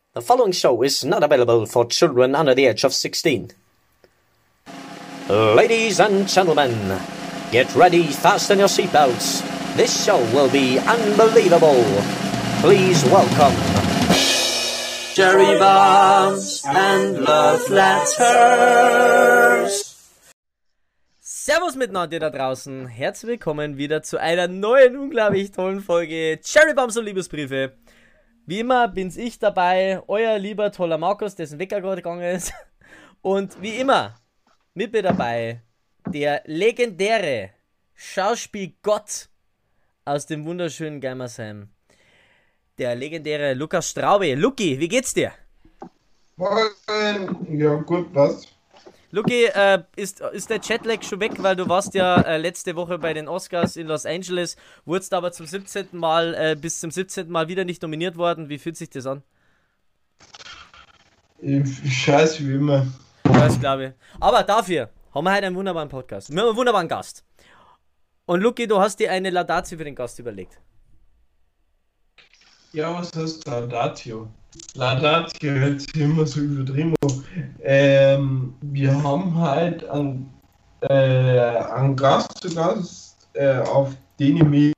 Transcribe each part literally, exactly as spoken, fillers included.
The following show is not available for children under the age of sixteen. Ladies and gentlemen, get ready, fasten your seatbelts. This show will be unbelievable. Please welcome Cherry Bombs and Love Letters. Servus miteinander da draußen. Herzlich willkommen wieder zu einer neuen, unglaublich tollen Folge Cherry Bombs und Liebesbriefe. Wie immer bin's ich dabei, euer lieber, toller Markus, dessen Wecker gerade gegangen ist. Und wie immer mit mir dabei der legendäre Schauspielgott aus dem wunderschönen Geimersheim, der legendäre Lukas Straube. Luki, wie geht's dir? Moin. Ja, gut, was? Luki, äh, ist, ist der Jetlag schon weg, weil du warst ja äh, letzte Woche bei den Oscars in Los Angeles, wurdest aber zum siebzehnten Mal, äh, bis zum siebzehnten Mal wieder nicht nominiert worden. Wie fühlt sich das an? Scheiße wie immer. Das glaube ich. Aber dafür haben wir heute einen wunderbaren Podcast. Wir haben einen wunderbaren Gast. Und Luki, du hast dir eine Laudatio für den Gast überlegt. Ja, was heißt Laudatio? Laudatio hört sich immer so übertrieben. Ähm, wir haben halt einen, äh, einen Gast zu Gast, äh, auf den ich mich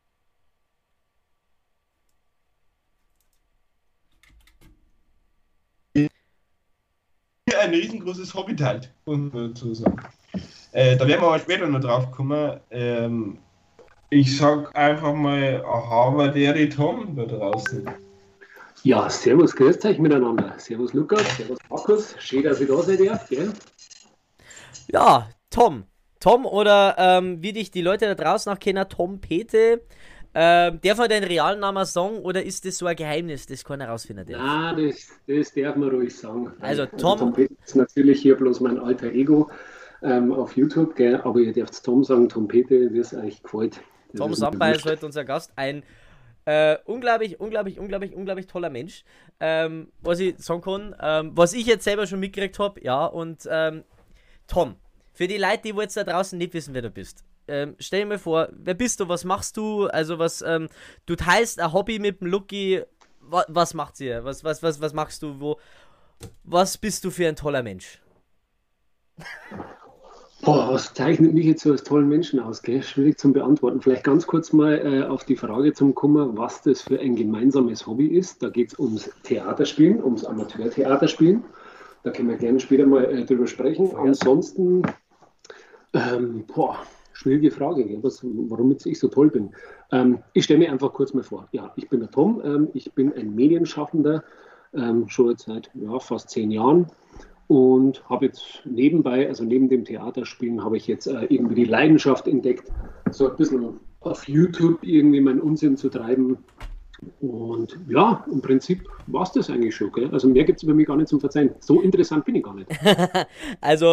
ein riesengroßes Hobby teilt, muss man dazu sagen. Äh, da werden wir aber später noch drauf kommen. Ähm, ich sag einfach mal, aha, war der Tom da draußen. Ja, servus, grüßt euch miteinander. Servus Lukas, servus Markus, schön, dass ihr da seid, ja, gell? Ja, Tom. Tom oder ähm, wie dich die Leute da draußen auch kennen, Tom Pete. Ähm, darf man deinen realen Namen sagen oder ist das so ein Geheimnis, das keiner rausfinden darf? Nein, das, das darf man ruhig sagen. Also Tom... Also, Tom Pete ist natürlich hier bloß mein alter Ego ähm, auf YouTube, gell? Aber ihr dürft Tom sagen, Tom Pete, wie es euch gefällt. Das Tom Sampay ist heute unser Gast, ein äh, unglaublich, unglaublich, unglaublich, unglaublich toller Mensch. Ähm, was ich sagen kann, ähm, was ich jetzt selber schon mitgekriegt habe, ja, und ähm, Tom, für die Leute, die wo jetzt da draußen nicht wissen, wer du bist, ähm, stell dir mal vor, wer bist du, was machst du, also was, ähm, du teilst ein Hobby mit dem Luki, was, was macht ihr, was, was, was, was machst du, wo, was bist du für ein toller Mensch? Boah, was zeichnet mich jetzt so als tollen Menschen aus, gell? Schwierig zum Beantworten. Vielleicht ganz kurz mal äh, auf die Frage zum kommen, was das für ein gemeinsames Hobby ist. Da geht es ums Theaterspielen, ums Amateurtheaterspielen. Da können wir gerne später mal äh, drüber sprechen. Ansonsten, ähm, boah, schwierige Frage, gell? Was, warum jetzt ich so toll bin. Ähm, ich stelle mir einfach kurz mal vor. Ja, ich bin der Tom, ähm, ich bin ein Medienschaffender, ähm, schon jetzt seit ja, fast zehn Jahren. Und habe jetzt nebenbei, also neben dem Theaterspielen, habe ich jetzt äh, irgendwie die Leidenschaft entdeckt, so ein bisschen auf YouTube irgendwie meinen Unsinn zu treiben. Und ja, im Prinzip war es das eigentlich schon. Gell? Also mehr gibt es über mich gar nicht zum Verzeihen. So interessant bin ich gar nicht. Also,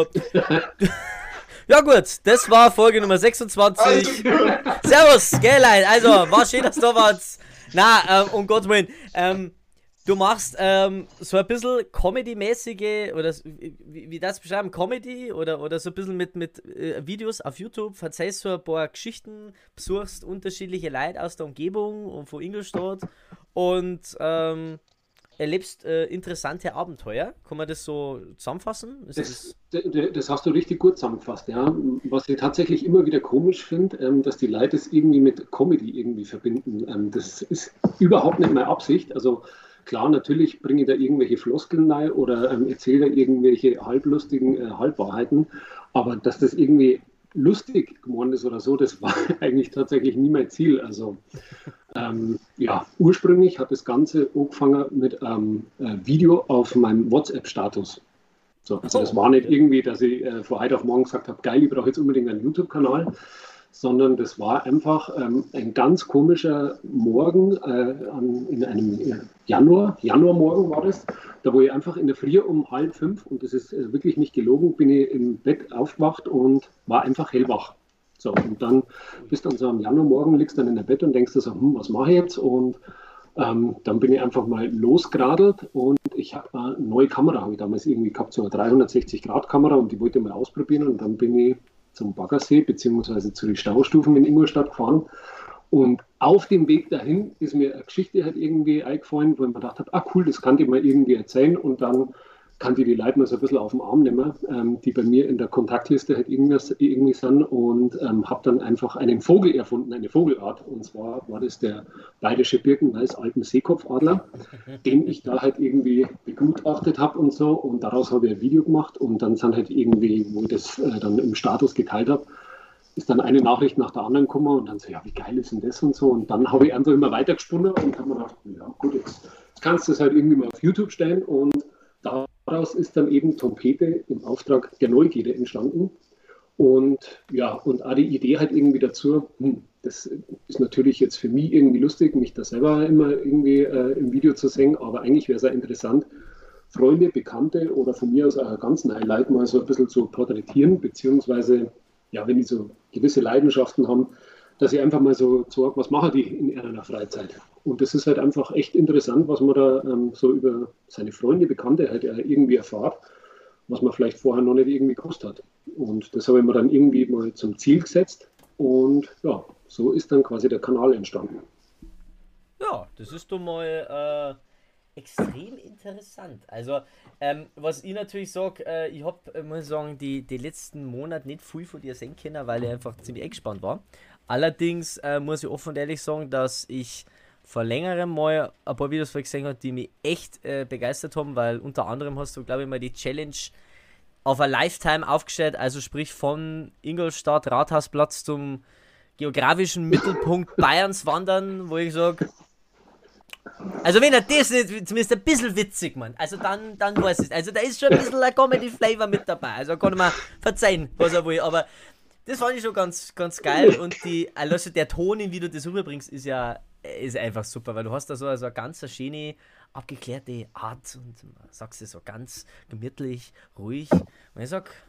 ja gut, das war Folge Nummer sechsundzwanzig. Servus, gell, Leute. Also, war schön, dass du da warst. Na, ähm, um Gottes Willen. Ähm, Du machst ähm, so ein bisschen Comedy-mäßige, oder wie, wie das beschreiben, Comedy oder, oder so ein bisschen mit, mit äh, Videos auf YouTube, verzeihst so ein paar Geschichten, besuchst unterschiedliche Leute aus der Umgebung und von Ingolstadt und ähm, erlebst äh, interessante Abenteuer. Kann man das so zusammenfassen? Ist das, das... das hast du richtig gut zusammengefasst, ja. Was ich tatsächlich immer wieder komisch finde, ähm, dass die Leute es irgendwie mit Comedy irgendwie verbinden. Ähm, das ist überhaupt nicht meine Absicht, also klar, natürlich bringe ich da irgendwelche Floskeln rein oder ähm, erzähle da irgendwelche halblustigen äh, Halbwahrheiten, aber dass das irgendwie lustig geworden ist oder so, das war eigentlich tatsächlich nie mein Ziel. Also ähm, ja, ursprünglich hat das Ganze angefangen mit einem ähm, äh, Video auf meinem WhatsApp-Status. So, also das war nicht irgendwie, dass ich äh, von heute auf morgen gesagt habe, geil, ich brauche jetzt unbedingt einen YouTube-Kanal, sondern das war einfach ähm, ein ganz komischer Morgen äh, an, in einem äh, Januar, Januarmorgen war das, da wo ich einfach in der Früh um halb fünf, und das ist äh, wirklich nicht gelogen, bin ich im Bett aufgewacht und war einfach hellwach. So, und dann bist du an so einem Januarmorgen, liegst dann in der Bett und denkst dir so, hm, was mache ich jetzt? Und ähm, dann bin ich einfach mal losgeradelt und ich habe eine neue Kamera, habe ich damals irgendwie gehabt, so eine dreihundertsechzig Grad Kamera, und die wollte ich mal ausprobieren, und dann bin ich zum Baggersee beziehungsweise zu den Staustufen in Ingolstadt gefahren Und auf dem Weg dahin ist mir eine Geschichte halt irgendwie eingefallen, wo ich mir gedacht habe, ah cool, das kann ich mal irgendwie erzählen und dann kann die die Leute mal so ein bisschen auf den Arm nehmen, ähm, die bei mir in der Kontaktliste halt irgendwas, irgendwie sind und ähm, habe dann einfach einen Vogel erfunden, eine Vogelart. Und zwar war das der bayerische Birkenweiß-Alpen-Seekopfadler, den ich da halt irgendwie begutachtet habe und so. Und daraus habe ich ein Video gemacht und dann sind halt irgendwie, wo ich das äh, dann im Status geteilt habe, ist dann eine Nachricht nach der anderen gekommen und dann so, ja, wie geil ist denn das und so. Und dann habe ich einfach immer weitergesponnen und habe mir gedacht, ja gut, jetzt, jetzt kannst du das halt irgendwie mal auf YouTube stellen und daraus ist dann eben Trompete im Auftrag der Neugierde entstanden. Und ja, und auch die Idee halt irgendwie dazu, hm, das ist natürlich jetzt für mich irgendwie lustig, mich da selber immer irgendwie äh, im Video zu sehen, aber eigentlich wäre es ja interessant, Freunde, Bekannte oder von mir aus auch ganz neue Leute mal so ein bisschen zu porträtieren, beziehungsweise, ja, wenn die so gewisse Leidenschaften haben, dass ich einfach mal so sage, was machen die in ihrer Freizeit? Und das ist halt einfach echt interessant, was man da ähm, so über seine Freunde, Bekannte halt äh, irgendwie erfahrt, was man vielleicht vorher noch nicht irgendwie gewusst hat. Und das habe ich mir dann irgendwie mal zum Ziel gesetzt und ja, so ist dann quasi der Kanal entstanden. Ja, das ist doch mal äh, extrem interessant. Also, ähm, was ich natürlich sage, äh, ich habe, äh, muss ich sagen, die, die letzten Monate nicht viel von dir sehen können, weil ich einfach ziemlich eingespannt war. Allerdings äh, muss ich offen und ehrlich sagen, dass ich vor längerem mal ein paar Videos gesehen habe, die mich echt äh, begeistert haben, weil unter anderem hast du, glaube ich, mal die Challenge auf ein Lifetime aufgestellt, also sprich von Ingolstadt Rathausplatz zum geografischen Mittelpunkt Bayerns wandern, wo ich sage, also wenn er das nicht, zumindest ein bisschen witzig, Mann, also dann, dann weiß ich, also da ist schon ein bisschen ein Comedy-Flavor mit dabei, also kann ich mir verzeihen, was er will, aber das fand ich schon ganz, ganz geil und die, also der Ton, wie du das rüberbringst, ist ja ist einfach super, weil du hast da so also eine ganz schöne, abgeklärte Art und sagst es so ganz gemütlich, ruhig und ich sag,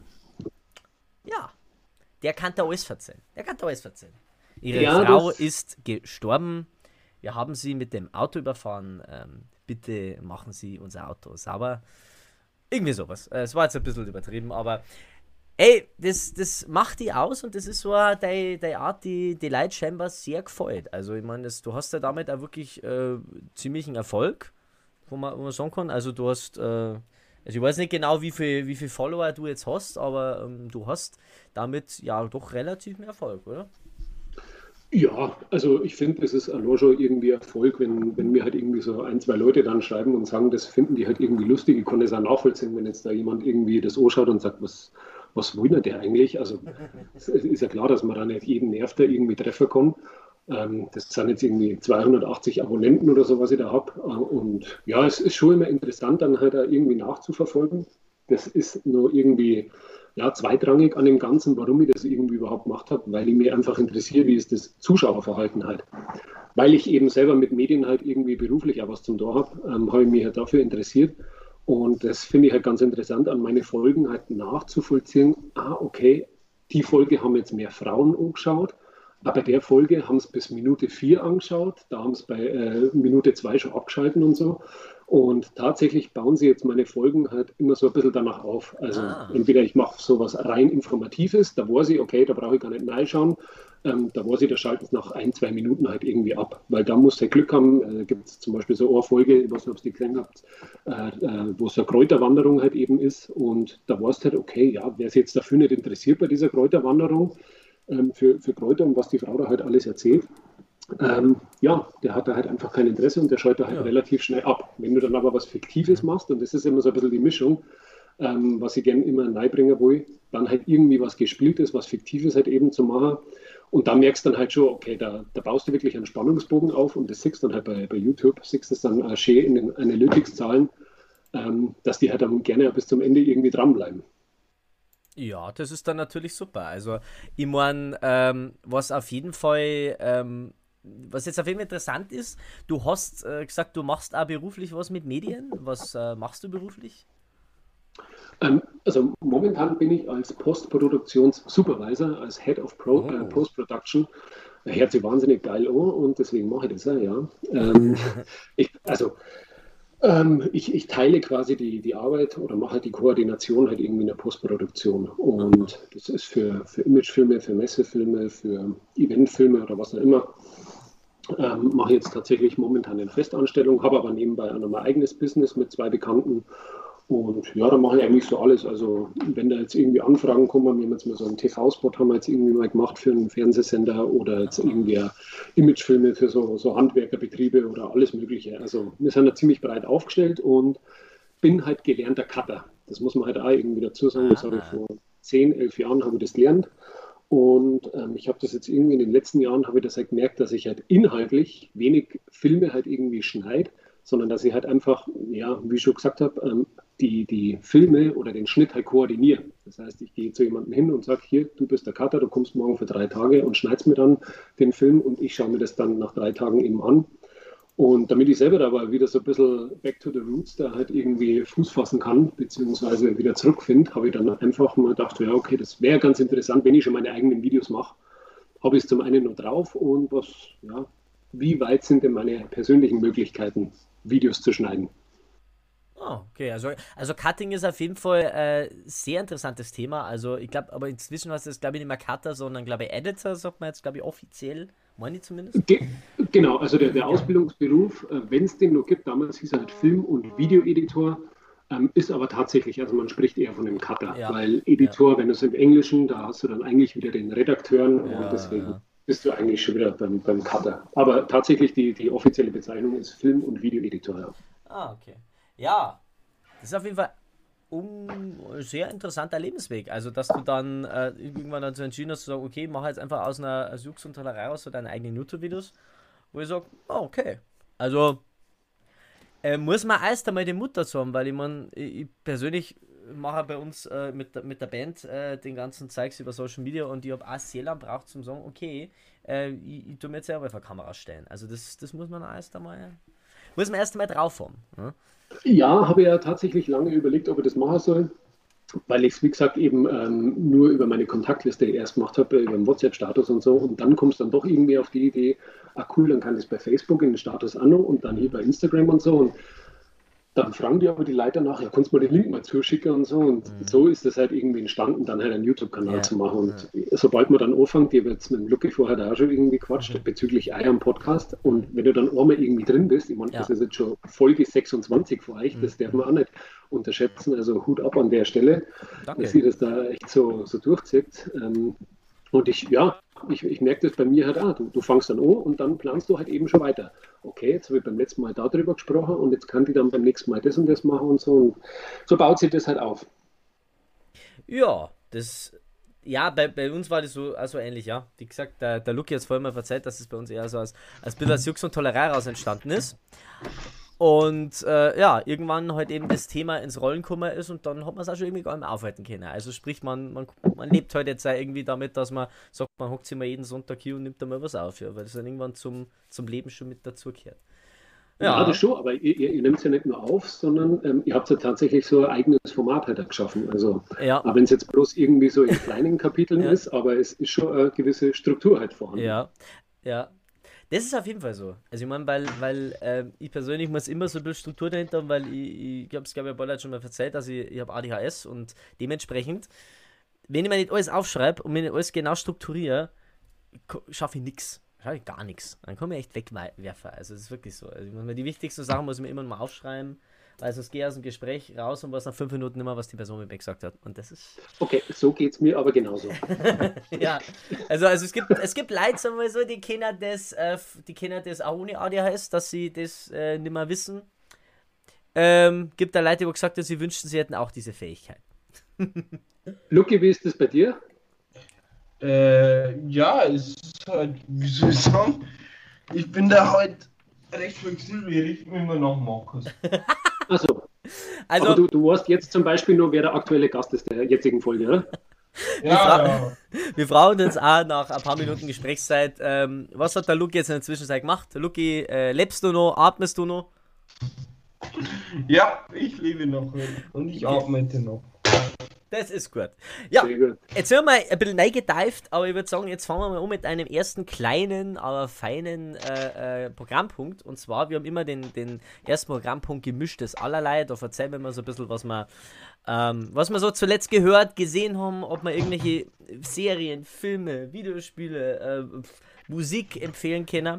ja, der kann da alles verzeihen, der kann da alles verzeihen. Ihre ja, Frau ist gestorben, wir haben sie mit dem Auto überfahren, ähm, bitte machen Sie unser Auto sauber, irgendwie sowas, es war jetzt ein bisschen übertrieben, aber ey, das, das macht die aus und das ist so eine die Art, die die Leute scheinbar sehr gefällt. Also ich meine, du hast ja damit auch wirklich äh, ziemlichen Erfolg, wo man, wo man sagen kann. Also du hast, äh, also ich weiß nicht genau, wie viel, wie viel Follower du jetzt hast, aber ähm, du hast damit ja doch relativ mehr Erfolg, oder? Ja, also ich finde, es ist allein schon irgendwie Erfolg, wenn, wenn mir halt irgendwie so ein, zwei Leute dann schreiben und sagen, das finden die halt irgendwie lustig. Ich kann das auch nachvollziehen, wenn jetzt da jemand irgendwie das anschaut und sagt, was was will denn der eigentlich? Also es ist ja klar, dass man da nicht jeden Nerv da irgendwie treffen kann. Ähm, das sind jetzt irgendwie zweihundertachtzig Abonnenten oder so, was ich da habe. Und ja, es ist schon immer interessant, dann halt da irgendwie nachzuverfolgen. Das ist nur irgendwie ja, zweitrangig an dem Ganzen, warum ich das irgendwie überhaupt gemacht habe, weil ich mir einfach interessiere, wie ist das Zuschauerverhalten halt. Weil ich eben selber mit Medien halt irgendwie beruflich auch was zum Tor habe, ähm, habe ich mich halt dafür interessiert. Und das finde ich halt ganz interessant, an meine Folgen halt nachzuvollziehen. Ah, okay, die Folge haben jetzt mehr Frauen angeschaut, aber bei der Folge haben es bis Minute vier angeschaut, da haben es bei äh, Minute zwei schon abgeschalten und so. Und tatsächlich bauen sie jetzt meine Folgen halt immer so ein bisschen danach auf. Also ah. entweder ich mache sowas rein Informatives, da weiß ich, okay, da brauche ich gar nicht reinschauen. Ähm, da weiß ich, da schalten es nach ein, zwei Minuten halt irgendwie ab. Weil da muss der Glück haben, äh, gibt es zum Beispiel so eine Folge, ich weiß nicht, ob ihr die gesehen habt, äh, äh, wo so eine Kräuterwanderung halt eben ist. Und da weißt du halt, okay, ja, wer sich jetzt dafür nicht interessiert bei dieser Kräuterwanderung, ähm, für, für Kräuter und was die Frau da halt alles erzählt, Ähm, ja, der hat da halt einfach kein Interesse und der schaltet halt ja. relativ schnell ab. Wenn du dann aber was Fiktives machst, und das ist immer so ein bisschen die Mischung, ähm, was ich gerne immer beibringen will, dann halt irgendwie was Gespieltes, was Fiktives halt eben zu machen. Und da merkst du dann halt schon, okay, da, da baust du wirklich einen Spannungsbogen auf und das siehst du dann halt bei, bei YouTube, siehst du es dann äh, schön in den Analytics-Zahlen, ähm, dass die halt dann gerne bis zum Ende irgendwie dranbleiben. Ja, das ist dann natürlich super. Also, ich meine, ähm, was auf jeden Fall, ähm, was jetzt auf jeden Fall interessant ist, du hast äh, gesagt, du machst auch beruflich was mit Medien. Was äh, machst du beruflich? Ähm, also momentan bin ich als Postproduktions-Supervisor, als Head of Pro, oh. äh, Post-Production. Hört sich wahnsinnig geil an und deswegen mache ich das ja. ja. Ähm, ich, also ähm, ich, ich teile quasi die, die Arbeit oder mache halt die Koordination halt irgendwie in der Postproduktion. Und das ist für, für Imagefilme, für Messefilme, für Eventfilme oder was auch immer. Ähm, mache jetzt tatsächlich momentan eine Festanstellung, habe aber nebenbei auch noch mein eigenes Business mit zwei Bekannten. Und ja, da mache ich eigentlich so alles. Also wenn da jetzt irgendwie Anfragen kommen, wir haben jetzt mal so einen T V-Spot haben wir jetzt irgendwie mal gemacht für einen Fernsehsender oder jetzt irgendwie Imagefilme für so, so Handwerkerbetriebe oder alles Mögliche. Also wir sind da ziemlich breit aufgestellt und bin halt gelernter Cutter. Das muss man halt auch irgendwie dazu sagen. Das habe ich vor zehn, elf Jahren habe ich das gelernt. Und ähm, ich habe das jetzt irgendwie in den letzten Jahren, habe ich das halt gemerkt, dass ich halt inhaltlich wenig Filme halt irgendwie schneide, sondern dass ich halt einfach, ja, wie ich schon gesagt habe, ähm, die, die Filme oder den Schnitt halt koordiniere. Das heißt, ich gehe zu jemandem hin und sage, hier, du bist der Cutter, du kommst morgen für drei Tage und schneidest mir dann den Film und ich schaue mir das dann nach drei Tagen eben an. Und damit ich selber dabei wieder so ein bisschen back to the roots da halt irgendwie Fuß fassen kann, beziehungsweise wieder zurückfinde, habe ich dann einfach mal gedacht, ja, okay, das wäre ganz interessant, wenn ich schon meine eigenen Videos mache. Habe ich es zum einen nur drauf und was, ja, wie weit sind denn meine persönlichen Möglichkeiten, Videos zu schneiden? Oh, okay, also, also Cutting ist auf jeden Fall ein äh, sehr interessantes Thema. Also ich glaube, aber inzwischen heißt es, glaube ich, nicht mehr Cutter, sondern glaube ich Editor, sagt man jetzt, glaube ich, offiziell, meine ich zumindest. Ge genau, also der, der Ausbildungsberuf, äh, wenn es den noch gibt, damals hieß er halt Film- und Videoeditor, ähm, ist aber tatsächlich, also man spricht eher von einem Cutter, Ja, weil Editor, ja. wenn du es im Englischen, da hast du dann eigentlich wieder den Redakteuren Ja, und deswegen ja. bist du eigentlich schon wieder beim, beim Cutter. Aber tatsächlich die, die offizielle Bezeichnung ist Film- und Videoeditor. Ja. Ah, okay. Ja, das ist auf jeden Fall ein sehr interessanter Lebensweg. Also, dass du dann äh, irgendwann dazu entschieden hast, zu sagen, okay, mach jetzt einfach aus einer aus Jux und Tollerei raus so deine eigenen YouTube-Videos, wo ich sage, oh, okay. Also, äh, muss man erst einmal den Mut dazu haben, weil ich meine, ich, ich persönlich mache bei uns äh, mit, der- mit der Band äh, den ganzen Zeugs über Social Media und ich habe auch sehr lange braucht zum sagen, okay, äh, ich, ich tu mir jetzt selber vor Kamera stellen. Also, das, das muss man erst einmal, muss man erst einmal drauf haben. Ne? Ja, habe ja tatsächlich lange überlegt, ob ich das machen soll, weil ich es, wie gesagt, eben ähm, nur über meine Kontaktliste erst gemacht habe, über den WhatsApp-Status und so. Und dann kommst du dann doch irgendwie auf die Idee, ah cool, dann kann ich es bei Facebook in den Status an und dann hier bei Instagram und so. Und dann fragen die aber die Leute nach, ja, kannst du mal den Link mal zuschicken und so. Und Mhm. so ist das halt irgendwie entstanden, dann halt einen YouTube-Kanal Ja, zu machen. ja. Und sobald man dann anfängt, ich habe jetzt mit dem Lucky vorher da auch schon irgendwie quatscht, Mhm. bezüglich Eier am Podcast. Und wenn du dann einmal irgendwie drin bist, ich meine, Ja. das ist jetzt schon Folge sechsundzwanzig für euch, das Mhm. darf man auch nicht unterschätzen. Also Hut ab an der Stelle, dass Danke. sie das da echt so, so durchzieht. Ähm, und ich, ja, ich, ich merke das bei mir halt auch. Du, du fängst dann an und dann planst du halt eben schon weiter. Okay, jetzt habe ich beim letzten Mal darüber gesprochen und jetzt kann die dann beim nächsten Mal das und das machen und so. Und so baut sich das halt auf. Ja, das. Ja, bei, bei uns war das so also ähnlich, ja. Wie gesagt, der, der Luki hat es vorhin mal verzeiht, dass es bei uns eher so als, als bisschen als Jux und Tollerei raus entstanden ist. Und äh, ja, irgendwann halt eben das Thema ins Rollen gekommen ist und dann hat man es auch schon irgendwie gar nicht mehr aufhalten können. Also sprich, man, man, man lebt halt jetzt auch irgendwie damit, dass man sagt, man hockt sich mal jeden Sonntag hier und nimmt da mal was auf, ja, weil das dann irgendwann zum, zum Leben schon mit dazugehört. Ja, das Ja, schon, aber ihr, ihr, ihr nehmt es ja nicht nur auf, sondern ähm, ihr habt ja tatsächlich so ein eigenes Format halt auch geschaffen. Also, ja, aber wenn es jetzt bloß irgendwie so in kleinen Kapiteln ja, ist, aber es ist schon eine gewisse Struktur halt vorhanden. ja, ja. Das ist auf jeden Fall so. Also ich meine, weil, weil ähm, ich persönlich muss immer so ein bisschen Struktur dahinter haben, weil ich, ich habe es glaube ich ein paar Leute schon mal erzählt, also ich, ich habe A D H S und dementsprechend, wenn ich mir nicht alles aufschreibe und mir nicht alles genau strukturiere, ko- schaffe ich nichts. Schaffe ich gar nichts. Dann komme ich echt wegwerfen. Also das ist wirklich so. Also ich muss mir die wichtigsten Sachen muss ich mir immer mal aufschreiben, weil sonst gehe ich aus dem Gespräch raus und weiß nach fünf Minuten immer, was die Person mit mir gesagt hat. Und das ist Okay, so geht es mir aber genauso. ja, also, also es gibt es gibt Leute, sagen wir so, die kennen das, äh, f- die kennen das auch ohne A D H S, dass sie das äh, nicht mehr wissen. Ähm, gibt da Leute, die gesagt haben, sie wünschten, sie hätten auch diese Fähigkeit. Lucky, wie ist das bei dir? Äh, ja, es ist halt, wie soll ich sagen, ich bin da halt recht flexibel, ich richte mich immer nach Markus. Also, aber Also, du, du weißt jetzt zum Beispiel nur, wer der aktuelle Gast ist der jetzigen Folge, oder? Ja, ja. wir fragen uns auch nach ein paar Minuten Gesprächszeit, ähm, was hat der Luki jetzt in der Zwischenzeit gemacht? Luki, äh, lebst du noch, atmest du noch? Ja, ich lebe noch und ich arbeite noch. Das ist gut. Ja, Sehr gut. jetzt sind wir mal ein bisschen reingedived, aber ich würde sagen, jetzt fangen wir mal um mit einem ersten kleinen, aber feinen äh, äh, Programmpunkt. Und zwar, wir haben immer den, den ersten Programmpunkt gemischtes Allerlei. Da erzählen wir mal so ein bisschen, was wir, ähm, was wir so zuletzt gehört, gesehen haben, ob wir irgendwelche Serien, Filme, Videospiele, äh, Musik empfehlen können.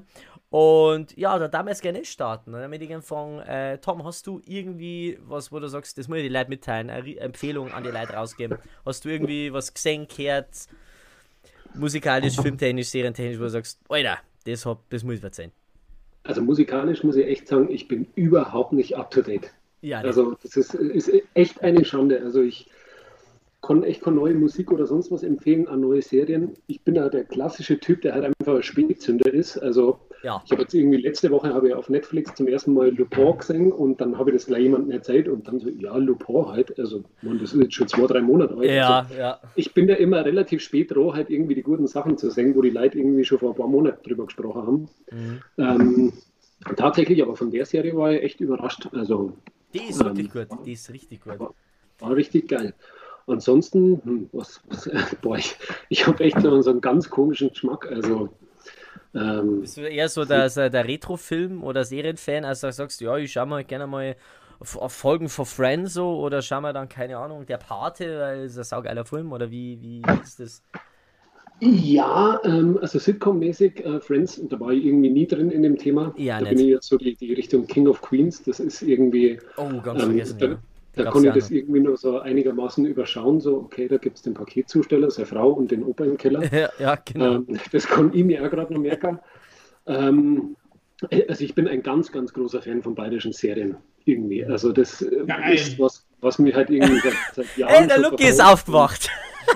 Und ja, da darf man jetzt gerne starten. Dann würde ich anfangen, äh, Tom, hast du irgendwie was, wo du sagst, das muss ich den Leuten mitteilen, eine Empfehlung an die Leute rausgeben? Hast du irgendwie was gesehen, gehört, musikalisch, filmtechnisch, serientechnisch, wo du sagst, Alter, das, hab, das muss ich erzählen? Also musikalisch muss ich echt sagen, ich bin überhaupt nicht up to date. Ja, also das ist, ist echt eine Schande. Also ich kann echt keine neue Musik oder sonst was empfehlen an neue Serien. Ich bin ja der klassische Typ, der halt einfach ein Spätzünder ist. Also ja. Ich habe jetzt irgendwie letzte Woche habe ich auf Netflix zum ersten Mal Lupin gesehen und dann habe ich das gleich jemandem erzählt und dann so, ja, Lupin halt. Also man, das ist jetzt schon zwei, drei Monate alt. Ja, also, ja. Ich bin da immer relativ spät dran, halt irgendwie die guten Sachen zu sehen, wo die Leute irgendwie schon vor ein paar Monaten drüber gesprochen haben. Mhm. Ähm, tatsächlich, aber von der Serie war ich echt überrascht. Also die ist wirklich ähm, gut, die ist richtig gut. War, war richtig geil. Ansonsten, hm, was, was boah, ich, ich habe echt so einen ganz komischen Geschmack. Also, ähm, bist du eher so der, der Retro-Film- oder Serienfan, als du sagst, ja, ich schaue mal gerne mal auf Folgen von Friends so, oder schau mal dann, keine Ahnung, der Pate, weil es ein saugeiler Film, oder wie, wie ist das? Ja, ähm, also Sitcom-mäßig, äh, Friends, da war ich irgendwie nie drin in dem Thema. Ja, da nicht. bin ich jetzt so die, die Richtung King of Queens, das ist irgendwie... Oh, ganz ähm, vergessen, da, ja. Da konnte ich das irgendwie nur so einigermaßen überschauen, so, okay, da gibt es den Paketzusteller, seine Frau und den Opa im Keller. Ja, ja genau. Ähm, das konnte ich mir auch gerade noch merken. Ähm, also ich bin ein ganz, ganz großer Fan von bayerischen Serien, irgendwie. Also das Geil. ist was, was mir halt irgendwie seit, seit Jahren... Hey, der Lucky ist aufgewacht!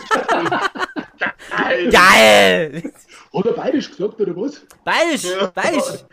Geil! Geil! Hat er bayerisch gesagt, oder was? Bayerisch, bayerisch!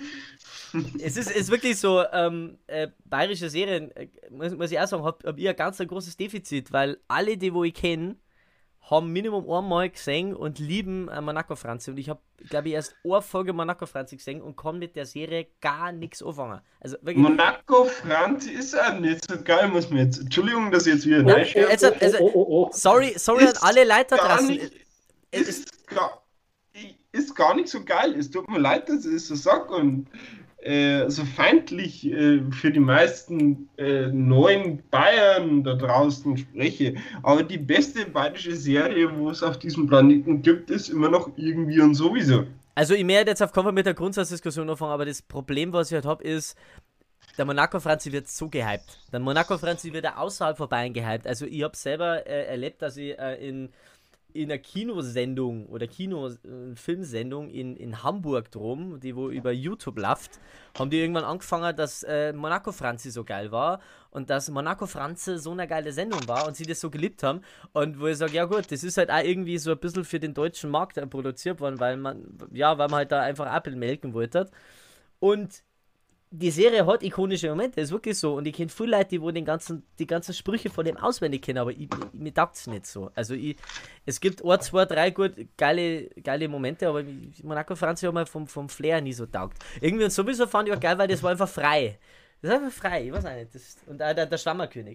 Es ist, ist wirklich so, ähm, äh, bayerische Serien, äh, muss, muss ich auch sagen, habe hab ich ein ganz ein großes Defizit, weil alle, die wo ich kenne, haben Minimum einmal gesehen und lieben äh, Monaco-Franzi. Und ich habe, glaube ich, erst eine Folge Monaco-Franzi gesehen und kann mit der Serie gar nichts anfangen. Also Monaco-Franzi ist ja nicht so geil, muss man jetzt. Entschuldigung, dass ich jetzt wieder oh, also, also, oh, oh, oh. Sorry, sorry an alle Leute da draußen. Nicht, ist, ist, gar, ist gar nicht so geil. Es tut mir leid, dass ich so sage und äh, so feindlich äh, für die meisten äh, neuen Bayern da draußen spreche. Aber die beste bayerische Serie, wo es auf diesem Planeten gibt, ist immer noch irgendwie und sowieso. Also ich werde jetzt auf keinen Fall mit der Grundsatzdiskussion anfangen, aber das Problem, was ich halt habe, ist, der Monaco-Franzi wird so gehypt. Der Monaco-Franzi wird auch außerhalb von Bayern gehypt. Also ich habe selber äh, erlebt, dass ich äh, in in einer Kinosendung oder Kino-Filmsendung in, in Hamburg drum, die wo über YouTube läuft, haben die irgendwann angefangen, dass äh, Monaco-Franzi so geil war und dass Monaco-Franzi so eine geile Sendung war und sie das so geliebt haben und wo ich sage, ja gut, das ist halt auch irgendwie so ein bisschen für den deutschen Markt äh, produziert worden, weil man, ja, weil man halt da einfach Apple melken wollte und die Serie hat ikonische Momente, ist wirklich so. Und ich kenne viele Leute, die wo den ganzen, die ganzen Sprüche von dem auswendig kennen, aber ich, ich, mir taugt es nicht so. Also ich, es gibt ein, zwei, drei gut geile, geile Momente, aber Monaco-Franzi hat mir vom, vom Flair nie so taugt. Irgendwie und sowieso fand ich auch geil, weil das war einfach frei. Das ist einfach frei, ich weiß auch nicht. Das, und auch der, der Schwammerkönig.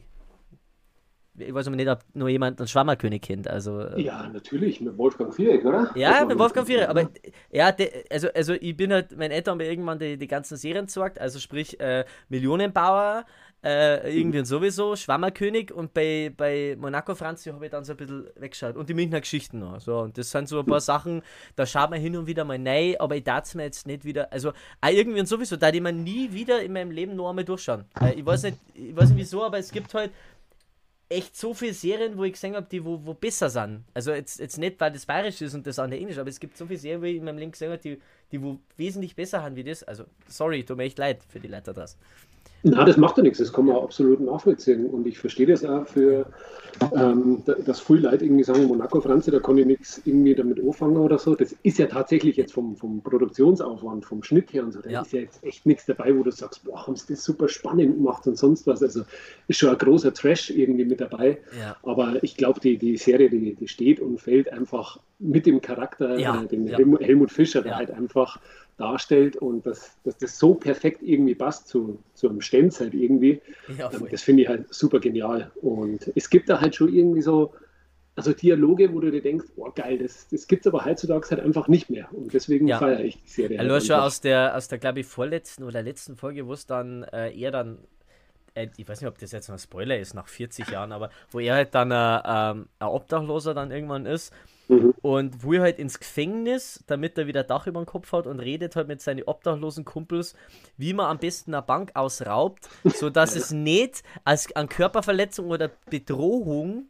Ich weiß aber nicht, ob nur jemand einen Schwammerkönig kennt. Also, ja, natürlich, mit Wolfgang Viereck, oder? Ja, mit Wolfgang Viereck, aber ja, de, also, also ich bin halt, meine Eltern haben mir irgendwann die, die ganzen Serien gezeigt, also sprich äh, Millionenbauer, äh, irgendwie mhm. und sowieso, Schwammerkönig und bei, bei Monaco-Franzi habe ich dann so ein bisschen weggeschaut und die Münchner Geschichten noch. So, und das sind so ein paar Sachen, da schaut man hin und wieder mal rein, aber ich darf es mir jetzt nicht wieder, also auch irgendwie und sowieso, da die man nie wieder in meinem Leben noch einmal durchschauen. Äh, ich weiß nicht, ich weiß nicht wieso, aber es gibt halt echt so viele Serien, wo ich gesehen habe, die wo, wo besser sind. Also jetzt, jetzt nicht, weil das bayerisch ist und das andere Englisch, aber es gibt so viele Serien, wo ich in meinem Leben gesehen habe, die, die wo wesentlich besser haben wie das. Also, sorry, tut mir echt leid für die Leute da draußen. Na, das macht ja nichts, das kann man absolut nachvollziehen. Und ich verstehe das auch für, ähm, dass viele Leute irgendwie sagen, Monaco-Franzi, da kann ich nichts irgendwie damit anfangen oder so. Das ist ja tatsächlich jetzt vom, vom Produktionsaufwand, vom Schnitt her und so, da ja. ist ja jetzt echt nichts dabei, wo du sagst, boah, haben sie das super spannend gemacht und sonst was. Also ist schon ein großer Trash irgendwie mit dabei. Ja. Aber ich glaube, die, die Serie, die, die steht und fällt einfach mit dem Charakter, ja. äh, den ja. Helmut Fischer, der ja. halt einfach darstellt und dass, dass das so perfekt irgendwie passt zu, zu einem Stenz halt irgendwie, ja, ähm, das finde ich halt super genial. Und es gibt da halt schon irgendwie so, also Dialoge, wo du dir denkst, boah geil, das, das gibt es aber heutzutage halt einfach nicht mehr. Und deswegen ja. feiere ich die Serie. Also halt schon aus der, aus der glaube ich, vorletzten oder letzten Folge, wo es dann äh, eher dann, äh, ich weiß nicht, ob das jetzt noch ein Spoiler ist, nach vierzig Jahren, aber wo er halt dann äh, ähm, ein Obdachloser dann irgendwann ist. Mhm. Und will halt ins Gefängnis, damit er wieder Dach über den Kopf hat und redet halt mit seinen obdachlosen Kumpels, wie man am besten eine Bank ausraubt, sodass es nicht als an Körperverletzung oder Bedrohung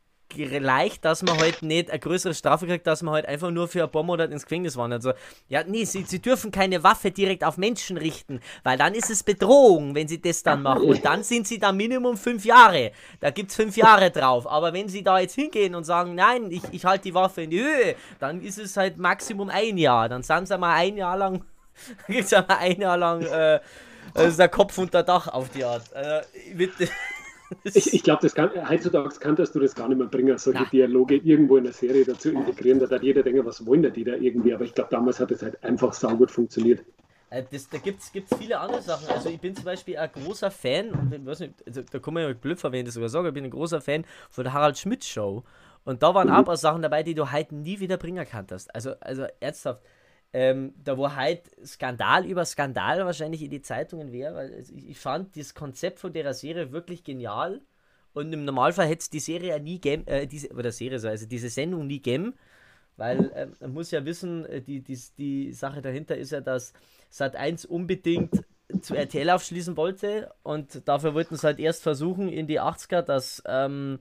gleicht, dass man halt nicht eine größere Strafe kriegt, dass man halt einfach nur für ein paar Monate ins Gefängnis wandert. Also, ja, nee, sie, sie dürfen keine Waffe direkt auf Menschen richten, weil dann ist es Bedrohung, wenn sie das dann machen. Und dann sind sie da Minimum fünf Jahre. Da gibt es fünf Jahre drauf. Aber wenn sie da jetzt hingehen und sagen, nein, ich, ich halte die Waffe in die Höhe, dann ist es halt Maximum ein Jahr. Dann sind sie mal ein Jahr lang, gibt es mal ein Jahr lang, äh, also der Kopf unter Dach auf die Art. Also, bitte. Ich, ich glaube, heutzutage kannst du das gar nicht mehr bringen, solche Nein. Dialoge irgendwo in der Serie dazu integrieren. Da hat jeder denken, was wollen die da irgendwie? Aber ich glaube, damals hat es halt einfach saugut funktioniert. Äh, Das, da gibt es viele andere Sachen. Also ich bin zum Beispiel ein großer Fan, und ich weiß nicht, also da kann man ja blöd verwenden, sogar sagen, ich bin ein großer Fan von der Harald Schmidt Show. Und da waren Mhm. auch ein paar Sachen dabei, die du halt nie wieder bringen kannst. Also, also ernsthaft. Ähm, da wo halt Skandal über Skandal wahrscheinlich in die Zeitungen wäre, weil es- ich, ich fand das Konzept von der Serie wirklich genial und im Normalfall hätte es die Serie ja nie gem, äh, diese, oder Serie, so, also diese Sendung nie gem, weil ähm, man muss ja wissen, äh, die, die, die Sache dahinter ist ja, dass Sat eins unbedingt zu R T L aufschließen wollte und dafür wollten sie halt erst versuchen in die achtziger, dass ähm,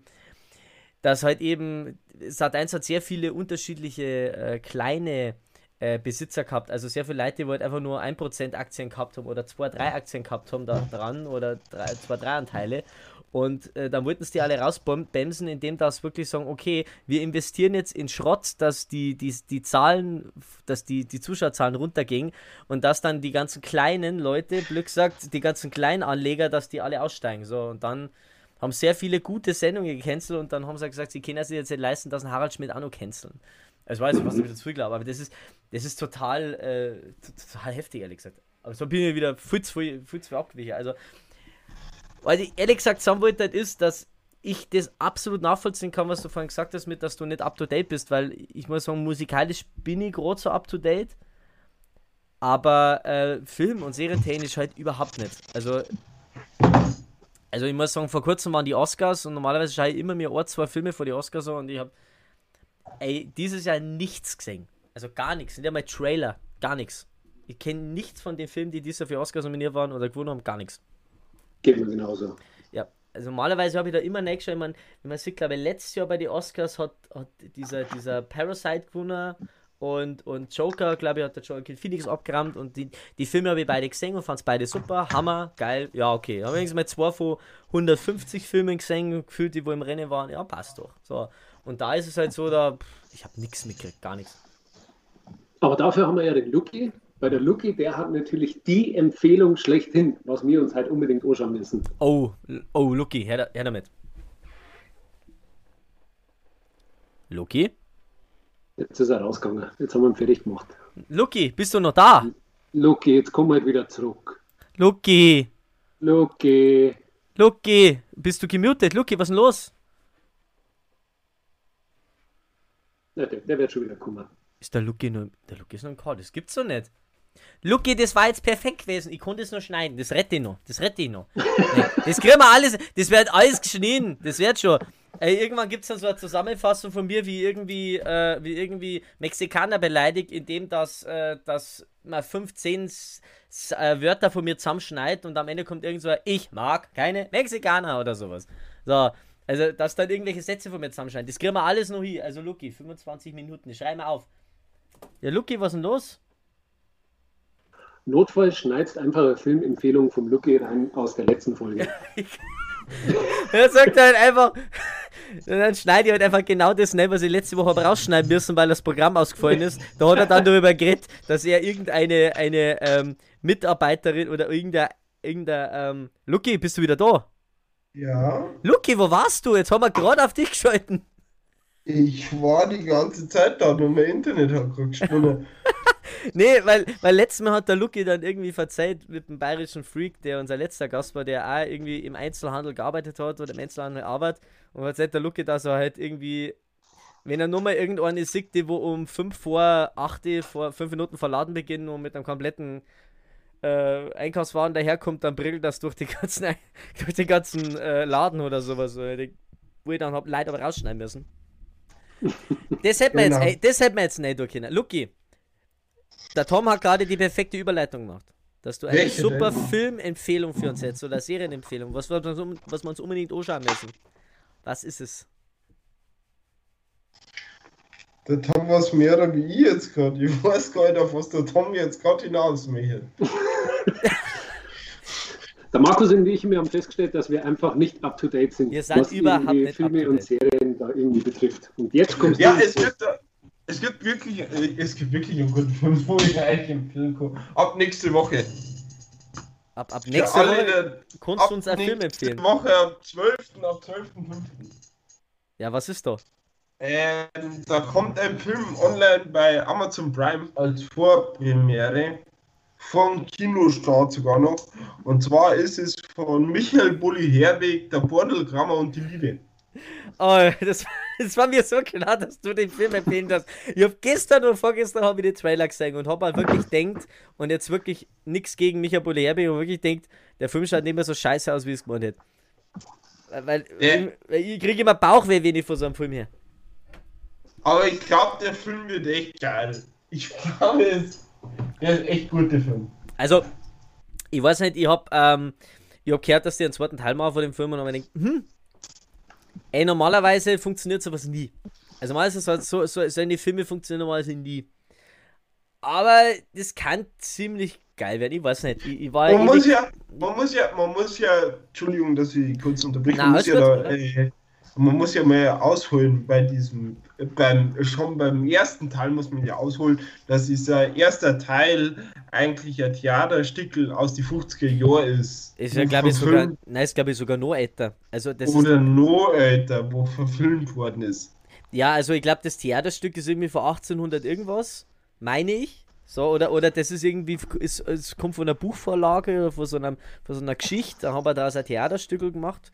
dass halt eben Sat eins hat sehr viele unterschiedliche äh, kleine äh, Besitzer gehabt, also sehr viele Leute, die halt einfach nur ein Prozent Aktien gehabt haben oder zwei drei Aktien gehabt haben da dran oder zwei drei Anteile und äh, dann wollten es die alle rausbremsen, indem das wirklich sagen, okay, wir investieren jetzt in Schrott, dass die, die, die Zahlen, dass die, die Zuschauerzahlen runtergingen und dass dann die ganzen kleinen Leute, Glück sagt, die ganzen kleinen Anleger, dass die alle aussteigen, so und dann haben sehr viele gute Sendungen gecancelt und dann haben sie gesagt, sie können sich jetzt nicht leisten, dass ein Harald Schmidt auch noch canceln. Also ich weiß nicht, was ich wieder zu viel glaube, aber das ist, das ist total, äh, total heftig, ehrlich gesagt. Aber so bin ich wieder viel zu viel, viel zu viel abgewichen. Also, was ich ehrlich gesagt sagen wollte, ist, dass ich das absolut nachvollziehen kann, was du vorhin gesagt hast, mit, dass du nicht up to date bist, weil ich muss sagen, musikalisch bin ich gerade so up to date, aber äh, Film- und Serientechnisch halt überhaupt nicht. Also, also ich muss sagen, vor kurzem waren die Oscars und normalerweise schaue ich immer mir ein, zwei Filme vor die Oscars an und ich habe ey, dieses Jahr nichts gesehen. Also gar nichts. Nicht einmal Trailer. Gar nichts. Ich kenne nichts von den Filmen, die dieses Jahr für Oscars nominiert waren oder gewonnen haben. Gar nichts. Geht mir genauso. Ja, also normalerweise habe ich da immer nächstes Jahr, ich mein, wenn man sieht, glaube ich, letztes Jahr bei den Oscars hat, hat dieser, dieser Parasite gewonnen und, und Joker, glaube ich, hat der Joaquin Phoenix abgerammt und die, die Filme habe ich beide gesehen und fand es beide super, Hammer, geil, ja, okay. Da habe ich mal zwei von hundertfünfzig Filmen gesehen, gefühlt, die wo im Rennen waren, ja, passt doch. So. Und da ist es halt so, da, pff, ich habe nichts mitgekriegt, gar nichts. Aber dafür haben wir ja den Lucky. Bei der Lucky, der hat natürlich die Empfehlung schlechthin, was wir uns halt unbedingt anschauen müssen. Oh, oh, Lucky, her, her damit. Lucky? Jetzt ist er rausgegangen. Jetzt haben wir ihn fertig gemacht. Lucky, bist du noch da? Lucky, jetzt komm halt wieder zurück. Lucky, Lucky. Lucky, bist du gemutet? Lucky, was ist denn los? Ja, der, der wird schon wieder kommen. Ist der Lucky noch, der Lucky ist noch im Call, das gibt's doch nicht. Lucky, das war jetzt perfekt gewesen, ich konnte es noch schneiden, das rette ich noch, das rette ich noch. Nee, das kriegen wir alles, das wird alles geschnitten, das wird schon. Ey, irgendwann gibt es dann so eine Zusammenfassung von mir, wie irgendwie, äh, wie irgendwie Mexikaner beleidigt, indem das, äh, dass man fünfzehn äh, Wörter von mir zusammenschneidet und am Ende kommt irgend so ein ich mag keine Mexikaner oder sowas. So, also, dass dann irgendwelche Sätze von mir zusammenschneiden, das kriegen wir alles noch hin. Also, Lucky, fünfundzwanzig Minuten, das schreiben wir auf. Ja, Lucky, was ist denn los? Notfall schneidest einfach eine Filmempfehlung vom Lucky rein aus der letzten Folge. Er sagt halt einfach, dann schneide ich halt einfach genau das nicht, was ich letzte Woche habe rausschneiden müssen, weil das Programm ausgefallen ist. Da hat er dann darüber geredet, dass er irgendeine eine, ähm, Mitarbeiterin oder irgendein, irgendein ähm, Lucky, bist du wieder da? Ja, Lucky, wo warst du? Jetzt haben wir gerade auf dich geschalten. ich war die ganze Zeit da, nur mein Internet hat gerade gesponnen. Nee, weil, weil letztes Mal hat der Lucky dann irgendwie verzeiht mit dem bayerischen Freak, der unser letzter Gast war, der auch irgendwie im Einzelhandel gearbeitet hat oder im Einzelhandel arbeitet. Und verzeiht der Lucky, dass er halt irgendwie, wenn er nur mal irgendeine sieht, die wo um fünf vor acht, vor fünf Minuten vor Laden beginnen und mit einem kompletten äh, Einkaufswagen daherkommt, dann brillt das durch, die ganzen, Ein- durch den ganzen äh, Laden oder sowas. Wo ich dann hab leider aber rausschneiden müssen. Das hätten wir Genau. jetzt, ey, das hätten wir jetzt nicht durch können. Lucky, der Tom hat gerade die perfekte Überleitung gemacht. Dass du eine Welche super denn? Filmempfehlung für uns hättest oder Serienempfehlung, was wir, uns- was wir uns unbedingt anschauen müssen. Was ist es? Der Tom weiß mehr wie ich jetzt gerade. Ich weiß gar nicht, auf was der Tom jetzt gerade hinaus möchte. Der Markus und ich, wir haben festgestellt, dass wir einfach nicht up to date sind, Wir sind was überhaupt irgendwie nicht Filme up to und date. Serien da irgendwie betrifft. Und jetzt kommst Ja, du. es gibt, äh, es gibt wirklich, äh, es gibt wirklich einen guten Film, wo ich eigentlich empfehlen kann. Ab nächste Woche. Ab, ab Für nächste alle, Woche der- kannst ab du uns einen Film nächste empfehlen. Woche ab zwölften ab zwölften fünften Ja, was ist da? Ähm, da kommt ein Film online bei Amazon Prime als Vorpremiere. Vom Kinostart sogar noch. Und zwar ist es von Michael Bulli Herbig, der Bordelgrammer und die Liebe. Oh, das, das war mir so klar, dass du den Film empfehlen hast. Ich habe gestern und vorgestern habe ich den Trailer gesehen und habe halt wirklich gedacht, und jetzt wirklich nichts gegen Michael Bulli-Herbig, aber wirklich denkt, der Film schaut nicht mehr so scheiße aus, wie ich es gemeint hätte. Weil, Ja. weil ich kriege immer Bauchweh, wenn ich von so einem Film her. Aber ich glaube, der Film wird echt geil. Ich glaube, es der ist echt gut, der Film. Also, ich weiß nicht, ich habe ähm, ich hab gehört, dass die einen zweiten Teil machen von dem Film und habe mir gedacht, hm, ey, normalerweise funktioniert sowas nie. Also meistens so, so, so, so eine Filme funktionieren normalerweise nie. Aber das kann ziemlich geil werden, ich weiß nicht. Ich, ich war Man muss ewig- ja, man muss ja, man muss ja, Entschuldigung, dass ich kurz unterbreche, Na, man muss alles ja gut, da, äh, man muss ja mal ausholen bei diesem, beim, schon beim ersten Teil muss man ja ausholen, dass dieser erster Teil eigentlich ein Theaterstück aus den fünfziger Jahren ist. Ist ja, wo glaube ich, sogar, verfilmt- nein, ist, glaube ich, sogar noch älter. Also, das ist, Oder noch älter, wo verfilmt worden ist. ja, also ich glaube, das Theaterstück ist irgendwie von achtzehnhundert irgendwas, meine ich. So, oder, oder das ist irgendwie, ist, es kommt von einer Buchvorlage oder von so, einem, von so einer Geschichte, da haben wir da so ein Theaterstück gemacht.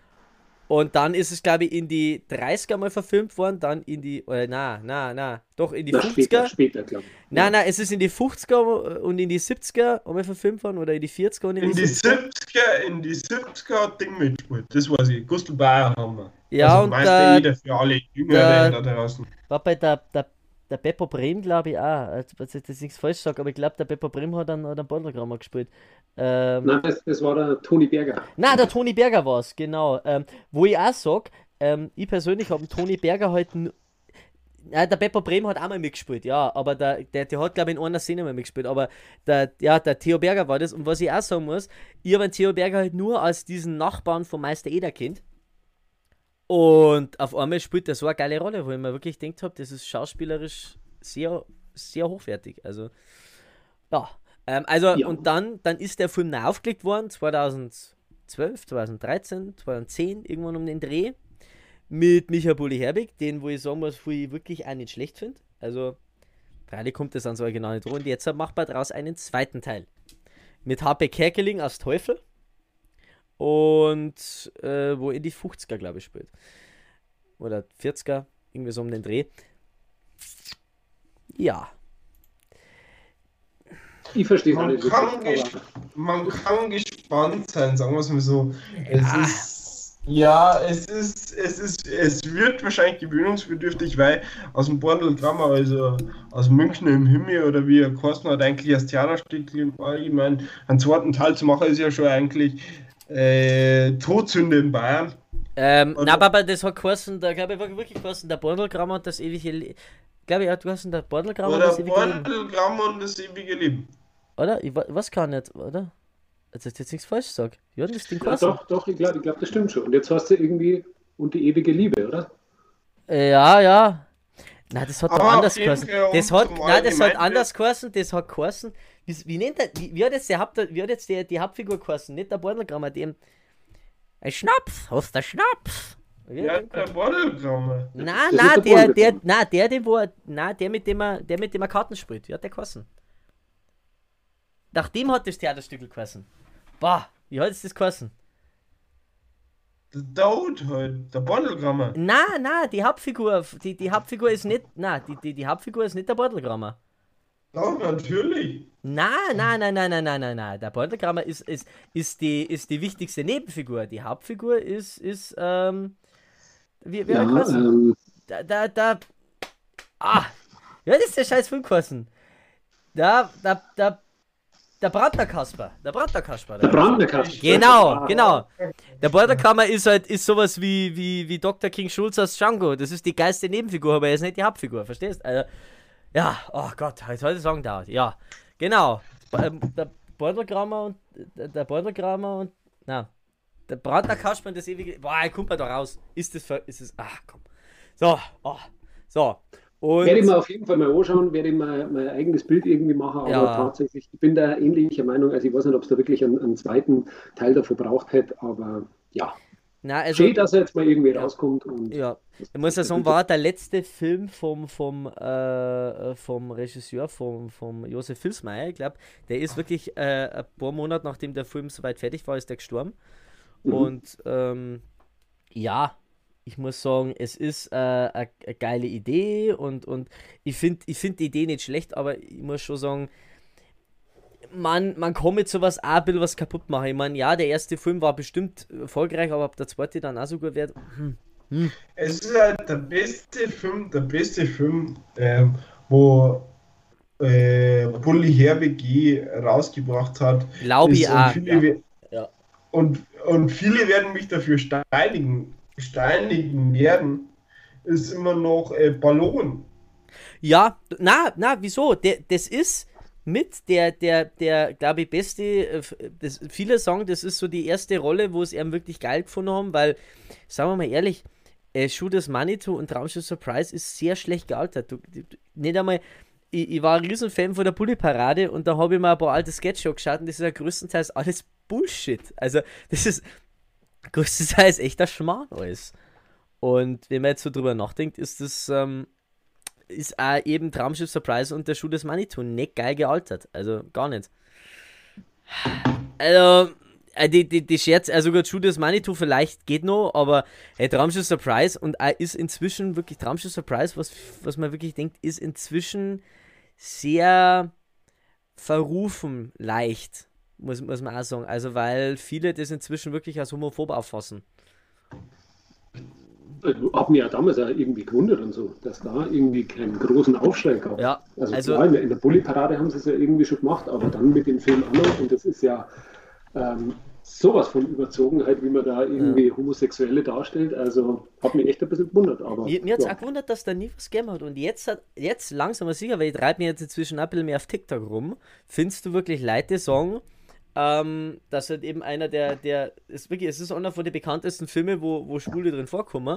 Und dann ist es, glaube ich, in die dreißiger mal verfilmt worden, dann in die, oder na, na, na, doch in die Na, fünfziger. später, später, glaube ich. Nein, nein, es ist in die fünfziger und in die siebziger einmal verfilmt worden, oder in die vierziger und in, In die die siebziger. siebziger, in die siebziger hat Ding mitgespielt, das weiß ich, Gustl Bayer haben wir. Ja, also und weiß der- ja jeder für alle der- Jüngeren da draußen. War bei der, der, der Beppo Brehm, glaube ich, auch, also, dass ich das nichts falsch sage, aber ich glaube, der Beppo Brehm hat einen, hat einen Bordelgrammer gespielt. Ähm, Nein, das, das war der Toni Berger. Na, der Toni Berger war es, genau. Ähm, wo ich auch sage, ähm, ich persönlich habe den Toni Berger halt. n- Ja, der Beppo Brehm hat auch mal mitgespielt, ja, aber der, der, der hat, glaube ich, in einer Szene mal mitgespielt, aber der, ja, der Theo Berger war das. Und was ich auch sagen muss, ich habe den Theo Berger halt nur als diesen Nachbarn von Meister Eder kennt. Und auf einmal spielt er so eine geile Rolle, wo ich mir wirklich gedacht habe, das ist schauspielerisch sehr, sehr hochwertig. Also, ja. Ähm, also, Ja. und dann, dann ist der Film neu aufgelegt worden, zweitausendzwölf, zweitausenddreizehn, zweitausendzehn, irgendwann um den Dreh, mit Michael Bulli-Herbig, den, wo ich sagen muss, wo ich wirklich auch nicht schlecht finde. Also, freilich kommt das ans Original nicht rum. Und jetzt macht man daraus einen zweiten Teil. Mit H P Kerkeling als Teufel. Und äh, wo in die fünfziger, glaube ich, spielt. Oder vierziger, irgendwie so um den Dreh. Ja. Ich verstehe es Man nicht kann, wirklich, ges aber man kann gespannt sein, sagen wir es mal so. Es Ja. ist, ja, es ist, es ist, es wird wahrscheinlich gewöhnungsbedürftig, weil aus dem Bordelgrammer, also aus München im Himmel oder wie er geheißen hat, eigentlich als Theaterstück, ich meine, einen zweiten Teil zu machen, ist ja schon eigentlich äh, Todsünde in Bayern. Ähm, Also- na, aber das hat geheißen, da glaube ich wirklich geheißen, der Bordelgrammer und das ewige Leben. Glaube ich, hat geheißen, der Bordelgrammer und Oder das ewige Leben. Bordelgrammer und das ewige Leben. Oder? Ich wa- weiß gar nicht, oder? Also, dass ich jetzt nichts falsch sage. Ja, das Ding ja, geheißen. doch, doch, ich glaube, ich glaub, das stimmt schon. Und jetzt hast du irgendwie und die ewige Liebe, oder? Ja, ja. Nein, das hat doch Aber anders auf jeden geheißen. Fall, um Das hat, zum nein, das hat Allgemeinen- anders geheißen. Das hat geheißen. Wie, wie nennt er, wie, wie hat jetzt der Haupt, wie hat jetzt der, die Hauptfigur geheißen? Nicht der Bordelgrammer, dem. Ein Schnaps, hast du Schnaps? Wie hat Ja, der der geheißen? Bordelgrammer. Nein, Das nein, ist der der, der, Bordelgrammer. nein, der, den, wo er, nein, der mit dem er, der mit dem er Karten spielt. Wie hat der geheißen? Nach dem hat das Theaterstück geheißen. Boah, wie hat jetzt das geheißen? Der Tod halt, der Bordelgrammer. Nein, nein, die Hauptfigur, die, die Hauptfigur ist nicht, nein, die, die, die Hauptfigur ist nicht der Bordelgrammer. Ja, natürlich. Nein, nein, nein, nein, nein, nein, nein, nein. Der Bordelgrammer ist, ist, ist, die, ist die wichtigste Nebenfigur. Die Hauptfigur ist, ist, ähm, wie, wie Ja, ja, ähm, da, da, da, ah, ja, das ist der scheiß Filmkosten. Da, da, da, der Brandner Kasper, der Brandner Kasper. Der Brandner Kasper. Genau, genau. Der Borderkammer ist halt, ist sowas wie, wie, wie Doktor King Schulz aus Django. Das ist die geilste Nebenfigur, aber er ist nicht die Hauptfigur, verstehst? Also, ja, oh Gott, jetzt heute Song dauert. Ja, genau. Der Borderkammer und, der Borderkammer und, na, der Brandner Kasper und das ewige, boah, kommt man da raus. Ist das, ist das, ach komm. So, oh, so. Und werde ich mir auf jeden Fall mal anschauen, werde ich mal mein eigenes Bild irgendwie machen, aber ja. tatsächlich, ich bin da ähnlicher Meinung, also ich weiß nicht, ob es da wirklich einen, einen zweiten Teil davon braucht hätte, aber ja. Na, also, schön, dass er jetzt mal irgendwie ja. rauskommt. Und ja, ich muss ja sagen, war der letzte Film vom, vom, äh, vom Regisseur, vom, vom Josef Filsmeier, ich glaube, der ist wirklich äh, ein paar Monate nachdem der Film soweit fertig war, ist der gestorben. Mhm. Und ähm, ja, ich muss sagen, es ist äh, eine geile Idee und, und ich finde ich find die Idee nicht schlecht, aber ich muss schon sagen, man, man kann mit sowas auch ein bisschen was kaputt machen. Ich meine, ja, der erste Film war bestimmt erfolgreich, aber ob der zweite dann auch so gut wird, hm. Hm. Es ist halt der beste Film, der beste Film, ähm, wo äh, Bully Herbig rausgebracht hat. Glaube ich auch. Ja. Ja. Und, und viele werden mich dafür steinigen, steinigen werden, ist immer noch äh, Ballon. Ja, na, na, wieso? Der, das ist mit der, der, der, glaube ich, beste, das, viele sagen, das ist so die erste Rolle, wo es ihm wirklich geil gefunden haben, weil, sagen wir mal ehrlich, äh, Shooters Manitou und Traumschiff Surprise ist sehr schlecht gealtert. Du, du, nicht einmal, ich, ich war ein Riesenfan von der Bulli-Parade und da habe ich mal ein paar alte Sketche geschaut und das ist ja größtenteils alles Bullshit. Also, das ist größtenteils echt der Schmarrn alles. Und wenn man jetzt so drüber nachdenkt, ist das, ähm, ist auch eben Traumschiff Surprise und der Schuh des Manitou nicht geil gealtert. Also gar nicht. Also, äh, die, die, die Scherz, also gut, Schuh des Manitou vielleicht geht noch, aber hey, Traumschiff Surprise und äh, ist inzwischen wirklich Traumschiff Surprise, was, was man wirklich denkt, ist inzwischen sehr verrufen leicht, muss, muss man auch sagen. Also, weil viele das inzwischen wirklich als homophob auffassen. Ich habe mich ja damals auch irgendwie gewundert und so, dass da irgendwie keinen großen Aufschrei gab. Ja, also, also klar, in der Bulli-Parade haben sie es ja irgendwie schon gemacht, aber dann mit dem Film Anno, und das ist ja ähm, sowas von Überzogenheit, wie man da irgendwie ja. Homosexuelle darstellt. Also hat mich echt ein bisschen gewundert. Aber, mir mir hat es ja. auch gewundert, dass da nie was gegeben hat. Und jetzt, hat, jetzt langsam aber sicher, weil ich treibe mich jetzt inzwischen ein bisschen mehr auf TikTok rum, findest du wirklich Leute sagen, Ähm, dass halt eben einer der, der ist wirklich, es ist einer von den bekanntesten Filmen, wo, wo Schwule drin vorkommen.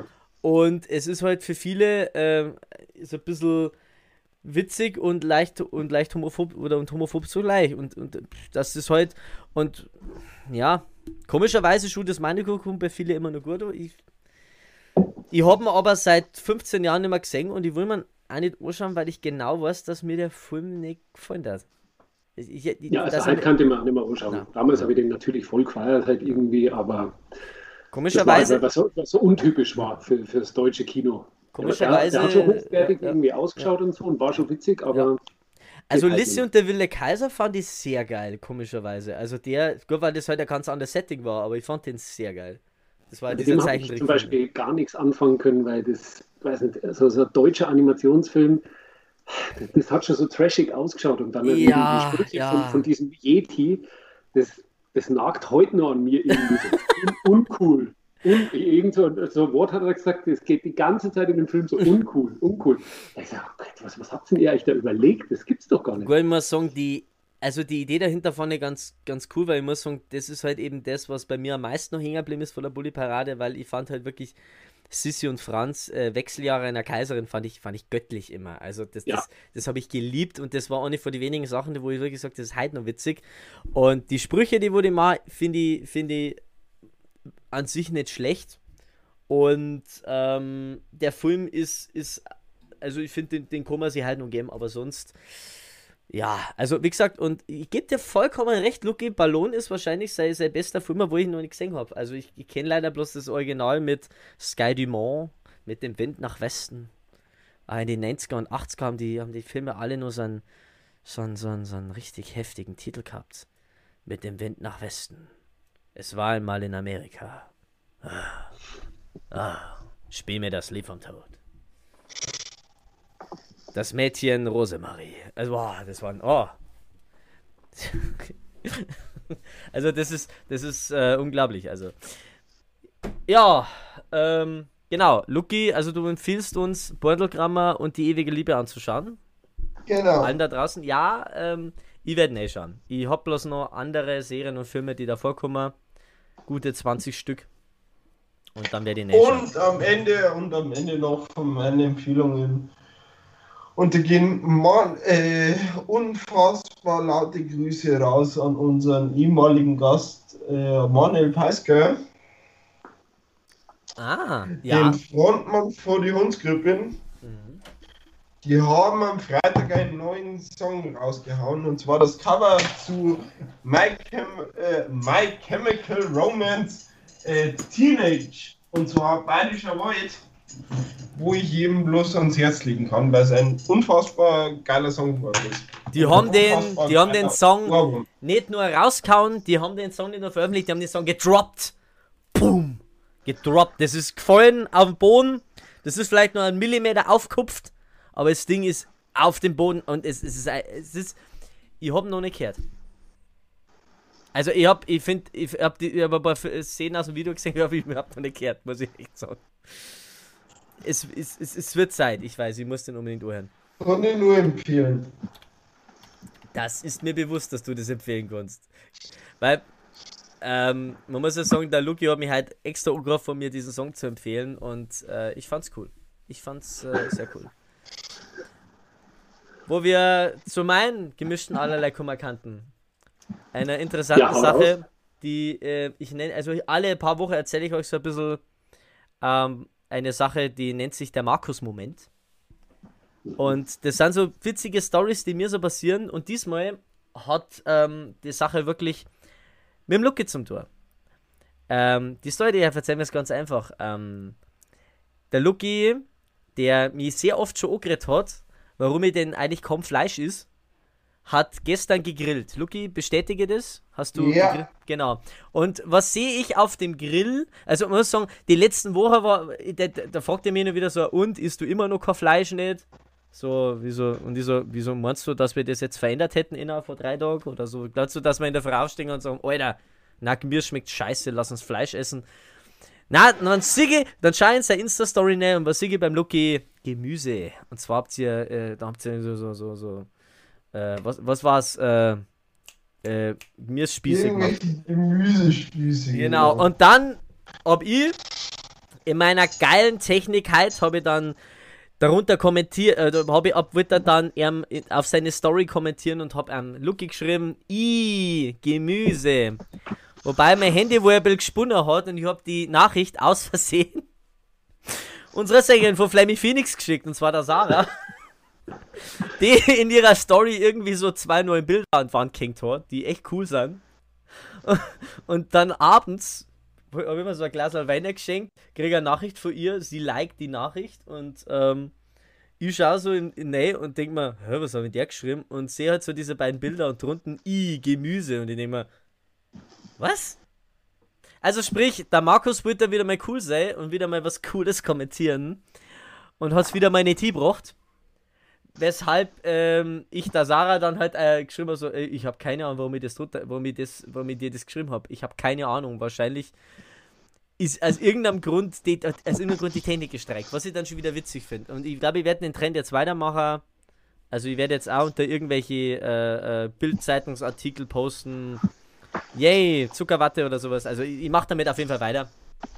Und es ist halt für viele äh, so ein bisschen witzig und leicht und leicht homophob oder und homophob zugleich. Und, und das ist halt, und ja, komischerweise Schuh des Manitou kommt bei vielen immer noch gut. Ich, ich habe ihn aber seit fünfzehn Jahren nicht mehr gesehen und ich will mir auch nicht anschauen, weil ich genau weiß, dass mir der Film nicht gefallen hat. Ich, ich, ja, also halt kannte man auch nicht mehr anschauen. Na, Damals ja. habe ich den natürlich voll gefeiert, halt irgendwie, aber komischerweise, das war, was, so, was so untypisch war für, für das deutsche Kino. Komischerweise, der, der hat schon hochwertig ja, irgendwie ausgeschaut ja. und so und war schon witzig, aber... Ja. Also Lissi und der Wille Kaiser fand ich sehr geil, komischerweise. Also der, gut, weil das halt ein ganz anderes Setting war, aber ich fand den sehr geil. Das war dieser Zeichentrick. Ich zum Beispiel gar nichts anfangen können, weil das, weiß nicht, also so ein deutscher Animationsfilm, Das, das hat schon so trashig ausgeschaut und dann ja, die Sprüche ja. von, von diesem Yeti, das, das nagt heute noch an mir irgendwie so un, uncool. Un, irgend so, so ein Wort hat er gesagt, es geht die ganze Zeit in dem Film so uncool, uncool. Ich sage, oh Gott, was, was habt ihr euch da überlegt? Das gibt's doch gar nicht. Gut, ich muss sagen, die, also die Idee dahinter fand ich ganz, ganz cool, weil ich muss sagen, das ist halt eben das, was bei mir am meisten noch hängen geblieben ist von der Bulli-Parade, weil ich fand halt wirklich Sissi und Franz, äh, Wechseljahre einer Kaiserin, fand ich, fand ich göttlich immer. Also das, ja. das, das habe ich geliebt und das war eine von den wenigen Sachen, wo ich wirklich gesagt habe, das ist heute noch witzig. Und die Sprüche, die wurde mal, finde ich, finde ich an sich nicht schlecht. Und ähm, der Film ist, ist, also ich finde, den, den kann man sich halt noch geben, aber sonst, ja, also wie gesagt, und ich gebe dir vollkommen recht, Lucky, Ballon ist wahrscheinlich sein, sein bester Film, wo ich noch nicht gesehen habe. Also ich, ich kenne leider bloß das Original mit Sky Dumont, mit dem Wind nach Westen. Aber in den neunziger und achtziger haben die, haben die Filme alle nur so einen, so, einen, so, einen, so einen richtig heftigen Titel gehabt. Mit dem Wind nach Westen. Es war einmal in Amerika. Ah, ah, spiel mir das Lied vom Tod. Das Mädchen Rosemarie. Also, boah, das war ein. Oh. Also, das ist, das ist äh, unglaublich. Also, ja, ähm, genau. Luki, also, du empfiehlst uns Beutelgrammer und die ewige Liebe anzuschauen. Genau. Allen da draußen. Ja, ähm, ich werde nicht schauen. Ich hab bloß noch andere Serien und Filme, die da vorkommen. Gute zwanzig Stück. Und dann werde ich nicht schauen. Und am Ende, und am Ende noch von meinen Empfehlungen. Und da gehen man, äh, unfassbar laute Grüße raus an unseren ehemaligen Gast äh, Manuel Peisker, Ah, ja. den Frontmann von die Hundsgrippen. Mhm. Die haben am Freitag einen neuen Song rausgehauen, und zwar das Cover zu My, Chem äh, My Chemical Romance äh, Teenage, und zwar Bayerischer Wald, wo ich jedem bloß ans Herz legen kann, weil es ein unfassbar geiler Song ist. Die haben den, die haben den Song Warum? nicht nur rausgehauen, die haben den Song nicht nur veröffentlicht, die haben den Song gedroppt. Boom! Gedroppt. Das ist gefallen auf den Boden. Das ist vielleicht nur ein Millimeter aufgekupft, aber das Ding ist auf dem Boden und es, es, ist, es ist. Ich hab ihn noch nicht gehört. Also ich hab, ich finde, ich hab, die, ich hab ein paar Szenen aus dem Video gesehen, aber ich hab noch nicht gehört, muss ich echt sagen. Es, es, es, es wird Zeit, ich weiß, ich muss den unbedingt anhören. Kann ich nur empfehlen. Das ist mir bewusst, dass du das empfehlen kannst. Weil, ähm, man muss ja sagen, der Luki hat mich halt extra angerufen, von mir diesen Song zu empfehlen und äh, ich fand's cool. Ich fand's äh, sehr cool. Wo wir zu meinen gemischten allerlei Kummerkanten eine interessante Ja, hau Sache, raus. die äh, ich nenne, also alle paar Wochen erzähle ich euch so ein bisschen ähm, eine Sache, die nennt sich der Markus-Moment. Und das sind so witzige Stories, die mir so passieren. Und diesmal hat ähm, die Sache wirklich mit dem Luki zum Tor. Ähm, die Story, die ich erzählen, ist ganz einfach. Ähm, der Luki, der mich sehr oft schon angeredet hat, warum ich denn eigentlich kaum Fleisch isst, hat gestern gegrillt. Luki, bestätige das? Hast du Ja. gegrillt? Genau. Und was sehe ich auf dem Grill? Also man muss sagen, die letzten Wochen war, da, da fragt er mich immer wieder so, und isst du immer noch kein Fleisch nicht? So, wieso, und ich so, wieso meinst du, dass wir das jetzt verändert hätten innerhalb von drei Tagen oder so? Glaubst du, dass wir in der Früh aufstehen und sagen, Alter, Nackenbier schmeckt scheiße, lass uns Fleisch essen? Na, dann siege, dann schau in seine Insta-Story ne, und was siege beim Luki? Gemüse. Und zwar habt ihr, äh, da habt ihr so, so, so, so, äh, was, was war's, äh, äh, Gemüsespieße gemacht. Irgendwelche Gemüsespieße. Genau, und dann hab ich in meiner geilen Technikheit habe ich dann darunter kommentiert, äh, habe ich ab Twitter dann ähm, auf seine Story kommentieren und habe am Luki geschrieben, i Gemüse. Wobei mein Handy wohl ein bisschen gesponnen hat und ich habe die Nachricht aus Versehen unserer Sängerin von Flammy Phoenix geschickt, und zwar der Sarah, die in ihrer Story irgendwie so zwei neue Bilder an die Wand gehängt hat, die echt cool sind. Und dann abends habe ich mir so ein Glas Wein geschenkt, kriege eine Nachricht von ihr, sie liked die Nachricht und ähm, ich schaue so in, in rein und denke mir, hä, was habe ich der geschrieben? Und sehe halt so diese beiden Bilder und drunten, i Gemüse, und ich denke mir, was? Also sprich, der Markus wird da wieder mal cool sein und wieder mal was Cooles kommentieren und hat es wieder mal nicht gebracht. Weshalb ähm, ich der Sarah dann halt äh, geschrieben habe, so, ey, ich habe keine Ahnung, warum ich das drunter, warum ich das, warum ich dir das geschrieben habe. Ich habe keine Ahnung. Wahrscheinlich ist aus irgendeinem Grund die, aus irgendeinem Grund die Technik gestreikt, was ich dann schon wieder witzig finde. Und ich glaube, ich werde den Trend jetzt weitermachen. Also ich werde jetzt auch unter irgendwelche äh, äh, Bild-Zeitungsartikel posten. Yay, Zuckerwatte oder sowas. Also ich, ich mache damit auf jeden Fall weiter.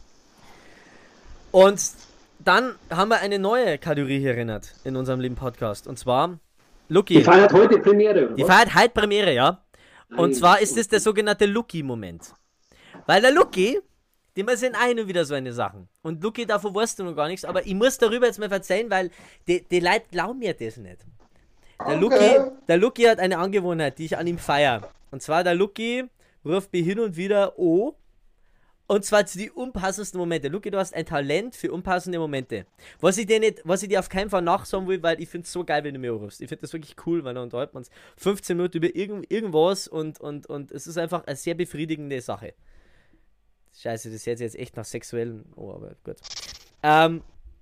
Und dann haben wir eine neue Kategorie hier erinnert in unserem lieben Podcast. Und zwar, Luki. Die feiert heute Premiere, oder Die was? feiert heute Premiere, ja. Und Nein. zwar ist es der sogenannte Luki-Moment. Weil der Luki, dem sind ein und wieder so eine Sachen. Und Luki, davon weißt du noch gar nichts, aber ich muss darüber jetzt mal erzählen, weil die, die Leute glauben mir das nicht. Der Luki, Okay. der Luki hat eine Angewohnheit, die ich an ihm feiere. Und zwar, der Luki ruft mich hin und wieder oh. Und zwar zu die unpassendsten Momente. Luki, du hast ein Talent für unpassende Momente. Was ich dir nicht, was ich dir auf keinen Fall nachsagen will, weil ich finde es so geil, wenn du mir anrufst. Ich finde das wirklich cool, weil dann unterhalten wir uns fünfzehn Minuten über irgend, irgendwas und, und, und es ist einfach eine sehr befriedigende Sache. Scheiße, das hört sich jetzt echt nach sexuellen. Oh, aber gut. Ähm,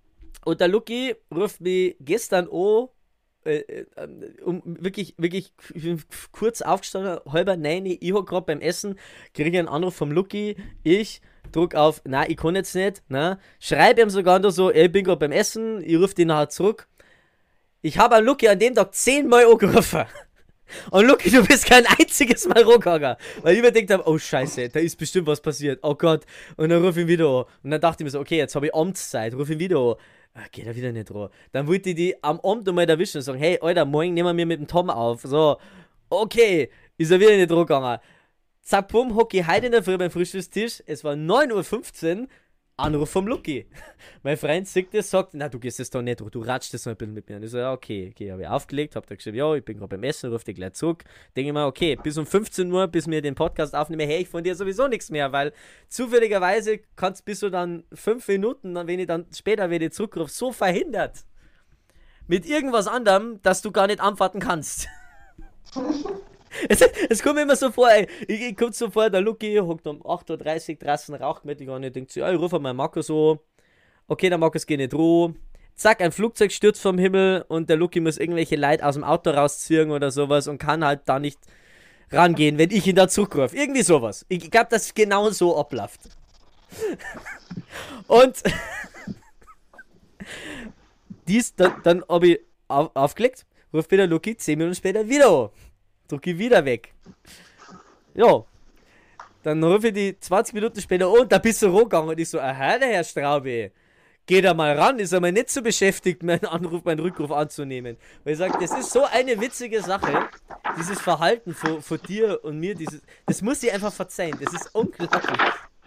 Und der Lucky ruft mich gestern an, äh, äh, um wirklich, wirklich ich bin kurz aufgestanden, halber nein, ich hab gerade beim Essen, kriege einen Anruf vom Lucky, ich druck auf, nein, ich kann jetzt nicht, ne, schreibe ihm sogar noch so, ey, ich bin gerade beim Essen, ich rufe den nachher zurück. Ich habe an Lucky an dem Tag zehnmal angerufen. Und Lucky, du bist kein einziges Mal rangegangen. Weil ich mir gedacht habe, oh Scheiße, da ist bestimmt was passiert. Oh Gott. Und dann ruf ich ihn wieder an. Und dann dachte ich mir so, okay, jetzt habe ich Amtszeit, ruf ihn wieder an. Ah, geht er wieder nicht ran. Dann wollte ich die am Abend nochmal erwischen und sagen, hey, Alter, morgen nehmen wir mit dem Tom auf. So, okay, ist er wieder nicht rangegangen. Zack, bumm, hocke ich heute in der Früh beim Frühstückstisch. Es war neun Uhr fünfzehn. Anruf vom Lucky. Mein Freund sieht das, sagt, na, du gehst das doch nicht, du ratschst das noch ein bisschen mit mir. Und ich so, ja, okay, okay, habe ich aufgelegt, hab da geschrieben, ja, ich bin gerade beim Essen, ruf dich gleich zurück. Denke ich mir, okay, bis um fünfzehn Uhr, bis wir den Podcast aufnehmen, hey, ich von dir sowieso nichts mehr, weil zufälligerweise kannst bist du dann fünf Minuten, wenn ich dann später wieder zurückrufe, so verhindert mit irgendwas anderem, dass du gar nicht antworten kannst. Es, es kommt mir immer so vor, ey. Ich, ich komm so vor, der Lucky hockt um acht Uhr dreißig draußen, raucht mit und ich denke so, ja, ich rufe mal Markus so. Okay, der Markus geht nicht roh. Zack, ein Flugzeug stürzt vom Himmel und der Lucky muss irgendwelche Leute aus dem Auto rausziehen oder sowas und kann halt da nicht rangehen, wenn ich ihn da zurückrufe. Irgendwie sowas. Ich glaube, dass genau so abläuft. Und dies, dann, dann habe ich auf, aufgelegt, ruft wieder Lucky zehn Minuten später wieder an. Drücke ich wieder weg. Ja. Dann rufe ich die zwanzig Minuten später an und da bist du rangegangen und ich so, aha, der Herr Straube, geh da mal ran, ist er mal nicht so beschäftigt, meinen Anruf, meinen Rückruf anzunehmen. Weil ich sage, das ist so eine witzige Sache, dieses Verhalten von, von dir und mir, dieses, das muss ich einfach verzeihen, das ist unglaublich.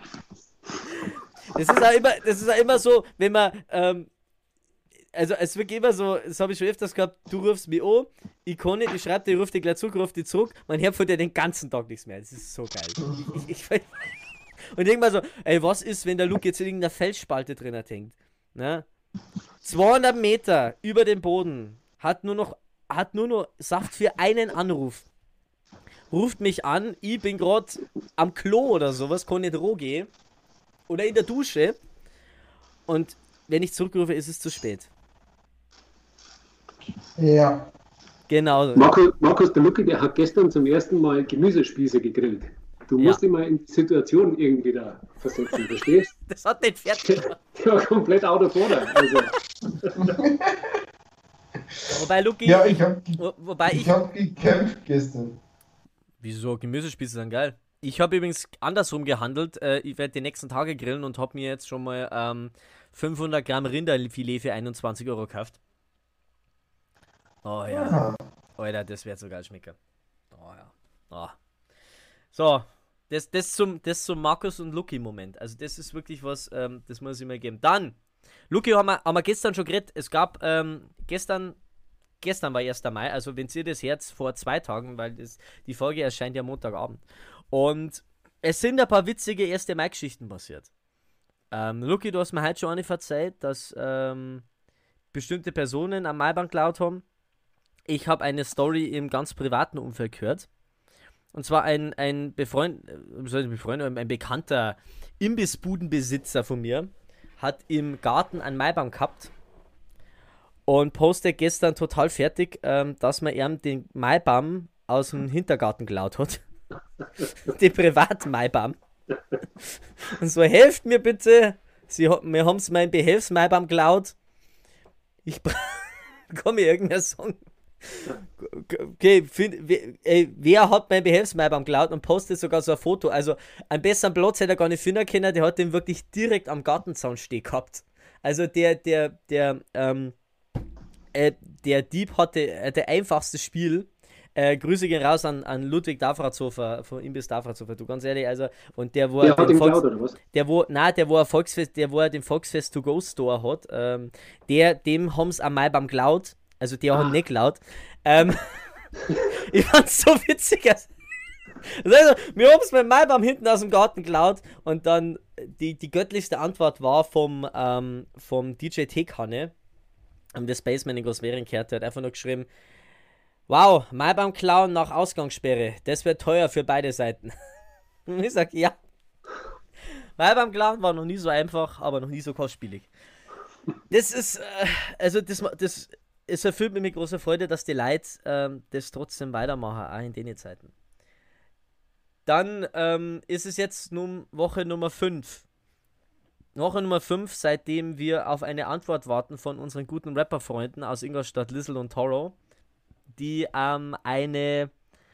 Das ist auch immer, das ist auch immer so, wenn man, ähm, also es wird immer so, das habe ich schon öfters gehabt, du rufst mich an, ich kann nicht, ich schreibe dir, ich rufe dich gleich zurück, ruf dich zurück, man hört von dir den ganzen Tag nichts mehr, das ist so geil. Ich, ich, ich, und irgendwann so, ey, was ist, wenn der Luke jetzt in irgendeiner Felsspalte drin hängt? Ne? zweihundert Meter über dem Boden, hat nur noch, hat nur noch Saft für einen Anruf. Ruft mich an, ich bin gerade am Klo oder sowas, kann nicht roh gehen. Oder in der Dusche. Und wenn ich zurückrufe, ist es zu spät. Ja. Genau. Markus, Markus, der Lucky, der hat gestern zum ersten Mal Gemüsespieße gegrillt. Du Ja. musst dich mal in die Situation irgendwie da versetzen, verstehst? Das hat nicht fertig gemacht. Der war komplett out of order. Also, Wobei, Luki, Ja, ich hab, wo- wobei ich ich... hab gekämpft gestern. Wieso? Gemüsespieße sind geil. Ich habe übrigens andersrum gehandelt. Äh, ich werde die nächsten Tage grillen und habe mir jetzt schon mal ähm, fünfhundert Gramm Rinderfilet für einundzwanzig Euro gekauft. Oh ja. Aha. Alter, das wird so geil schmecken. Oh ja. Oh. So, das, das, zum, das zum Markus und Luki-Moment. Also das ist wirklich was, ähm, das muss ich mir geben. Dann, Luki haben wir, haben wir gestern schon geredet. Es gab ähm, gestern, gestern war erster Mai, also wenn ihr das Herz vor zwei Tagen, weil das, die Folge erscheint ja Montagabend. Und es sind ein paar witzige erste Mai-Geschichten passiert. Ähm, Luki, du hast mir heute schon eine verzeiht, dass ähm, bestimmte Personen am Maibaum geklaut haben. Ich habe eine Story im ganz privaten Umfeld gehört. Und zwar ein, ein Befreund, äh, Befreund, ein bekannter Imbissbudenbesitzer von mir hat im Garten einen Maibaum gehabt und postet gestern total fertig, ähm, dass man ihm den Maibaum aus dem Hintergarten geklaut hat. Den privaten Maibaum. Und so, helft mir bitte. Sie, wir haben es meinen Behelfsmaibaum geklaut. Ich bra- kann mir irgendwer sagen. Okay, find, wer, ey, wer hat mein Behelfsmaibaum geklaut und postet sogar so ein Foto? Also, einen besseren Platz hätte er gar nicht finden können, der hat den wirklich direkt am Gartenzaun stehen gehabt. Also, der, der, der, ähm, äh, der Dieb hatte äh, der einfachste Spiel. Äh, Grüße gehen raus an, an Ludwig Dafratzhofer von Imbiss Dafratzhofer, du ganz ehrlich, also, und der, wo der er hat den ihn Volks, geklaut, oder was? der, wo, nein, der, wo er Volksfest, der, wo er den Volksfest To Go Store hat, ähm, der, dem haben sie am Maibaum geklaut. Also die haben Ah. nicht laut. Ähm, ich fand's so witzig. Also, wir haben es beim Maibaum hinten aus dem Garten geklaut und dann die, die göttlichste Antwort war vom, ähm, vom D J T-Kanne, ähm, der Spaceman in Großwerenkehrt, der hat einfach nur geschrieben, wow, Maibaum klauen nach Ausgangssperre, das wird teuer für beide Seiten. Und ich sag, ja. Maibaum klauen war noch nie so einfach, aber noch nie so kostspielig. Das ist, äh, also das, das es erfüllt mich mit großer Freude, dass die Leute ähm, das trotzdem weitermachen, auch in den Zeiten. Dann ähm, ist es jetzt nun Woche Nummer fünf. Woche Nummer fünf, seitdem wir auf eine Antwort warten von unseren guten Rapper-Freunden aus Ingolstadt, Lizzle und Toro, die ähm, eine,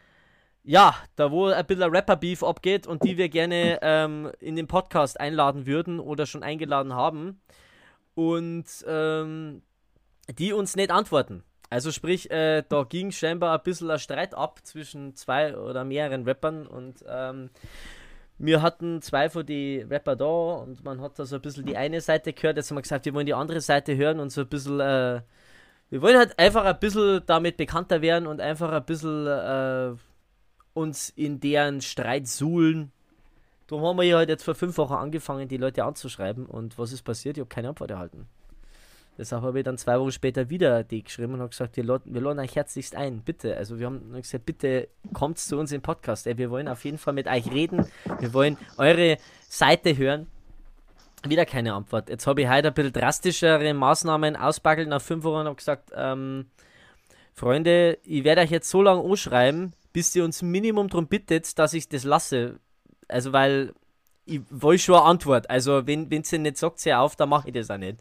ja, da wo ein bisschen Rapper-Beef abgeht und die wir gerne ähm, in den Podcast einladen würden oder schon eingeladen haben und ähm, die uns nicht antworten. Also sprich, äh, da ging scheinbar ein bisschen ein Streit ab zwischen zwei oder mehreren Rappern und ähm, wir hatten zwei von den Rapper da und man hat da so ein bisschen die eine Seite gehört. Jetzt haben wir gesagt, wir wollen die andere Seite hören und so ein bisschen, äh, wir wollen halt einfach ein bisschen damit bekannter werden und einfach ein bisschen äh, uns in deren Streit suhlen. Darum haben wir ja halt jetzt vor fünf Wochen angefangen, die Leute anzuschreiben und was ist passiert? Ich habe keine Antwort erhalten. Deshalb habe ich dann zwei Wochen später wieder die geschrieben und habe gesagt, wir laden, wir laden euch herzlichst ein, bitte. Also wir haben gesagt, bitte kommt zu uns im Podcast. Ey, wir wollen auf jeden Fall mit euch reden. Wir wollen eure Seite hören. Wieder keine Antwort. Jetzt habe ich heute ein bisschen drastischere Maßnahmen ausbaggeln nach fünf Wochen und habe gesagt, ähm, Freunde, ich werde euch jetzt so lange anschreiben, bis ihr uns Minimum darum bittet, dass ich das lasse. Also weil ich will schon eine Antwort. Also wenn wenn sie nicht sagt, sie auf, dann mache ich das auch nicht.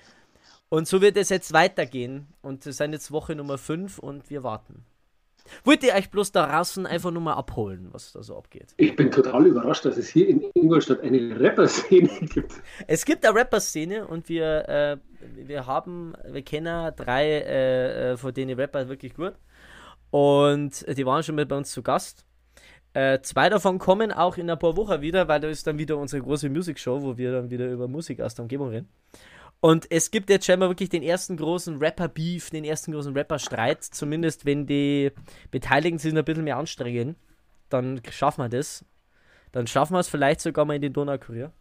Und so wird es jetzt weitergehen. Und das sind jetzt Woche Nummer fünf und wir warten. Wollt ihr euch bloß da draußen einfach nur mal abholen, was da so abgeht? Ich bin total überrascht, dass es hier in Ingolstadt eine Rapper-Szene gibt. Es gibt eine Rapper-Szene und wir, äh, wir haben, wir kennen drei äh, von denen Rapper wirklich gut. Und die waren schon mal bei uns zu Gast. Äh, zwei davon kommen auch in ein paar Wochen wieder, weil da ist dann wieder unsere große Musikshow, wo wir dann wieder über Musik aus der Umgebung reden. Und es gibt jetzt scheinbar wirklich den ersten großen Rapper-Beef, den ersten großen Rapper-Streit. Zumindest wenn die Beteiligten sich ein bisschen mehr anstrengen, dann schaffen wir das. Dann schaffen wir es vielleicht sogar mal in den Donaukurier.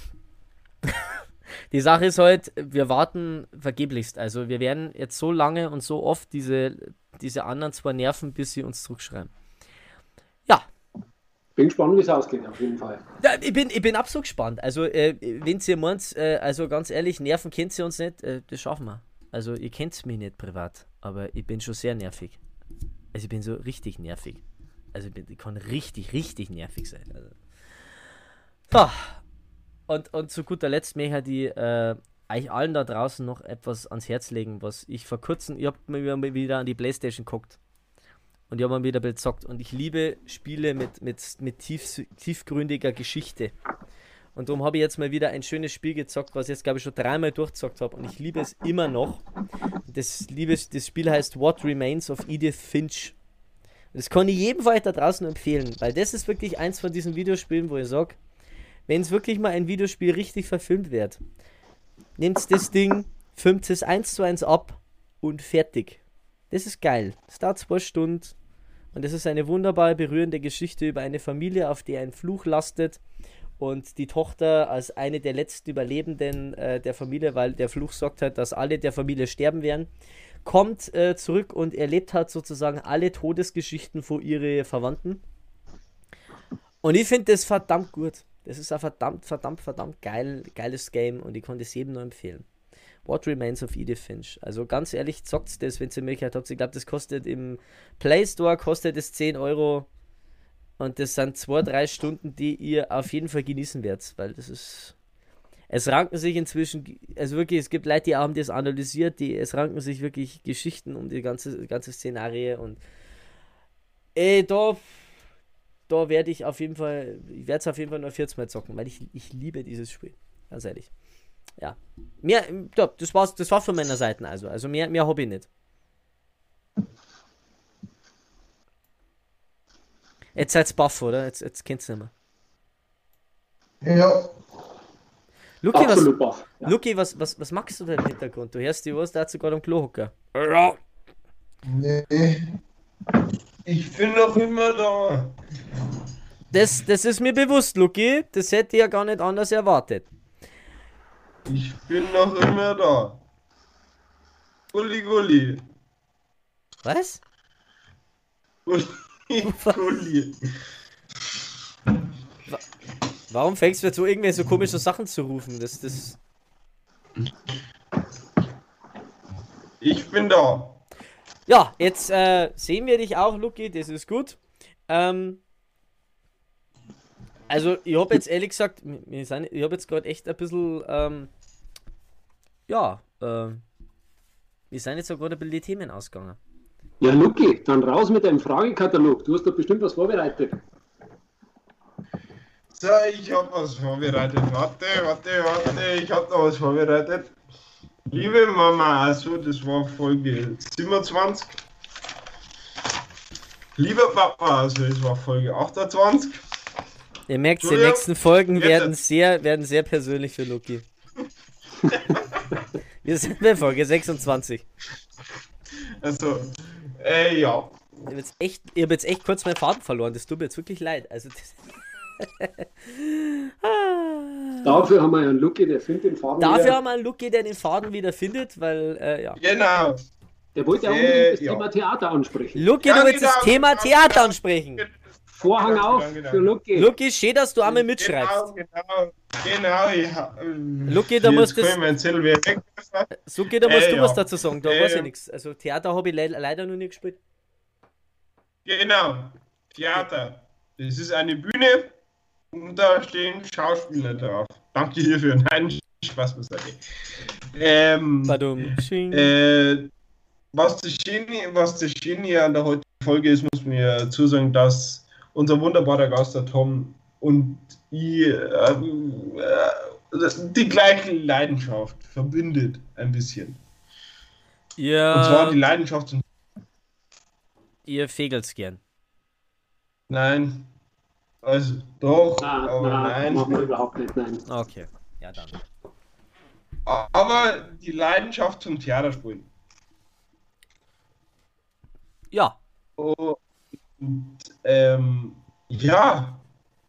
Die Sache ist halt, wir warten vergeblichst. Also wir werden jetzt so lange und so oft diese, diese anderen zwei nerven, bis sie uns zurückschreiben. Ja. Bin gespannt, wie es ausgeht, auf jeden Fall. Ja, ich bin, ich bin absolut gespannt. Also, äh, wenn ihr meint, äh, also ganz ehrlich, nerven kennt ihr uns nicht, äh, das schaffen wir. Also, ihr kennt mich nicht privat, aber ich bin schon sehr nervig. Also, ich bin so richtig nervig. Also, ich, bin, ich kann richtig, richtig nervig sein. Also. So. Und, und zu guter Letzt möchte ich äh, euch allen da draußen noch etwas ans Herz legen, was ich vor kurzem, ich habe mir wieder an die Playstation geguckt. Und ich habe mal wieder bezockt. Und ich liebe Spiele mit, mit, mit tief, tiefgründiger Geschichte. Und darum habe ich jetzt mal wieder ein schönes Spiel gezockt, was ich jetzt, glaube ich, schon dreimal durchgezockt habe. Und ich liebe es immer noch. Das, liebe, das Spiel heißt What Remains of Edith Finch. Und das kann ich jedem von euch da draußen empfehlen. Weil das ist wirklich eins von diesen Videospielen, wo ich sage, wenn es wirklich mal ein Videospiel richtig verfilmt wird, nehmt das Ding, filmt es eins zu eins ab und fertig. Das ist geil. Es dauert zwei Stunden und es ist eine wunderbar berührende Geschichte über eine Familie, auf die ein Fluch lastet und die Tochter als eine der letzten Überlebenden äh, der Familie, weil der Fluch sagt halt, dass alle der Familie sterben werden, kommt äh, zurück und erlebt hat sozusagen alle Todesgeschichten von ihren Verwandten. Und ich finde das verdammt gut. Das ist ein verdammt, verdammt, verdammt geil, geiles Game und ich kann das jedem nur empfehlen. What Remains of Edith Finch. Also ganz ehrlich, zockt das, wenn ihr die Möglichkeit habt. Ich glaube, das kostet im Play Store kostet es zehn Euro. Und das sind zwei, drei Stunden, die ihr auf jeden Fall genießen werdet. Weil das ist... Es ranken sich inzwischen... Also wirklich, es gibt Leute, die haben das analysiert. Die, es ranken sich wirklich Geschichten um die ganze, ganze Szenarie. Und ey, da... Da werde ich auf jeden Fall... Ich werde es auf jeden Fall nur vierzig Mal zocken. Weil ich, ich liebe dieses Spiel. Ganz ehrlich. Ja, mehr, ja, das war's, das war von meiner Seite also. Also mehr, mehr Hobby nicht. Jetzt seid's baff, oder? Jetzt, jetzt kennt's nicht mehr. Ja. Luki, Absolut was, baff. Ja. Luki, was, was, was machst du da im Hintergrund? Du hörst die was, da sogar am Klo hocken. Ja. Nee. Ich bin noch immer da. Das, das ist mir bewusst, Luki. Das hätte ich ja gar nicht anders erwartet. Ich bin noch immer da. Gulli, Gulli. Was? Gulli, Gulli. Warum fängst du jetzt so irgendwelche so komische Sachen zu rufen? Das, das... Ich bin da. Ja, jetzt äh, sehen wir dich auch, Luki, das ist gut. Ähm, also, ich habe jetzt ehrlich gesagt, wir sind, ich habe jetzt gerade echt ein bisschen, ähm, ja, äh, wir sind jetzt so gerade ein bisschen die Themen ausgegangen. Ja, Luki, dann raus mit deinem Fragekatalog. Du hast doch bestimmt was vorbereitet. So, ich habe was vorbereitet. Warte, warte, warte, ich habe da was vorbereitet. Liebe Mama, also das war Folge siebenundzwanzig. Lieber Papa, also das war Folge achtundzwanzig. Ihr merkt, die Entschuldigung. nächsten Folgen Jetzt. werden sehr, werden sehr persönlich für Luki. Wir sind bei Folge sechsundzwanzig. Also, äh, ja. Ich habe jetzt, echt- ich hab jetzt echt kurz meinen Faden verloren, das tut mir jetzt wirklich leid. Also, das Ah. Dafür haben wir ja einen Luki, der findet den Faden Dafür wieder. haben wir einen Luki, der den Faden wieder findet, weil, äh, ja. Genau. Der wollte ja Äh, unbedingt das ja. Thema Theater ansprechen. Luki, Ja, du willst das genau, Thema genau, Theater genau. ansprechen. Vorhang Genau, auf genau. für Luki. Luki, schön, dass du einmal mitschreibst. Genau, genau, genau. Ja. Luki, da Jetzt musst du- kann ich meinen Zettel wieder weg. Luki, da musst Äh, du ja. was dazu sagen, da Äh, weiß ich nichts. Also, Theater habe ich le leider noch nie gespielt. Genau. Theater. Das ist eine Bühne und da stehen Schauspieler drauf. Danke hierfür. Nein, Spaß beiseite. Ähm, Badum. Schwing. äh, was das Schöne, was das Schöne an der heutigen Folge ist, muss mir dazu sagen, dass unser wunderbarer Gast, der Tom, und ich ähm, äh, die gleiche Leidenschaft verbindet ein bisschen. Ihr, Und zwar die Leidenschaft zum ihr fegelt's gern. Nein. Also doch, Na, aber na, nein. machen wir überhaupt nicht, nein. Okay, ja dann. Aber die Leidenschaft zum Theaterspielen. Ja, Und ähm, ja.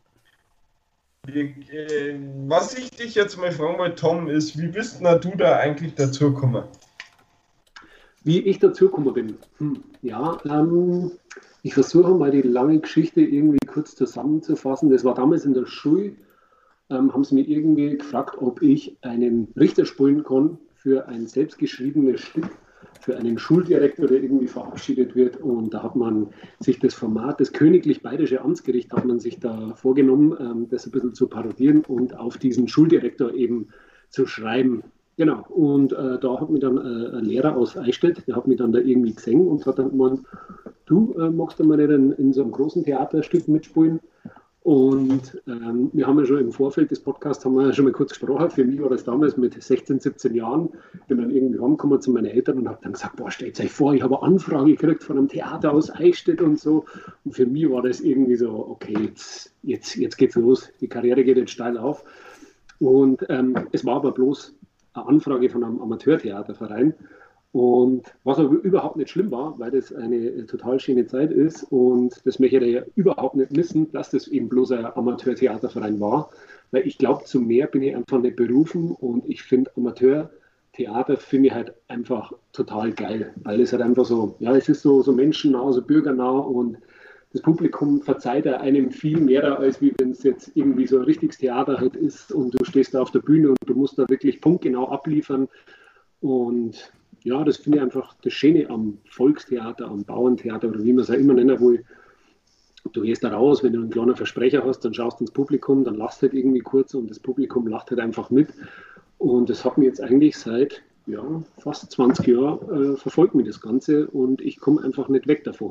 Ich, äh, was ich dich jetzt mal fragen wollte, Tom, ist, wie bist denn du da eigentlich dazu gekommen? Wie ich dazu gekommen bin. Hm, ja, ähm, ich versuche mal die lange Geschichte irgendwie kurz zusammenzufassen. Das war damals in der Schule, ähm, haben sie mir irgendwie gefragt, ob ich einen Richter spielen kann für ein selbstgeschriebenes Stück, für einen Schuldirektor, der irgendwie verabschiedet wird. Und da hat man sich das Format, das Königlich Bayerische Amtsgericht, hat man sich da vorgenommen, ähm, das ein bisschen zu parodieren und auf diesen Schuldirektor eben zu schreiben. Genau, und äh, da hat mich dann äh, ein Lehrer aus Eichstätt, der hat mich dann da irgendwie gesehen und hat dann gemeint, du äh, magst du mal nicht in, in so einem großen Theaterstück mitspielen? Und ähm, wir haben ja schon im Vorfeld des Podcasts haben wir ja schon mal kurz gesprochen. Für mich war das damals mit sechzehn, siebzehn Jahren. Bin dann irgendwie heimgekommen zu meinen Eltern und habe dann gesagt, boah, stellt euch vor, ich habe eine Anfrage gekriegt von einem Theater aus Eichstätt und so. Und für mich war das irgendwie so, okay, jetzt, jetzt, jetzt geht's los, die Karriere geht jetzt steil auf. Und ähm, es war aber bloß eine Anfrage von einem Amateurtheaterverein. Und was aber überhaupt nicht schlimm war, weil das eine total schöne Zeit ist und das möchte ich ja überhaupt nicht missen, dass das eben bloß ein Amateurtheaterverein war, weil ich glaube, zu mehr bin ich einfach nicht berufen und ich finde Amateurtheater finde ich halt einfach total geil, weil es halt einfach so, ja, es ist so, so menschennah, so bürgernah und das Publikum verzeiht ja einem viel mehr, als wie wenn es jetzt irgendwie so ein richtiges Theater halt ist und du stehst da auf der Bühne und du musst da wirklich punktgenau abliefern und ja, das finde ich einfach das Schöne am Volkstheater, am Bauerntheater oder wie man es ja immer nennen will. Du gehst da raus, wenn du einen kleinen Versprecher hast, dann schaust du ins Publikum, dann lachst halt irgendwie kurz und das Publikum lacht halt einfach mit. Und das hat mich jetzt eigentlich seit ja, fast zwanzig Jahren äh, verfolgt mich das Ganze und ich komme einfach nicht weg davon.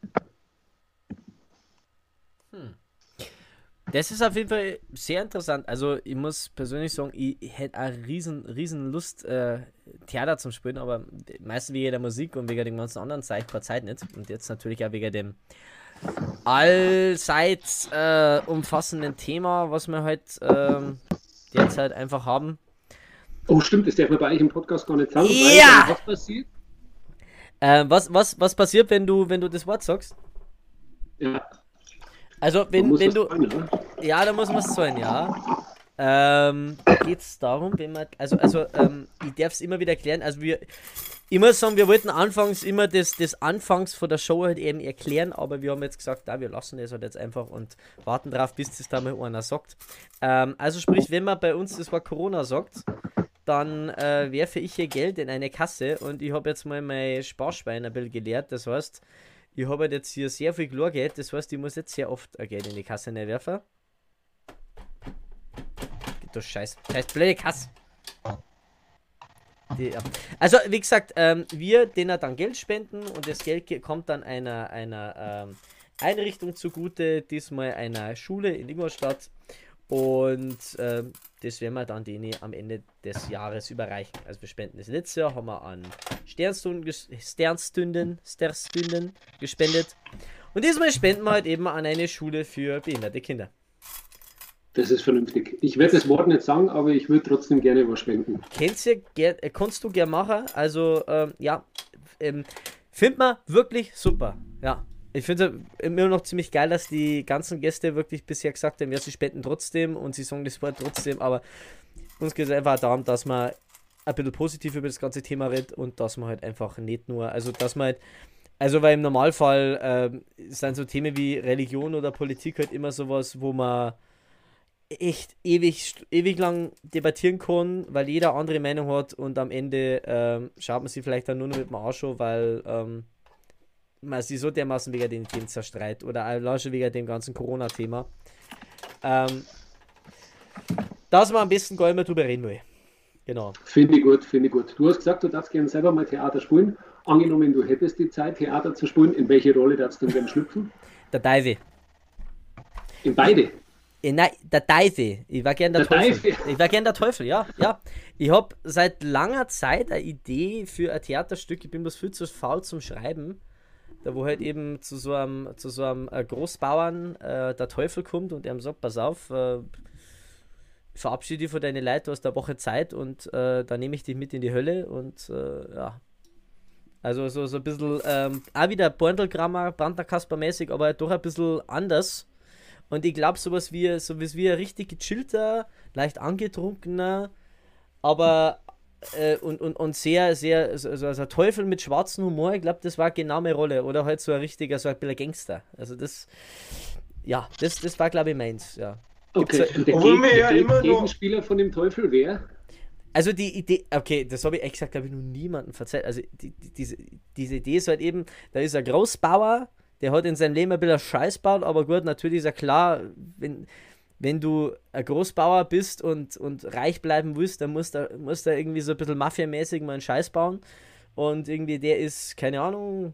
das ist auf jeden Fall sehr interessant. Also ich muss persönlich sagen, ich hätte eine riesen, riesen Lust, äh, Theater zu spielen, aber meistens wegen der Musik und wegen dem ganzen anderen Zeit, keine Zeit nicht. Und jetzt natürlich auch wegen dem allseits äh, umfassenden Thema, was wir halt ähm, derzeit einfach haben. Oh stimmt, das darf man bei euch im Podcast gar nicht sagen. Ja! Weil, was passiert? Äh, was, was, was passiert, wenn du, wenn du das Wort sagst? Ja, Also man wenn, muss wenn was du... sagen, ja. Ja, da muss man es sein, ja. Ähm, da geht es darum, wenn man, also, also ähm, ich darf es immer wieder erklären, also wir, ich muss sagen, wir wollten anfangs immer das, das Anfangs von der Show halt eben erklären, aber wir haben jetzt gesagt, da wir lassen das halt jetzt einfach und warten drauf, bis das da mal einer sagt. Ähm, also sprich, wenn man bei uns das Wort Corona sagt, dann äh, werfe ich hier Geld in eine Kasse und ich habe jetzt mal mein Sparschwein ein bisschen geleert. Das heißt, ich habe halt jetzt hier sehr viel Chlorgeld, das heißt, ich muss jetzt sehr oft ein Geld in die Kasse werfen. Du Scheiß, scheiß blöde Kasse. Die, ja. Also, wie gesagt, ähm, wir denen dann Geld spenden und das Geld kommt dann einer, einer ähm, Einrichtung zugute, diesmal einer Schule in Ingolstadt. Und ähm, das werden wir dann denen am Ende des Jahres überreichen. Also wir spenden das letzte Jahr, haben wir an Sternstunden, Sternstunden, Sternstunden gespendet. Und diesmal spenden wir halt eben an eine Schule für behinderte Kinder. Das ist vernünftig. Ich werde das Wort nicht sagen, aber ich würde trotzdem gerne was spenden. Kennst du, ger, äh, kannst du gern machen. Also, ähm, ja, ähm, findet man wirklich super. Ja, ich finde es immer noch ziemlich geil, dass die ganzen Gäste wirklich bisher gesagt haben, ja, sie spenden trotzdem und sie sagen das Wort trotzdem, aber uns geht es einfach darum, dass man ein bisschen positiv über das ganze Thema redet und dass man halt einfach nicht nur, also dass man halt, also weil im Normalfall ähm, sind so Themen wie Religion oder Politik halt immer sowas, wo man echt ewig, ewig lang debattieren kann, weil jeder andere Meinung hat und am Ende ähm, schaut man sich vielleicht dann nur noch mit dem Arsch an, weil ähm, man sich so dermaßen wegen den Themen zerstreit oder allein schon wegen dem ganzen Corona-Thema. Ähm, dass man am besten gar nicht mehr drüber reden will. Genau. Finde ich gut, finde ich gut. Du hast gesagt, du darfst gerne selber mal Theater spielen. Angenommen, du hättest die Zeit, Theater zu spielen, in welche Rolle darfst du denn gerne schlüpfen? Der Teufel. In beide? Nein, der Teufel. Ich war gern der, der Teufel. Teufel. Ich war gern der Teufel, ja. ja. Ich habe seit langer Zeit eine Idee für ein Theaterstück. Ich bin bloß viel zu faul zum Schreiben. Da wo halt eben zu so einem, zu so einem äh, Großbauern äh, der Teufel kommt und er sagt, pass auf, äh, verabschiede dich von deinen Leuten, du hast eine Woche Zeit und äh, dann nehme ich dich mit in die Hölle und äh, ja. Also so, so ein bisschen, ähm, auch wieder Borndelgrammer, Brandner-Kasper-mäßig, aber doch ein bisschen anders. Und ich glaube, sowas wie, so wie ein richtig gechillter, leicht angetrunkener, aber äh, und, und, und sehr, sehr, also, also ein Teufel mit schwarzem Humor, ich glaube, das war genau meine Rolle. Oder halt so ein richtiger, so ein bisschen Gangster. Also das, ja, das, das war, glaube ich, meins, ja. Okay, so, und der, Geg der ja Geg Gegenspieler von dem Teufel wer? Also die Idee, okay, das habe ich echt gesagt, glaube ich, noch niemandem verzeiht. Also die, die, diese, diese Idee ist halt eben, da ist ein Großbauer, der hat in seinem Leben ein bisschen Scheiß gebaut, aber gut, natürlich ist ja klar, wenn, wenn du ein Großbauer bist und, und reich bleiben willst, dann musst du, musst du irgendwie so ein bisschen mafiamäßig mal einen Scheiß bauen. Und irgendwie der ist, keine Ahnung,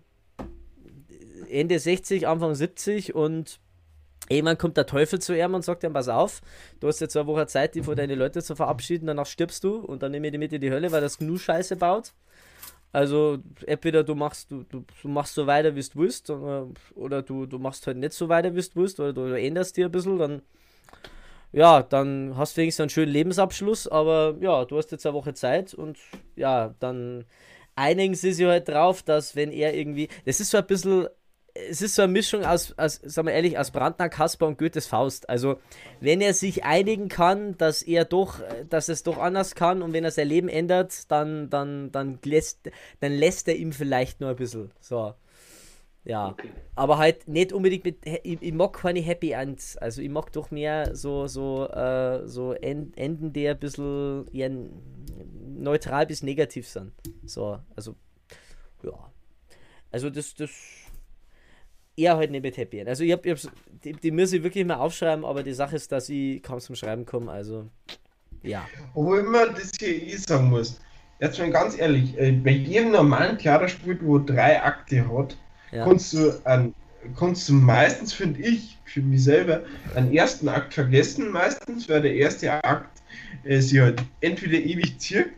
Ende sechzig, Anfang siebzig und irgendwann kommt der Teufel zu ihm und sagt ihm, pass auf, du hast jetzt zwei Wochen Zeit, die von deinen Leuten zu verabschieden, danach stirbst du und dann nehme ich dich mit in die Hölle, weil das genug Scheiße baut. Also entweder du machst du, du, du machst so weiter, wie du willst, oder, oder du, du machst halt nicht so weiter, wie du willst, oder du, du änderst dir ein bisschen, dann ja, dann hast du wenigstens einen schönen Lebensabschluss, aber ja, du hast jetzt eine Woche Zeit und ja, dann einigen sie sich halt drauf, dass wenn er irgendwie, das ist so ein bisschen, es ist so eine Mischung aus, aus sagen wir ehrlich, aus Brandner Kasper und Goethes Faust. Also, wenn er sich einigen kann, dass er doch, dass es doch anders kann und wenn er sein Leben ändert, dann, dann, dann lässt, dann lässt er ihm vielleicht nur ein bisschen. So. Ja. Okay. Aber halt nicht unbedingt mit, ich, ich mag keine Happy Ends. Also, ich mag doch mehr so, so, äh, so Enden, die ein bisschen eher neutral bis negativ sind. So, also, ja. Also, das, das. Eher halt nicht mit Happy End. Also ich hab, ich hab's, die, die muss ich wirklich mal aufschreiben, aber die Sache ist, dass ich kaum zum Schreiben komme, also ja. Obwohl man das hier eh sagen muss, jetzt mal ganz ehrlich, bei jedem normalen Theaterspiel, wo drei Akte hat, ja. kannst du an, kannst du meistens, finde ich, für mich selber, einen ersten Akt vergessen meistens, weil der erste Akt äh, sie halt entweder ewig zirkt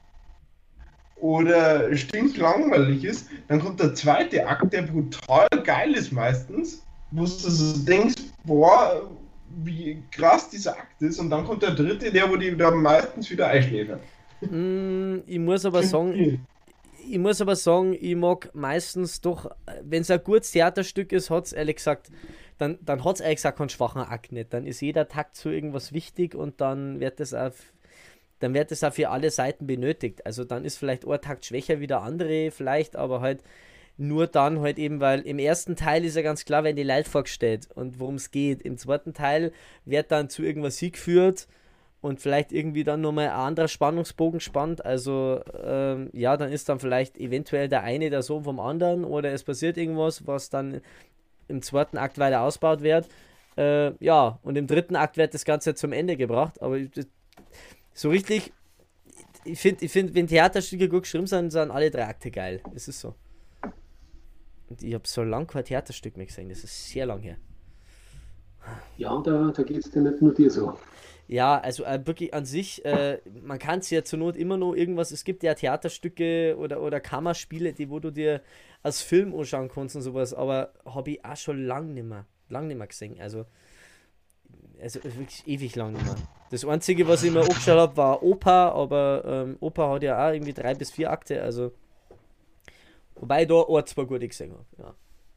oder stinklangweilig ist, dann kommt der zweite Akt, der brutal geil ist meistens, wo du so denkst, boah, wie krass dieser Akt ist, und dann kommt der dritte, der wo die da meistens wieder einschläfern. Mm, ich muss aber sagen, ich muss aber sagen, ich mag meistens doch, wenn es ein gutes Theaterstück ist, hat es ehrlich gesagt, dann, dann hat es ehrlich gesagt keinen schwachen Akt nicht. Dann ist jeder Takt zu irgendwas wichtig und dann wird das auch dann wird es auch für alle Seiten benötigt. Also dann ist vielleicht ein Takt schwächer wie der andere vielleicht, aber halt nur dann halt eben, weil im ersten Teil ist ja ganz klar, wenn die Leute vorgestellt und worum es geht. Im zweiten Teil wird dann zu irgendwas hingeführt und vielleicht irgendwie dann nochmal ein anderer Spannungsbogen spannt. Also, ähm, ja, dann ist dann vielleicht eventuell der eine der Sohn vom anderen oder es passiert irgendwas, was dann im zweiten Akt weiter ausgebaut wird. Äh, ja, und im dritten Akt wird das Ganze zum Ende gebracht. Aber so richtig, ich finde, ich find, wenn Theaterstücke gut geschrieben sind, sind alle drei Akte geil. Es ist so. Und ich habe so lange kein Theaterstück mehr gesehen. Das ist sehr lang her. Ja, da, da geht es dir nicht nur dir so. Ja, also äh, wirklich an sich, äh, man kann es ja zur Not immer noch irgendwas, es gibt ja Theaterstücke oder, oder Kammerspiele, die wo du dir als Film anschauen kannst und sowas, aber habe ich auch schon lang nicht mehr, lang nicht mehr gesehen, also, also wirklich ewig lang nicht mehr. Das Einzige, was ich mir angeschaut habe, war Oper, aber ähm, Oper hat ja auch irgendwie drei bis vier Akte, also, wobei ich da ein, zwei gute gesehen habe, ja.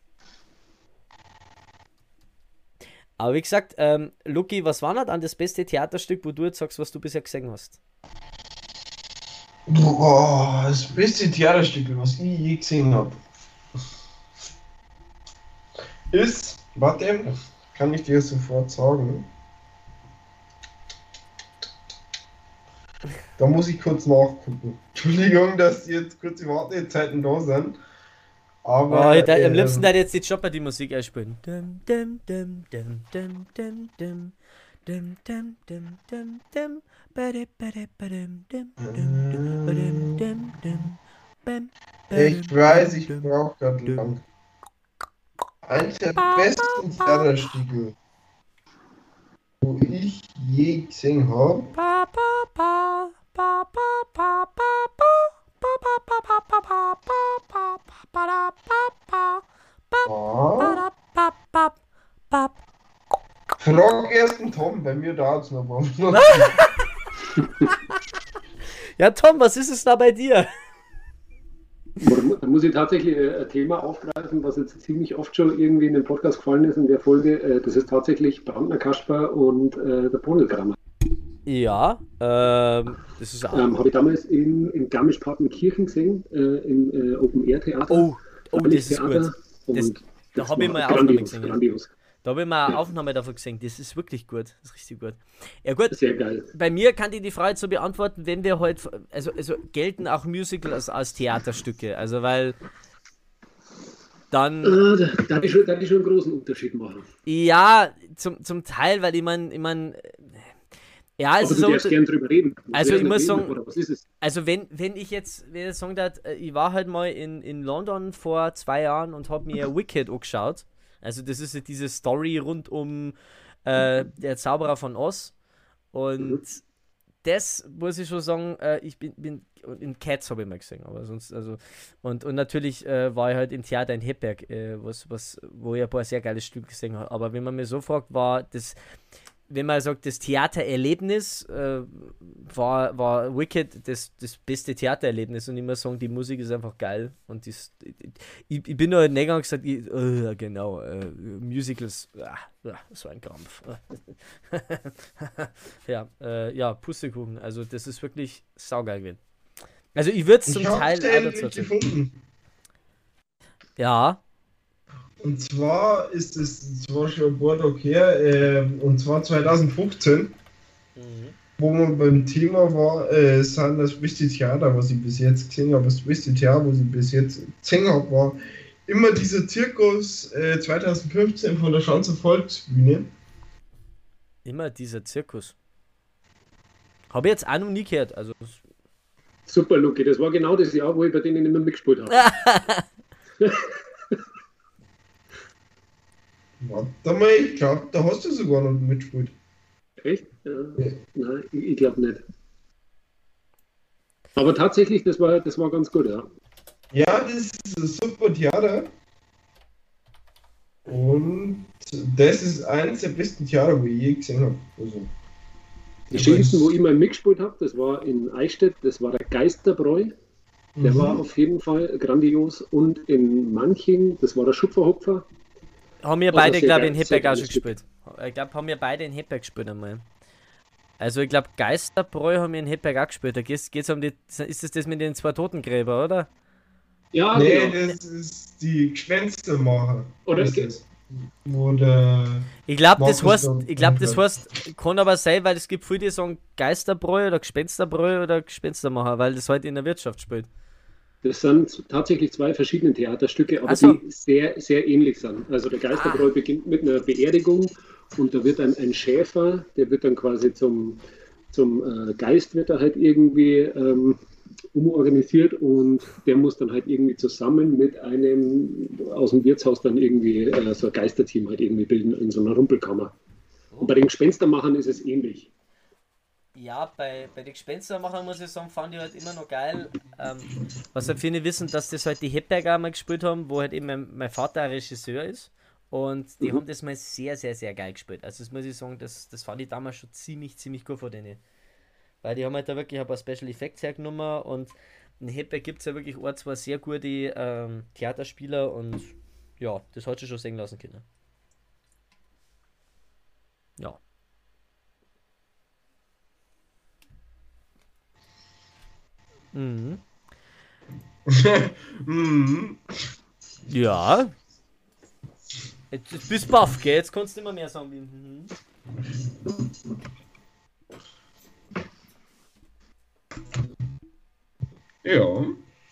Aber wie gesagt, ähm, Luki, was war denn dann das beste Theaterstück, wo du jetzt sagst, was du bisher gesehen hast? Boah, das beste Theaterstück, was ich je gesehen habe, ist, warte, kann ich dir sofort sagen. Da muss ich kurz nachgucken. Entschuldigung, dass jetzt kurze Wartezeiten da sind. Aber, oh, ich da, ähm, am liebsten da jetzt die Chopper die Musik einspielen. Dum, dum, dum, dum, dum, dum, dum, dum, dum, dum, dum, dum, bade, bade, badum, dum, dum, dum, badum, dum, dum, bam, ich badum, weiß, ich dum, brauche gerade dum. lang. Eins der besten Theaterstücke, wo ich je gesehen habe, Ba, ba, ba, ba, ba, ba, ba, ba. war Frag erst den Tom, bei mir dauert es noch ein paar Minuten. Ja, Tom, was ist es da bei dir? Da muss ich tatsächlich ein Thema aufgreifen, was jetzt ziemlich oft schon irgendwie in den Podcast gefallen ist in der Folge. Das ist tatsächlich Brandner Kasper und äh, der Bondeldrama. Ja, ähm, das ist auch. Ähm, habe ich damals in, in Garmisch-Partenkirchen gesehen, äh, im äh, Open-Air-Theater. Oh, oh, das ist gut. Das, da habe ich mal eine Aufnahme gesehen. Grandios. Da habe ich mal eine Ja. Aufnahme davon gesehen. Das ist wirklich gut. Das ist richtig gut. Ja, gut. Sehr geil. Bei mir kann ich die Frage so beantworten, wenn wir heute, also, also gelten auch Musicals als, als Theaterstücke. Also, weil dann. Äh, da, da ich schon, da ich schon einen großen Unterschied machen. Ja, zum, zum Teil, weil ich meine, ich mein, ja, es Aber ist du so. darfst gern drüber reden. Was Also wär's ich muss nicht sagen- reden, oder was ist es? Also wenn, wenn ich jetzt, wenn ich sagen darf, ich war halt mal in, in London vor zwei Jahren und habe mir Wicked angeschaut. Also das ist ja diese Story rund um äh, der Zauberer von Oz. Und Mhm. das muss ich schon sagen, äh, ich bin, bin in Cats habe ich mal gesehen, aber sonst, also, und, und natürlich äh, war ich halt im Theater in Hebberg, äh, was, was, wo ich ein paar sehr geile Stücke gesehen habe. Aber wenn man mir so fragt, war das, wenn man sagt, das Theatererlebnis äh, war, war Wicked das, das beste Theatererlebnis und ich muss sagen, die Musik ist einfach geil und das, ich, ich bin noch nicht gegangen und gesagt, ich, äh, genau, äh, Musicals, ah, ah, so ein Krampf. ja, äh, ja, Pustekuchen, also das ist wirklich saugeil gewesen. Also ich würde es zum Ich habe Teil es auch endlich dazu erzählen. gefunden. Ja, Und zwar ist es zwar schon ein paar Tage her, äh, und zwar zwanzig fünfzehn, wo man beim Thema war, äh, sind das beste Theater, was ich bis jetzt gesehen habe. Das beste Theater, was ich bis jetzt gesehen habe, war immer dieser Zirkus äh, zwanzig fünfzehn von der Schanzer Volksbühne. immer dieser Zirkus. Habe ich jetzt auch noch nie gehört, also Super, Luki. Das war genau das Jahr, wo ich bei denen immer mitgespielt habe. Warte mal, ich glaube, da hast du sogar noch mitgespielt. Echt? Ja. Ja. Nein, ich, ich glaube nicht. Aber tatsächlich, das war, das war ganz gut, ja. Ja, das ist ein super Theater. Und das ist eines der besten Theater, wo ich je gesehen habe. Also, Die schönsten, wo ich mal mitgespielt habe, das war in Eichstätt, das war der Geisterbräu. Der mhm. war auf jeden Fall grandios. Und in Manching, das war der Schupferhopfer. haben wir Also beide, sehr glaube ich, geil, in sehr Hebberg auch geiles schon gespielt. Ich glaube, haben wir beide in Hebberg gespielt einmal. Also ich glaube, Geisterbräu haben wir in Hebberg auch gespielt. Da geht es um die, ist das das mit den zwei Totengräber, oder? Ja, Nee, genau. das ist die Gespenstermacher. Oder ist ge- das. wo der. Ich glaube, das Markus heißt, da ich glaube, das anfällt. heißt, kann aber sein, weil es gibt viele, die sagen Geisterbräu oder Gespensterbräu oder Gespenstermacher, weil das halt in der Wirtschaft spielt. Das sind tatsächlich zwei verschiedene Theaterstücke, aber Ach so. die sehr, sehr ähnlich sind. Also der Geisterbräu Ah. beginnt mit einer Beerdigung und da wird dann ein Schäfer, der wird dann quasi zum, zum äh, Geist, wird er halt irgendwie ähm, umorganisiert und der muss dann halt irgendwie zusammen mit einem aus dem Wirtshaus dann irgendwie äh, so ein Geisterteam halt irgendwie bilden in so einer Rumpelkammer. Und bei den Gespenstermachern ist es ähnlich. Ja, bei, bei den Gespenstermachern muss ich sagen, fand ich halt immer noch geil. Ähm, was halt viele wissen, dass das halt die Hebberger mal gespielt haben, wo halt eben mein, mein Vater ein Regisseur ist. Und die Mhm. haben das mal sehr, sehr, sehr geil gespielt. Also das muss ich sagen, das, das fand ich damals schon ziemlich, ziemlich gut von denen. Weil die haben halt da wirklich ein paar Special Effects hergenommen und in Hebberg gibt es ja wirklich ein, zwei sehr gute ähm, Theaterspieler und ja, das hat sich schon sehen lassen können. Ja. Mhm. Mhm. Ja. Jetzt, jetzt bist du baff, gell? Jetzt kannst du immer mehr sagen wie. Mhm. Ja.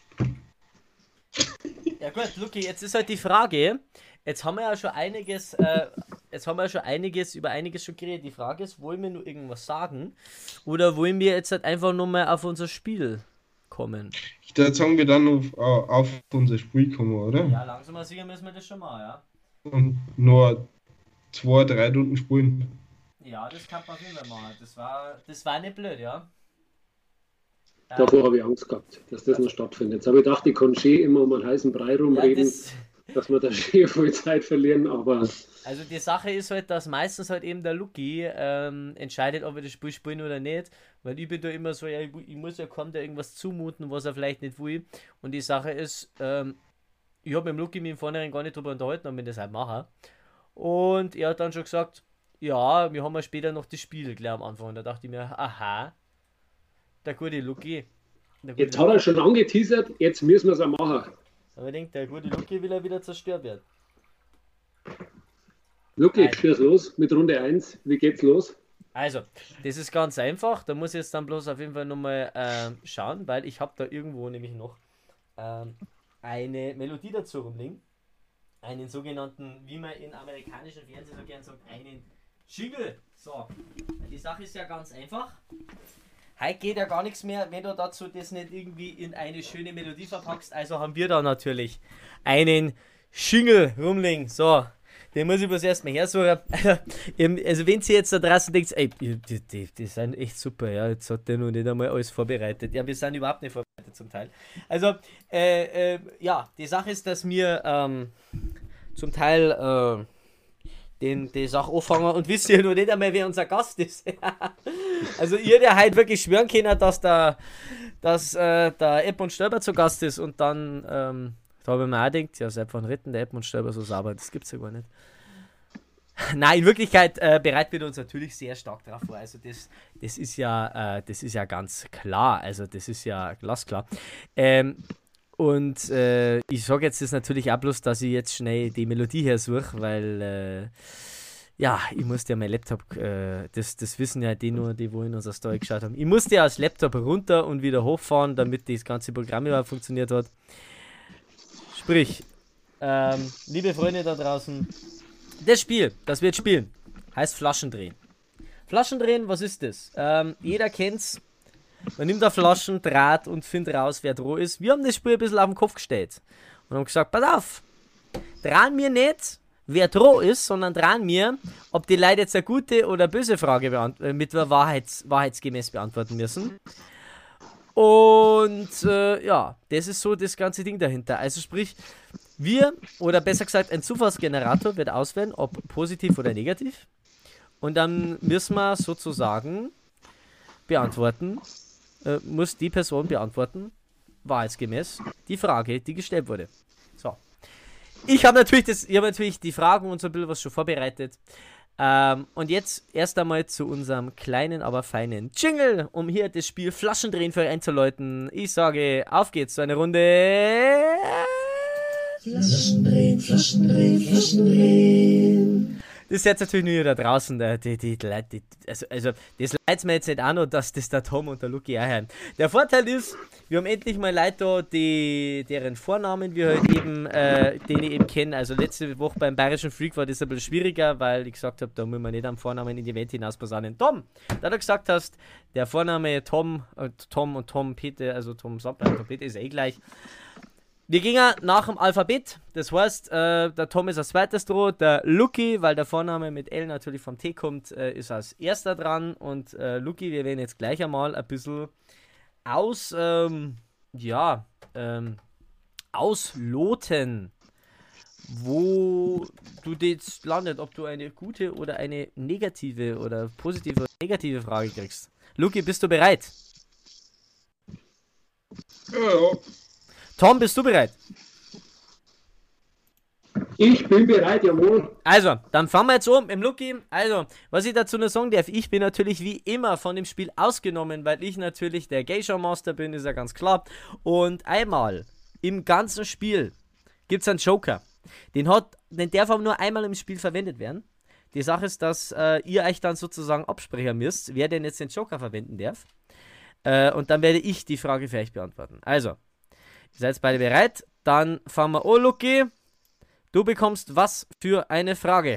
Ja gut, Luki, jetzt ist halt die Frage. Jetzt haben wir ja schon einiges, äh, jetzt haben wir ja schon einiges über einiges schon geredet. Die Frage ist, wollen wir nur irgendwas sagen? Oder wollen wir jetzt halt einfach nur mal auf unser Spiel kommen? Ich würde sagen, wir dann auf, auf unser Spiel kommen, oder? Ja, langsam mal sicher müssen wir das schon mal, ja. Und nur zwei, drei Stunden spielen. Ja, das kann man immer machen. Das war, das war nicht blöd, ja. Ähm, Davor habe ich Angst gehabt, dass das noch stattfindet. Jetzt habe ich gedacht, ich kann schön immer um einen heißen Brei ja, rumreden, das, dass wir da schön viel Zeit verlieren, aber also die Sache ist halt, dass meistens halt eben der Luki ähm, entscheidet, ob wir das Spiel spielen oder nicht. Weil ich bin da immer so, ja, ich, ich muss ja kaum da irgendwas zumuten, was er vielleicht nicht will. Und die Sache ist, ähm, ich habe mit dem Luki mich im Vornherein gar nicht drüber unterhalten, ob wir das halt machen. Und er hat dann schon gesagt, ja, wir haben ja später noch das Spiel gleich am Anfang. Und da dachte ich mir, aha, der gute Luki. Der gute jetzt hat er schon angeteasert, jetzt müssen wir es auch machen. Aber ich denke, der gute Luki will er wieder zerstört werden. Luki, Nein. schieß los mit Runde eins. Wie geht's los? Also, das ist ganz einfach. Da muss ich jetzt dann bloß auf jeden Fall nochmal ähm, schauen, weil ich habe da irgendwo nämlich noch ähm, eine Melodie dazu rumliegen. Einen sogenannten, wie man in amerikanischen Fernsehen so gern sagt, einen Jingle. So, die Sache ist ja ganz einfach. Heute geht ja gar nichts mehr, wenn du dazu das nicht irgendwie in eine schöne Melodie verpackst. Also haben wir da natürlich einen Jingle rumliegen. So, den muss ich bloß erstmal hersuchen. Also wenn ihr jetzt da draußen denkt, ey, die, die, die sind echt super, ja, jetzt hat der noch nicht einmal alles vorbereitet. Ja, wir sind überhaupt nicht vorbereitet zum Teil. Also, äh, äh, ja, die Sache ist, dass wir ähm, zum Teil äh, den, die Sache anfangen und wisst ihr noch nicht einmal, wer unser Gast ist. Also ihr, der halt wirklich schwören können, dass der, dass, äh, der Edmund Stoiber zu Gast ist und dann, ähm, da habe ich mir auch gedacht, ja, seit wann retten der Edmund Stoiber so sauber, das gibt's ja gar nicht. Nein, in Wirklichkeit äh, bereiten wir uns natürlich sehr stark darauf vor. Also das, das ist ja, äh, das ist ja ganz klar. Also das ist ja glasklar. Ähm, und äh, ich sage jetzt das natürlich auch bloß, dass ich jetzt schnell die Melodie her suche, weil äh, ja, ich musste ja mein Laptop, äh, das, das wissen ja die nur, die wo in unserer Story geschaut haben. Ich musste ja das Laptop runter und wieder hochfahren, damit das ganze Programm überhaupt funktioniert hat. Sprich, ähm, liebe Freunde da draußen, das Spiel, das wir jetzt spielen, heißt Flaschendrehen. Flaschendrehen, was ist das? Ähm, jeder kennt's. Man nimmt eine Flaschen, Draht und findet raus, wer droh ist. Wir haben das Spiel ein bisschen auf den Kopf gestellt und haben gesagt, pass auf, dran mir nicht, wer droh ist, sondern dran mir, ob die Leute jetzt eine gute oder böse Frage beant- äh, mit der Wahrheits- wahrheitsgemäß beantworten müssen. Und äh, ja, das ist so das ganze Ding dahinter. Also sprich, wir, oder besser gesagt, ein Zufallsgenerator wird auswählen, ob positiv oder negativ. Und dann müssen wir sozusagen beantworten, äh, muss die Person beantworten, wahrheitsgemäß, die Frage, die gestellt wurde. So. Ich habe natürlich, das, ich hab natürlich die Fragen und so ein bisschen was schon vorbereitet. Ähm, und jetzt erst einmal zu unserem kleinen, aber feinen Jingle, um hier das Spiel Flaschendrehen für einzuläuten. Ich sage, auf geht's zu einer Runde Flaschendrehen, Flaschendrehen, Flaschendrehen. Das ist jetzt natürlich nur da draußen, die, die, die, die, also, also das leidet mir jetzt nicht auch noch, dass das der Tom und der Luki auch hören. Der Vorteil ist, wir haben endlich mal Leute da, die, deren Vornamen wir halt eben, äh, den ich eben kenne. Also letzte Woche beim Bayerischen Freak war das ein bisschen schwieriger, weil ich gesagt habe, da muss man nicht am Vornamen in die Welt hinaus posaunen. Tom, da du gesagt hast, der Vorname Tom, äh, Tom und Tom Peter, also Tom Sattler, Tom Peter ist eh gleich. Wir gingen nach dem Alphabet, das heißt, äh, der Tom ist als zweites dran, der Luki, weil der Vorname mit L natürlich vom T kommt, äh, ist als erster dran und äh, Luki, wir werden jetzt gleich einmal ein bisschen aus, ähm, ja, ähm, ausloten, wo du jetzt landet, ob du eine gute oder eine negative oder positive oder negative Frage kriegst. Luki, bist du bereit? Ja. Tom, bist du bereit? Ich bin bereit, jawohl. Also, dann fangen wir jetzt um im Luki. Also, was ich dazu noch sagen darf, ich bin natürlich wie immer von dem Spiel ausgenommen, weil ich natürlich der Geisha Master bin, ist ja ganz klar. Und einmal im ganzen Spiel gibt es einen Joker. Den, hat, den darf aber nur einmal im Spiel verwendet werden. Die Sache ist, dass äh, ihr euch dann sozusagen absprechen müsst, wer denn jetzt den Joker verwenden darf. Äh, und dann werde ich die Frage für euch beantworten. Also, ihr seid beide bereit? Dann fangen wir an, Luki. Du bekommst was für eine Frage?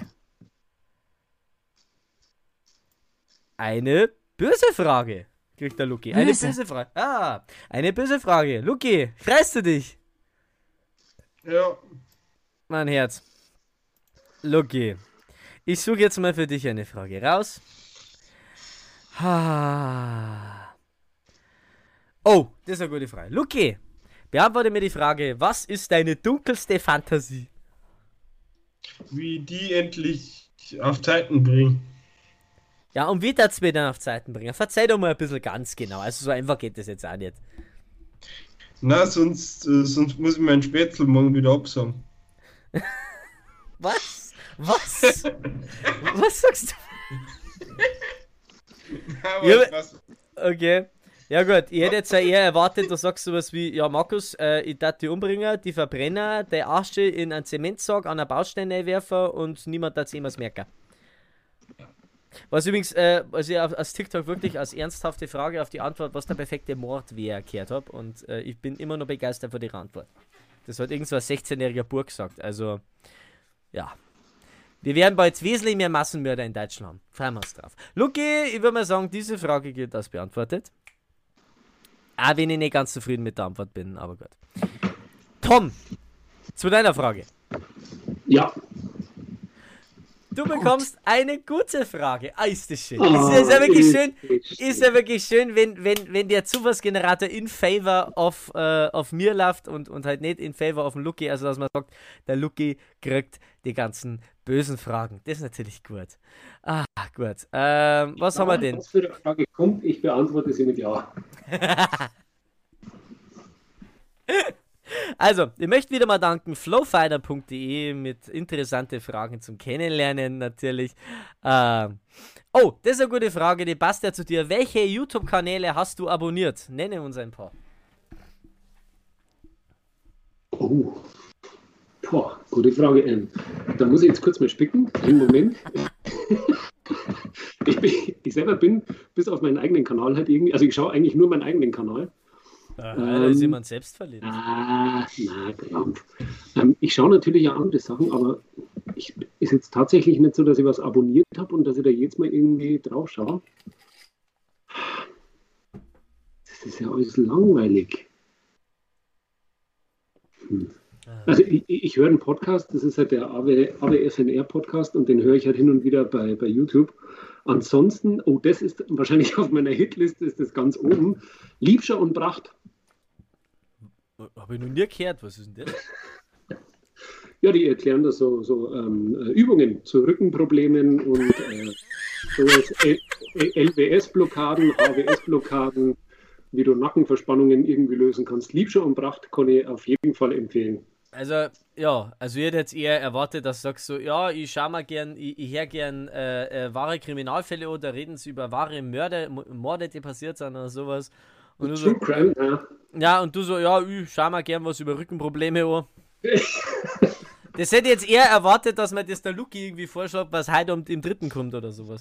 Eine böse Frage, kriegt der Luki. Eine Böse. böse Frage. Ah, eine böse Frage. Luki, freust du dich? Ja. Mein Herz. Luki, ich suche jetzt mal für dich eine Frage raus. Ha. Oh, das ist eine gute Frage. Luki, beantworte mir die Frage, was ist deine dunkelste Fantasie? Wie die endlich auf Zeiten bringen. Ja, und wie darfst du mir dann auf Zeiten bringen? Verzeih doch mal ein bisschen ganz genau. Also so einfach geht das jetzt auch nicht. Na, sonst, äh, sonst muss ich meinen Spätzle morgen wieder absagen. Was? Was? Was sagst du? Aber Ja, was, Okay. Ja gut, ich hätte jetzt ja eher erwartet, du sagst sowas wie, ja Markus, äh, ich darf die umbringen, die verbrennen, die Asche in einen Zementsack an einer Baustelle werfen und niemand darf jemals merken. Was übrigens, äh, was ich auf, aus TikTok wirklich als ernsthafte Frage auf die Antwort, was der perfekte Mord wäre, gehört habe und äh, ich bin immer noch begeistert von der Antwort. Das hat irgend so ein sechzehnjähriger Bub gesagt, also ja. Wir werden bald wesentlich mehr Massenmörder in Deutschland haben. Freuen wir uns drauf. Luki, ich würde mal sagen, diese Frage gilt als beantwortet. Auch wenn ich nicht ganz zufrieden mit der Antwort bin, aber gut. Tom, zu deiner Frage. Ja. Du bekommst eine gute Frage. Ah, ist das schön. Oh, ist, ist ja wirklich ist schön, das ist ja wirklich schön, wenn, wenn, wenn der Zufallsgenerator in favor of, äh, of mir läuft und, und halt nicht in favor of dem Luki, also dass man sagt, der Luki kriegt die ganzen bösen Fragen. Das ist natürlich gut. Ah, gut. Ähm, was haben wir denn? Was für eine Frage kommt, ich beantworte sie mit Ja. Also, ich möchte wieder mal danken, flowfighter punkt de mit interessanten Fragen zum Kennenlernen natürlich. Ähm, oh, das ist eine gute Frage, die passt ja zu dir. Welche YouTube-Kanäle hast du abonniert? Nenne uns ein paar. Oh. Boah, gute Frage. Ähm, da muss ich jetzt kurz mal spicken. Einen Moment. ich, bin, ich selber bin bis auf meinen eigenen Kanal halt irgendwie, also ich schaue eigentlich nur meinen eigenen Kanal. Aha, ähm, da ist jemand selbstverliebt. Ah, na, Krampf. Ähm, ich schaue natürlich auch andere Sachen, aber ich ist jetzt tatsächlich nicht so, dass ich was abonniert habe und dass ich da jetzt mal irgendwie drauf schaue. Das ist ja alles langweilig. Hm. Also ich, ich höre einen Podcast, das ist halt der A W S N R-Podcast und den höre ich halt hin und wieder bei, bei YouTube. Ansonsten, oh, das ist wahrscheinlich auf meiner Hitliste, ist das ganz oben, Liebscher und Bracht. Habe ich noch nie gehört, was ist denn das? Ja, die erklären da so, so ähm, Übungen zu Rückenproblemen und äh, sowas, L W S-Blockaden, H W S-Blockaden, wie du Nackenverspannungen irgendwie lösen kannst. Liebscher und Bracht kann ich auf jeden Fall empfehlen. Also, ja, also ich hätte jetzt eher erwartet, dass du sagst so, ja, ich schau mal gern, ich, ich höre gern äh, äh, wahre Kriminalfälle oder reden sie über wahre Mörder, Morde, die passiert sind oder sowas. Und du so, True Crime, ja. ja, und du so, ja, ich schau mal gern was über Rückenprobleme an. Das hätte ich jetzt eher erwartet, dass man das der Luki irgendwie vorschlägt, was heute um, im dritten kommt oder sowas.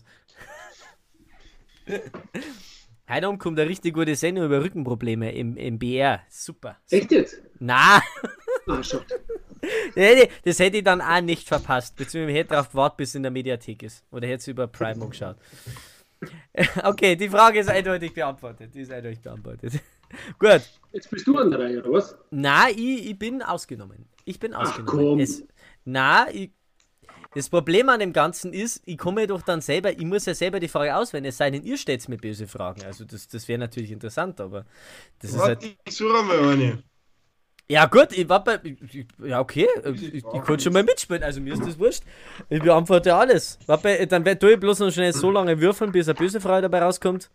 Heute um kommt eine richtig gute Sendung über Rückenprobleme im, im B R. Super. Echt jetzt? Na, Ah, schau. das hätte ich dann auch nicht verpasst. Beziehungsweise ich hätte darauf gewartet, bis es in der Mediathek ist. Oder hätte es über Prime geschaut. Okay, die Frage ist eindeutig beantwortet. Die ist eindeutig beantwortet. Gut. Jetzt bist du an der Reihe, oder was? Na, ich, ich bin ausgenommen. Ich bin Ach, ausgenommen. komm. Es, na, ich, das Problem an dem Ganzen ist, ich komme ja doch dann selber, ich muss ja selber die Frage auswählen, es sei denn, ihr stellt mir böse Fragen. Also das, das wäre natürlich interessant, aber das ist halt... Warte, ich suche mal eine. Ja gut, ich war bei... Ich, ich, ja okay, ich, ich, ich konnte schon mal mitspielen, also mir ist das wurscht. Ich beantworte alles. Warte, dann tue ich bloß noch schnell so lange würfeln, bis eine böse Frage dabei rauskommt.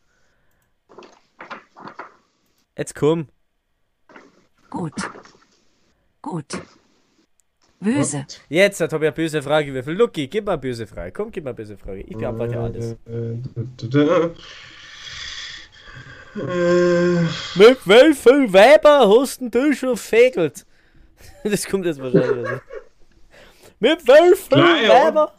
Jetzt komm. Gut. Gut. Böse. Jetzt habe ich eine böse Frage gewürfelt. Lucky, gib mal eine böse Frage. Komm, gib mal eine böse Frage. Ich beantworte alles. Äh, da, da, da. Äh, Mit welchen Weiber hast denn du schon fegelt? Das kommt jetzt wahrscheinlich. Also. Mit welchen Klar, ja. Weiber?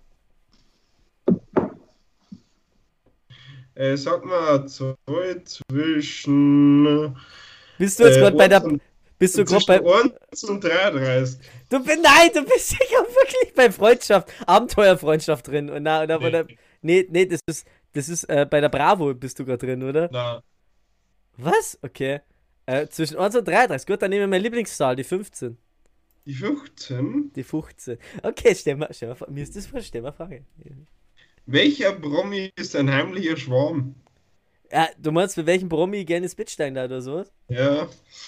äh, sag mal, eine Zahl zwischen. Bist du jetzt äh, gerade bei der. eins und- Bist du gerade zwischen bei. eins und dreiunddreißig. Du bist. Nein, du bist sicher wirklich bei Freundschaft. Abenteuerfreundschaft drin. Und na, oder, Nee. oder, nee, nee, das ist. Das ist äh, bei der Bravo bist du gerade drin, oder? Na, Was? Okay. Äh, zwischen eins und dreiunddreißig. Gut, dann nehmen wir meine Lieblingszahl, die fünfzehn. die fünfzehn. Die fünfzehn. Okay, stell mal, stell mal vor. Mir ist das vor, stell mal Frage. Welcher Promi ist ein heimlicher Schwarm? Ja, du meinst, für welchen Promi ich gerne ins Bett steigen da oder sowas? Ja.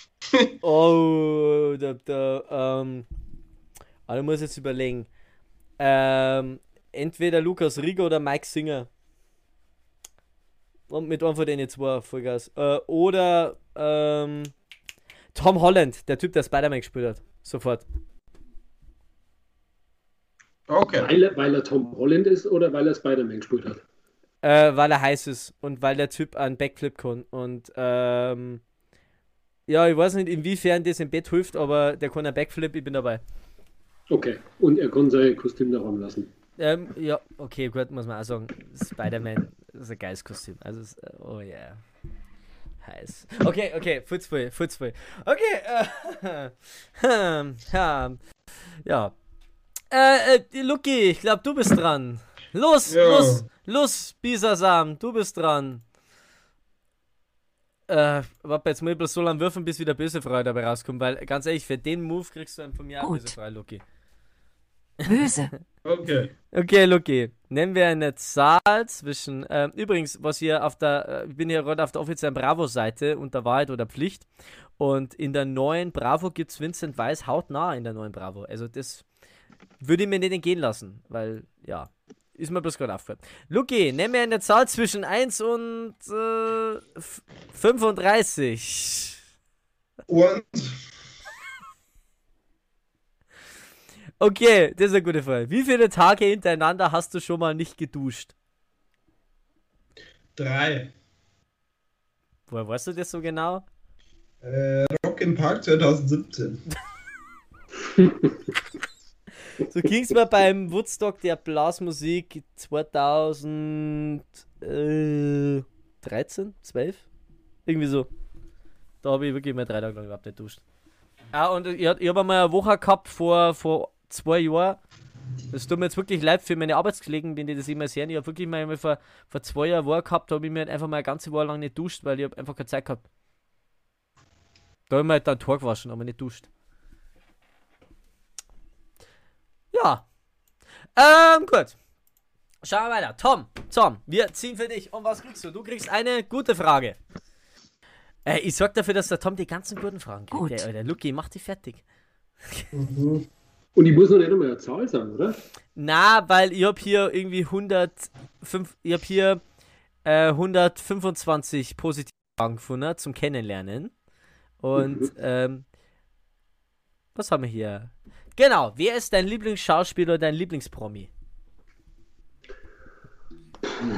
Oh, da, da, ähm. Aber ich muss jetzt überlegen. Ähm, entweder Lukas Rieger oder Mike Singer. Und mit einem von denen zwei Vollgas. Äh, oder, ähm, Tom Holland, der Typ, der Spider-Man gespielt hat. Sofort. Okay. Weil, er- weil er Tom Holland ist oder weil er Spider-Man gespielt hat? Äh, weil er heiß ist und weil der Typ einen Backflip kann. Und, ähm, ja, ich weiß nicht, inwiefern das im Bett hilft, aber der kann einen Backflip, ich bin dabei. Okay. Und er kann sein Kostüm daran lassen. Ähm, ja, okay, gut, muss man auch sagen. Spider-Man ist ein geiles Kostüm. Also, es- oh yeah. Heiß. Okay, okay, futzvoll, futzvoll. Okay, äh, hm, ja. Ja. Äh, äh, Lucky, ich glaube, du bist dran. Los, Ja. los, los, Bisasam, du bist dran. Äh, warte, jetzt muss ich bloß so lange würfeln, bis wieder böse Frage dabei rauskommt, weil, ganz ehrlich, für den Move kriegst du einen von mir auch Gut. böse Frage, Lucky. Böse. Okay. Okay, Lucky. Nehmen wir eine Zahl zwischen. Ähm, übrigens, was hier auf der. Äh, ich bin hier gerade auf der offiziellen Bravo-Seite unter Wahrheit oder Pflicht. Und in der neuen Bravo gibt es Vincent Weiss hautnah in der neuen Bravo. Also, das würde ich mir nicht entgehen lassen, weil, ja. Ist mir bloß gerade aufgefallen. Lucky, nehmen wir eine Zahl zwischen eins und äh, f- fünfunddreißig. Und Okay, das ist eine gute Frage. Wie viele Tage hintereinander hast du schon mal nicht geduscht? drei. Woher weißt du das so genau? Äh, Rock im Park zwanzig siebzehn. So ging es mir beim Woodstock der Blasmusik zweitausenddreizehn, zwölf? Irgendwie so. Da habe ich wirklich mal drei Tage lang überhaupt nicht duscht. Ah, und ich, ich habe mal eine Woche gehabt vor, vor zwei Jahren. Das tut mir jetzt wirklich leid für meine Arbeitskollegen, wenn die das immer sehen. Ich habe wirklich mal vor, vor zwei Jahren eine Woche gehabt, da habe ich mir halt einfach mal eine ganze Woche lang nicht duscht, weil ich hab einfach keine Zeit gehabt. Da habe ich mir halt dann Tor gewaschen, aber nicht duscht. Ja. Ähm, gut. Schauen wir weiter. Tom, Tom, wir ziehen für dich. Und was kriegst du? Du kriegst eine gute Frage. Äh, ich sorge dafür, dass der Tom die ganzen guten Fragen kriegt. Gut. Der, der Lucky, mach die fertig. Mhm. Und ich muss noch nicht einmal eine Zahl sagen, oder? Na, weil ich hab hier irgendwie hundertfünf, ich hab hier äh, hundertfünfundzwanzig positive Fragen gefunden zum Kennenlernen. Und, Mhm. ähm, was haben wir hier? Genau, wer ist dein Lieblingsschauspieler oder dein Lieblingspromi?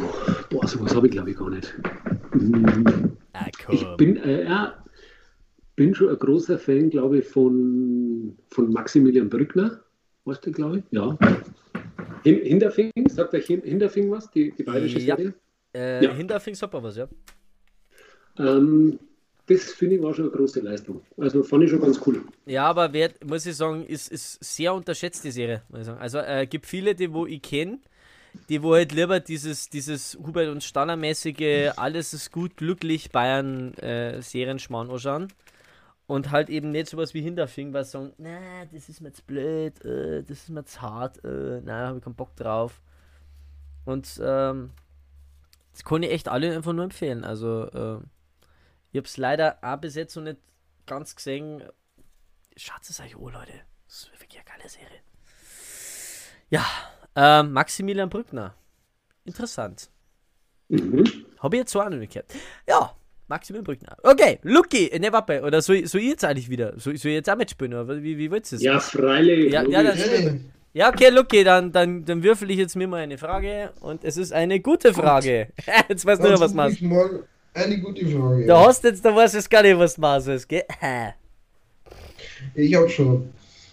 Boah, sowas habe ich glaube ich gar nicht. Hm, Ah, Ich bin, äh, ja, bin schon ein großer Fan, glaube ich, von, von Maximilian Brückner. Weißt du, glaube ich? Ja. Hin Hinterfing, sagt euch Hin Hinterfing was, die, die bayerische Ja. Serie? Äh, Ja. Hinterfing sagt man was, ja. Ähm, das finde ich war schon eine große Leistung. Also fand ich schon ganz cool. Ja, aber wer, muss ich sagen, ist, ist sehr unterschätzt, die Serie. Muss ich sagen. Also äh, gibt viele, die wo ich kenne, die wo halt lieber dieses, dieses Hubert und Staller-mäßige alles ist gut, glücklich Bayern äh, Serienschmarrn anschauen. Und halt eben nicht sowas wie Hinterfing, weil sie sagen, na, das ist mir zu blöd, äh, das ist mir zu hart, äh, na, habe ich keinen Bock drauf. Und ähm, das kann ich echt alle einfach nur empfehlen. Also, äh, ich habe es leider auch bis jetzt noch nicht ganz gesehen. Schaut es euch an, Leute. Das ist wirklich eine geile Serie. Ja, ähm, Maximilian Brückner. Interessant. Mhm. Habe ich jetzt so auch noch nicht gehört. Ja, Maximilian Brückner. Okay, Lucky, ne, warte, oder soll, soll ich jetzt eigentlich wieder? Soll, soll ich jetzt auch mitspielen? Oder wie, wie willst du es? Ja, freilich. Ja, ja, logisch. das- Hey, Ja, okay, Lucky, dann, dann, dann würfel ich jetzt mir mal eine Frage und es ist eine gute Frage. Jetzt weißt du dann ja, was suche machst. ich mal eine gute Frage. Da hast du jetzt, da weißt du jetzt gar nicht, was du machst, gell? Ich hab schon.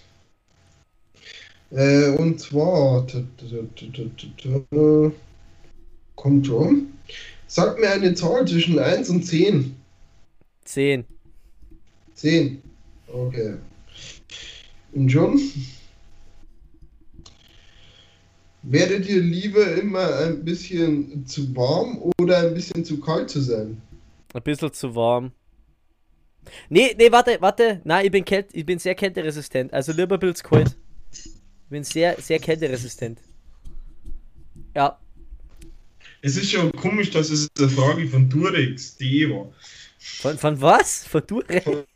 Äh, und zwar. t- t- t- t- t- t- Kommt schon. Sag mir eine Zahl zwischen eins und zehn. Zehn. zehn. Okay. Und schon? Wäre dir lieber immer ein bisschen zu warm oder ein bisschen zu kalt zu sein? Ein bisschen zu warm. Nee, nee, warte, warte. Nein, ich bin, kält, ich bin sehr kälteresistent. Also lieber ein bisschen zu kalt. Ich bin sehr, sehr kälteresistent. Ja. Es ist schon komisch, dass es eine Frage von Durex punkt de war. Von, von was? Von du?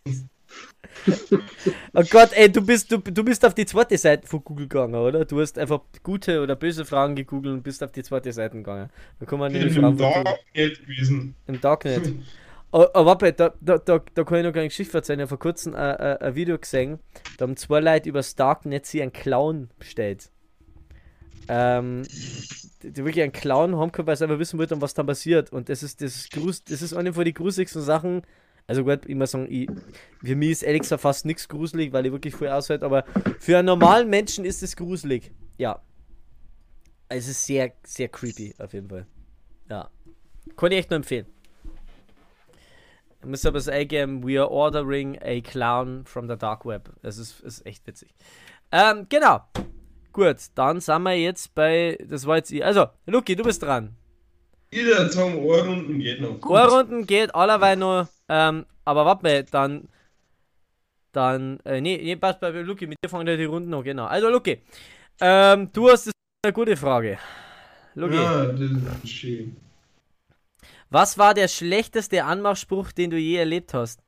Oh Gott, ey, du bist, du, du bist auf die zweite Seite von Google gegangen, oder? Du hast einfach gute oder böse Fragen gegoogelt und bist auf die zweite Seite gegangen. Da kann man Ich nicht bin Fragen im von Google- Darknet gewesen. Im Darknet. Oh, oh, warte, da, da, da, da kann ich noch eine Geschichte erzählen. Ich habe vor kurzem ein, ein, ein Video gesehen, da haben zwei Leute über das Darknet sie einen Clown bestellt. Ähm, die, die wirklich einen Clown haben können, weil sie einfach wissen wollten, was dann passiert. Und das ist, das ist, grus, das ist eine von den gruseligsten Sachen. Also gut, ich muss sagen, ich, für mich ist ehrlich gesagt fast nichts gruselig, weil ich wirklich viel aushält, aber für einen normalen Menschen ist es gruselig. Ja. Es ist sehr, sehr creepy, auf jeden Fall. Ja. Kann ich echt nur empfehlen. Ich muss aber so eingeben, we are ordering a clown from the dark web. Das ist, ist echt witzig. Ähm, genau. Gut, dann sind wir jetzt bei, das war jetzt ich. Also, Luki, du bist dran. Jeder sagen, Ohrrunden geht noch. Gut. Ohrrunden geht allerweil noch, ähm, aber warte mal, dann, dann, äh, nee, nee, passt bei Luki, mit dir fangen ja die Runden noch, genau. Also, Luki, ähm, du hast jetzt eine gute Frage. Luki, Ja, das ist schön. was war der schlechteste Anmachspruch, den du je erlebt hast?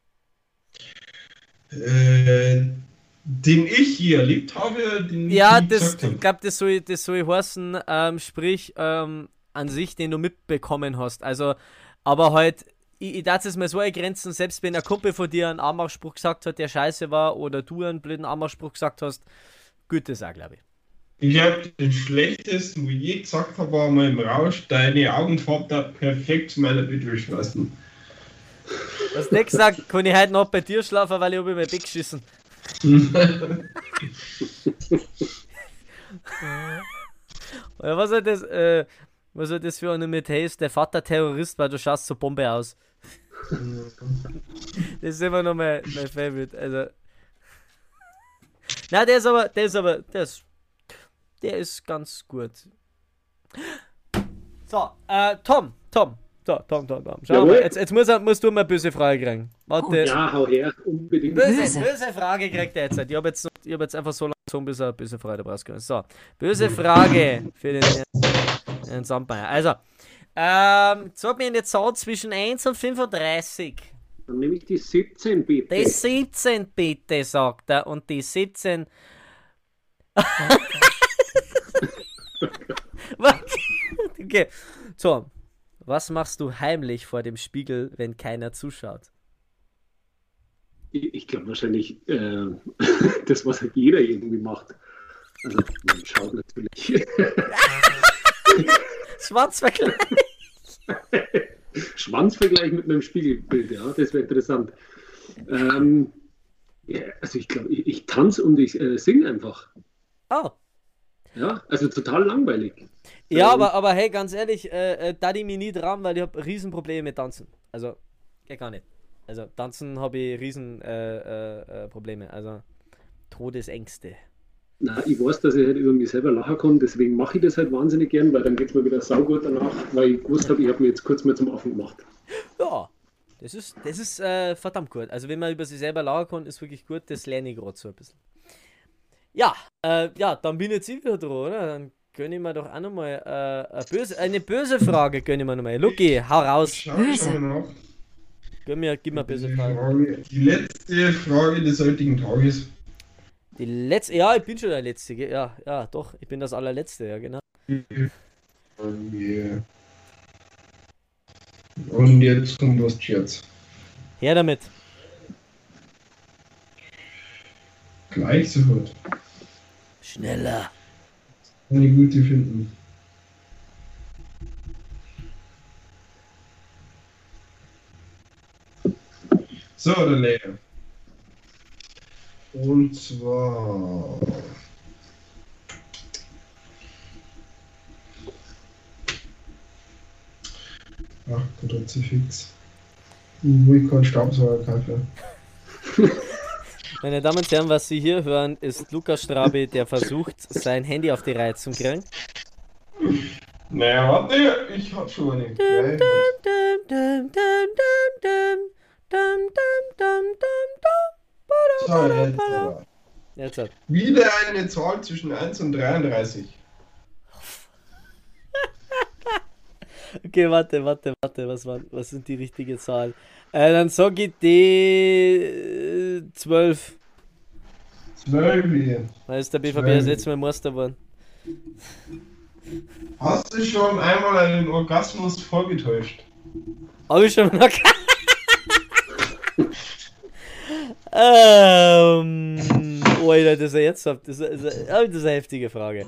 Äh, den ich je erlebt habe, den Ja, ich nie das, gesagt ich habe. glaube, das soll, das soll heißen, ähm, sprich, ähm, an sich, den du mitbekommen hast. Also, aber halt, ich, ich darf es mal so eingrenzen, selbst wenn ein Kumpel von dir einen Anmachspruch gesagt hat, der scheiße war, oder du einen blöden Anmachspruch gesagt hast, gut, das auch, glaube ich. Ich glaube, den schlechtesten, wo ich je gesagt habe, war mal im Rausch, deine Augenfarbe hat perfekt zu meiner Bettwäsche lassen. Hast nicht gesagt, kann ich heute noch bei dir schlafen, weil ich habe in mein Bett geschissen. Oder was soll das, äh, was soll das für eine Metapher ist? Der Vater Terrorist, weil du schaust so Bombe aus. Das ist immer noch mein, mein Favorite. Also. Na, der ist aber, der ist aber, der ist, der ist ganz gut. So, äh, Tom, Tom, so, Tom, Tom, Tom. Schau Jawohl. mal, jetzt, jetzt muss er, musst du mal eine böse Frage kriegen. Warte. Ja, hau her, unbedingt. Böse, Böse. böse Frage kriegt er jetzt. Ich habe jetzt, ich hab jetzt einfach so lange gezogen, bis er eine böse Frage rauskommt. So, böse Frage für den, den Sandmeier. Also, ähm, sag mir eine Zahl zwischen eins und fünfunddreißig. Dann nehme ich die siebzehn, bitte. Die siebzehn bitte, sagt er. Und die siebzehn... Okay, so. Was machst du heimlich vor dem Spiegel, wenn keiner zuschaut? Ich, ich glaube wahrscheinlich, äh, das, was halt jeder irgendwie macht. Also, man schaut natürlich. Schwarzvergleich. Schwanzvergleich mit einem Spiegelbild, ja, das wäre interessant. Ähm, ja, also ich glaube, ich, ich tanze und ich äh, singe einfach. Oh. Ja, also total langweilig. Ja, Ähm, aber, aber hey, ganz ehrlich, äh, äh, da die mich nie dran, weil ich habe Riesenprobleme mit Tanzen. Also, geht gar nicht. Also, Tanzen habe ich Riesen äh, äh, äh, Probleme. Also, Todesängste. Na, ich weiß, dass ich halt über mich selber lachen kann, deswegen mache ich das halt wahnsinnig gern, weil dann geht es mir wieder saugut danach, weil ich gewusst habe, ich habe mir jetzt kurz mal zum Affen gemacht. Ja, das ist, das ist äh, verdammt gut. Also, wenn man über sich selber lachen kann, ist wirklich gut. Das lerne ich gerade so ein bisschen. Ja, äh, ja, dann bin jetzt ich wieder dran, oder? Dann gönne ich mir doch auch nochmal äh, eine, böse, eine böse Frage, gönne ich mir nochmal. Luki, hau raus. Schau, Böse. schau mal nach. Gönn mir, gib mir eine böse Die, Frage. Frage, die letzte Frage des heutigen Tages. Die letzte, ja, ich bin schon der Letzte, gell? Ja, ja, doch, ich bin das allerletzte, ja, genau. Yeah. Und jetzt kommt was Scherz. Her damit. Gleich sofort. Schneller. Eine gute finden. So, der Lehrer. Und zwar. Ach, Kruzifix. Wo ich keinen Staubsauger kaufe. Meine Damen und Herren, was Sie hier hören, ist Lukas Strabe, der versucht, sein Handy auf die Reihe zu kriegen. Naja, warte, ich hab schon eine. Gleich. So, jetzt aber. Jetzt hat. Wieder eine Zahl zwischen eins und dreiunddreißig. Okay, warte, warte, warte, was, war, was sind die richtige Zahl? Äh, dann sag ich die äh, zwölf. zwölf hier. Weil ist der B V B zwölf. das letzte Mal Meister geworden. Hast du schon einmal einen Orgasmus vorgetäuscht? Hab ich schon mal noch. ähm. Oh, Alter, das ist ja jetzt. Das ist, das ist, das ist eine heftige Frage.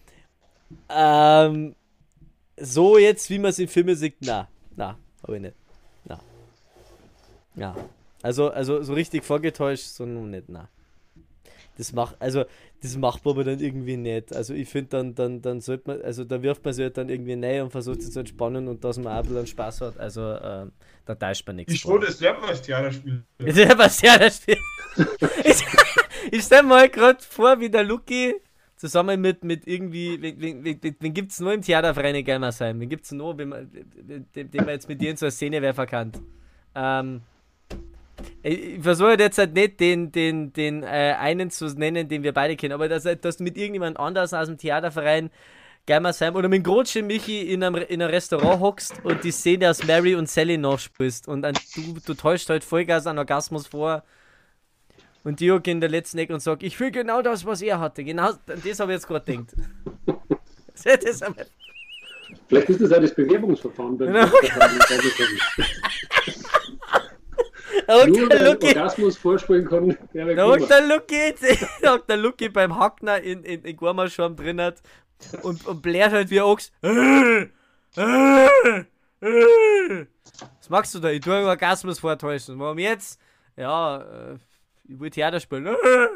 Ähm. So jetzt, wie man es in Filmen sieht, na. Na, hab ich nicht. Na. Ja. Also, also so richtig vorgetäuscht, so noch nicht, na. Das macht, also, das macht man aber dann irgendwie nicht. Also ich finde dann, dann, dann sollte man, also da wirft man sich halt dann irgendwie rein und versucht sich zu entspannen und dass man auch ein bisschen Spaß hat. Also äh, da täuscht man nichts. Ich schon, das lernt man als Theaterspiel. Das ist aber sehr das Spiel. Ich, ich stelle mir halt gerade vor, wie der Luki zusammen mit, mit irgendwie, wen, wen, wen, wen gibt es noch im Theaterverein in Gelmersheim? Wen gibt es noch, den man jetzt mit dir in so eine Szene werfen kann? Ähm, ich versuche jetzt halt nicht den, den, den äh, einen zu nennen, den wir beide kennen, aber dass, dass du mit irgendjemand anders aus dem Theaterverein Gelmersheim oder mit Grotsche Michi in einem, in einem Restaurant hockst und die Szene aus Mary und Sally nachspielst und dann, du, du täuscht halt Vollgas an Orgasmus vor und die hockt in der letzten Ecke und sagt, ich will genau das, was er hatte. Genau das habe ich jetzt gerade gedacht. Das ist aber Vielleicht ist das auch das Bewerbungsverfahren beim Genau. Da hockt Nur der wer Luki, Orgasmus vorspielen kann, der da wird hockt der Luki, da hockt der Luki beim Hackner in, in, in Gormaschorn drin hat und, und blärt halt wie ein Ochs. Was machst du da? Ich tue einen Orgasmus vortäuschen. Warum jetzt? Ja, äh, ich will Theater spielen.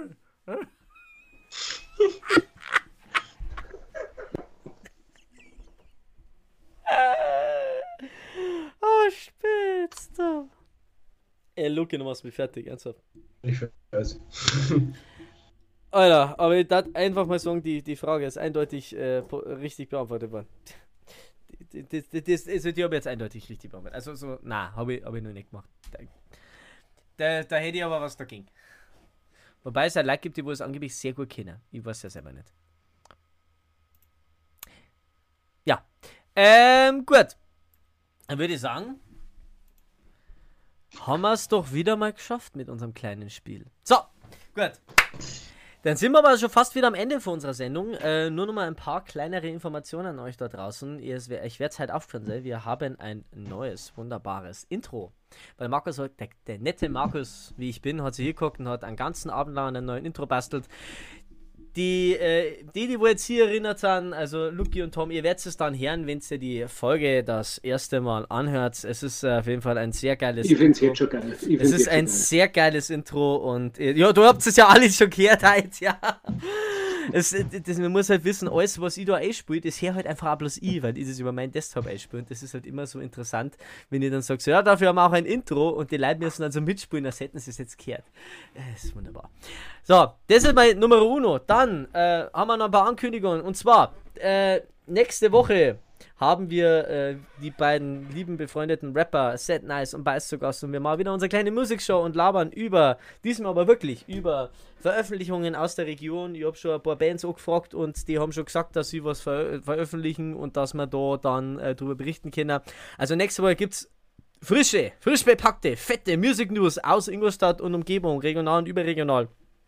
Oh, spitz du. Ey, Luki, du machst mich fertig, ernsthaft. Ich weiß. Alter, aber ich darf einfach mal sagen, die, die Frage ist eindeutig äh, po- richtig beantwortet worden. Das, das, das, das, also die habe ich jetzt eindeutig richtig beantwortet. Also so, na, habe ich, hab ich noch nicht gemacht. Da, da, da hätte ich aber was dagegen. Wobei es halt Leute gibt, die wo es angeblich sehr gut kennen. Ich weiß ja selber nicht. Ja. Ähm, gut. Dann würde ich sagen, haben wir es doch wieder mal geschafft mit unserem kleinen Spiel. So, gut. Dann sind wir aber schon fast wieder am Ende von unserer Sendung. Äh, nur noch mal ein paar kleinere Informationen an euch da draußen. Ihr, ich werde es halt aufgefallen sein. Wir haben ein neues, wunderbares Intro. Weil Markus, der, der nette Markus, wie ich bin, hat sich hier geguckt und hat einen ganzen Abend lang einen neuen Intro bastelt. die, äh, die, die wo jetzt hier erinnert sind, also Luki und Tom, ihr werdet es dann hören, wenn ihr die Folge das erste Mal anhört. Es ist äh, auf jeden Fall ein sehr geiles Ich finde es Intro. jetzt schon geil. Ich Es find's ist jetzt ein schon geil. sehr geiles Intro und äh, ja, du habt es ja alles schon gehört heute, ja. Es, das, man muss halt wissen, alles, was ich da einspiele, das her halt einfach auch bloß ich, weil ich das über meinen Desktop einspiele. Und das ist halt immer so interessant, wenn ich dann sage, so, ja, dafür haben wir auch ein Intro und die Leute müssen dann so mitspielen, als hätten sie es jetzt gehört. Das ist wunderbar. So, das ist mein Nummer uno. Dann äh, haben wir noch ein paar Ankündigungen. Und zwar, äh, nächste Woche haben wir äh, die beiden lieben befreundeten Rapper Sad Nice und Beiß zu Gast und wir machen wieder unsere kleine Musikshow und labern über, diesmal aber wirklich über Veröffentlichungen aus der Region. Ich habe schon ein paar Bands auch gefragt und die haben schon gesagt, dass sie was ver veröffentlichen und dass wir da dann äh, darüber berichten können. Also nächste Woche gibt es frische, frisch bepackte, fette Music News aus Ingolstadt und Umgebung, regional und überregional.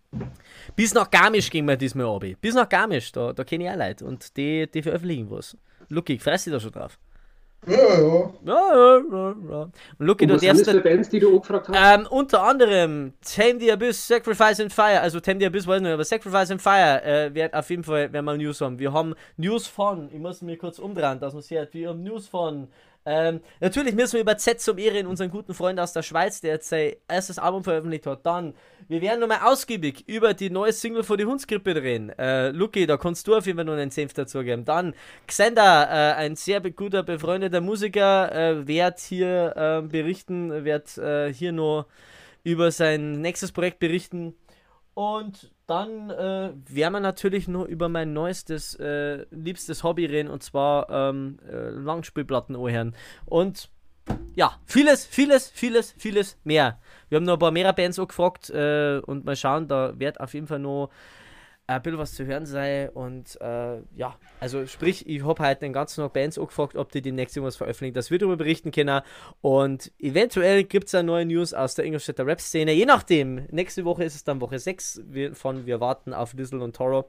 Bis nach Garmisch gehen wir diesmal runter. Bis nach Garmisch, da, da kenne ich auch Leute und die, die veröffentlichen was. Luki, freust du da schon drauf? Ja, ja. Ja, ja, ja, ja. Und Luki, Und du was sind das darfst... für Bands, die du angefragt hast? Ähm, unter anderem Tame the Abyss, Sacrifice and Fire, also Tame the Abyss weiß ich nicht, aber Sacrifice and Fire äh, wird auf jeden Fall, wenn wir News haben. Wir haben News von, ich muss mir kurz umdrehen, dass man sieht, wir haben News von, ähm, natürlich müssen wir über Z zum Ehren, unseren guten Freund aus der Schweiz, der jetzt sein erstes Album veröffentlicht hat. Dann, wir werden nochmal ausgiebig über die neue Single von die Hundskrippe reden. Äh, Luki, da kannst du auf jeden Fall noch einen Senf dazu geben. Dann, Xander, äh, ein sehr be guter, befreundeter Musiker, äh, wird hier äh, berichten, wird äh, hier noch über sein nächstes Projekt berichten. Und dann äh, werden wir natürlich noch über mein neuestes, äh, liebstes Hobby reden, und zwar ähm, äh, Langspielplatten anhören. Und ja, vieles, vieles, vieles, vieles mehr. Wir haben noch ein paar mehr Bands auch gefragt äh, und mal schauen, da wird auf jeden Fall noch ein bisschen was zu hören sein. Und äh, ja, also sprich, ich habe heute den ganzen Tag Bands auch gefragt, ob die demnächst irgendwas veröffentlichen, dass wir darüber berichten können. Und eventuell gibt es auch neue News aus der Ingolstädter Rap-Szene. Je nachdem, nächste Woche ist es dann Woche sechs von Wir warten auf Lizzle und Toro.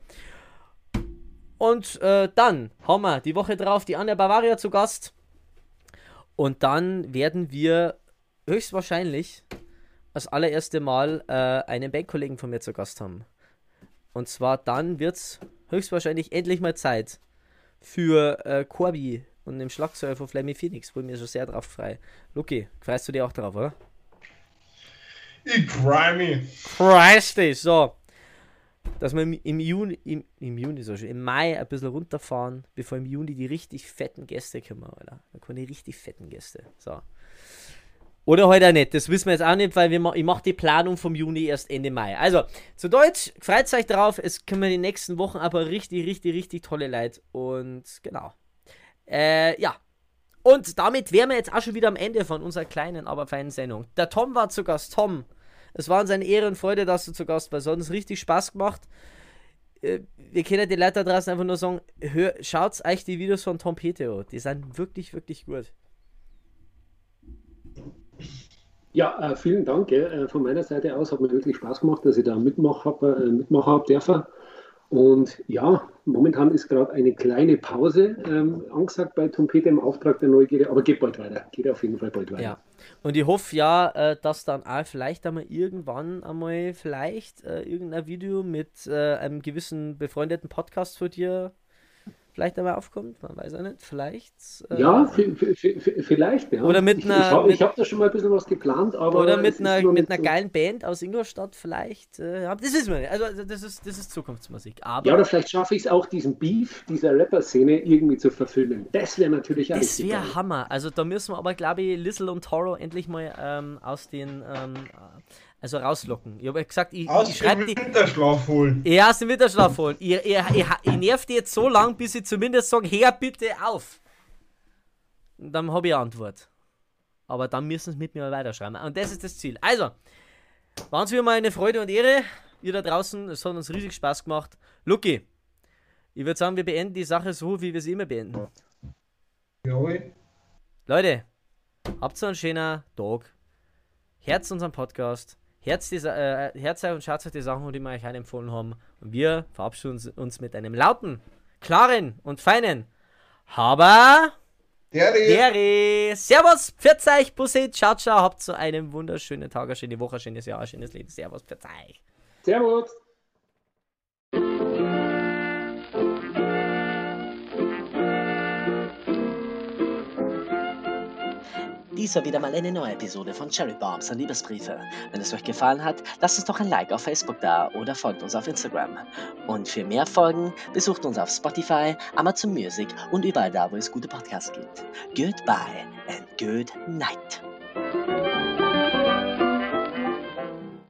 Und äh, dann haben wir die Woche drauf die Anja Bavaria zu Gast. Und dann werden wir höchstwahrscheinlich das allererste Mal äh, einen Bandkollegen von mir zu Gast haben. Und zwar dann wird es höchstwahrscheinlich endlich mal Zeit für äh, Corby und dem Schlagzeuger von Flammy Phoenix, wo ich mir schon sehr drauf frei. Luki, freust du dir auch drauf, oder? Ich freu mich. Freust dich, so. Dass wir im Juni, im, im Juni so schon, im Mai ein bisschen runterfahren, bevor im Juni die richtig fetten Gäste kommen, Alter. Da kommen die richtig fetten Gäste, so. Oder heute auch nicht, das wissen wir jetzt auch nicht, weil wir ma ich mache die Planung vom Juni erst Ende Mai. Also, zu Deutsch, freut euch drauf, es kommen die nächsten Wochen aber richtig, richtig, richtig tolle Leute. Und genau. Äh, ja. Und damit wären wir jetzt auch schon wieder am Ende von unserer kleinen, aber feinen Sendung. Der Tom war zu Gast. Tom, es war uns eine Ehre und Freude, dass du zu Gast warst. Es hat uns richtig Spaß gemacht. Äh, wir können die Leute da draußen einfach nur sagen, hör, schaut euch die Videos von Tom Peteo an. Die sind wirklich, wirklich gut. Ja, äh, vielen Dank. Äh, von meiner Seite aus hat mir wirklich Spaß gemacht, dass ich da mitmachen habe, äh, mitmachen hab dürfen. Und ja, momentan ist gerade eine kleine Pause ähm, angesagt bei Tom Peteo im Auftrag der Neugierde, aber geht bald weiter. Geht auf jeden Fall bald weiter. Ja. Und ich hoffe ja, äh, dass dann auch vielleicht einmal irgendwann einmal vielleicht äh, irgendein Video mit äh, einem gewissen befreundeten Podcast von dir vielleicht einmal aufkommt, man weiß ja nicht, vielleicht. Äh, Ja, v- v- v- vielleicht, ja. Oder mit ich, einer- Ich, habe mit- hab da schon mal ein bisschen was geplant, aber. Oder es mit ist einer, noch mit nicht einer so- geilen Band aus Ingolstadt vielleicht. Äh, ja, das wissen wir nicht. Also also das ist, das ist Zukunftsmusik. Aber Ja, oder vielleicht schaffe ich es auch, diesen Beef dieser Rapper-Szene irgendwie zu verfilmen. Das wäre natürlich auch das richtig geil. wäre Hammer. Also da müssen wir aber, glaube ich, Lizzle und Toro endlich mal ähm, aus den, ähm, also rauslocken. Ich habe ja gesagt, ich, Aus ich dem schreibe die... Winterschlaf holen. Ja, aus dem Winterschlaf holen. Ich, ich, ich, ich nerv die jetzt so lang, bis sie zumindest sagen, hör bitte auf. Und dann habe ich eine Antwort. Aber dann müssen sie mit mir weiterschreiben. Und das ist das Ziel. Also, waren es wieder mal eine Freude und Ehre. Ihr da draußen, es hat uns riesig Spaß gemacht. Luki, ich würde sagen, wir beenden die Sache so, wie wir sie immer beenden. Jawohl. Leute, habt so einen schönen Tag. Herzt unseren Podcast. Herzt, die, äh, Herzt euch und schaut euch die Sachen, die wir euch empfohlen haben. Und wir verabschieden uns, uns mit einem lauten, klaren und feinen Haber. Der, der. Dere. Servus, pfiat euch, Bussi, ciao, ciao. Habt so einen wunderschönen Tag, eine schöne Woche, ein schönes Jahr, ein schönes Leben. Servus, pfiat euch. Servus. Dies war wieder mal eine neue Episode von Cherry Bombs und Liebesbriefe. Wenn es euch gefallen hat, lasst uns doch ein Like auf Facebook da oder folgt uns auf Instagram. Und für mehr Folgen besucht uns auf Spotify, Amazon Music und überall da, wo es gute Podcasts gibt. Goodbye and good night.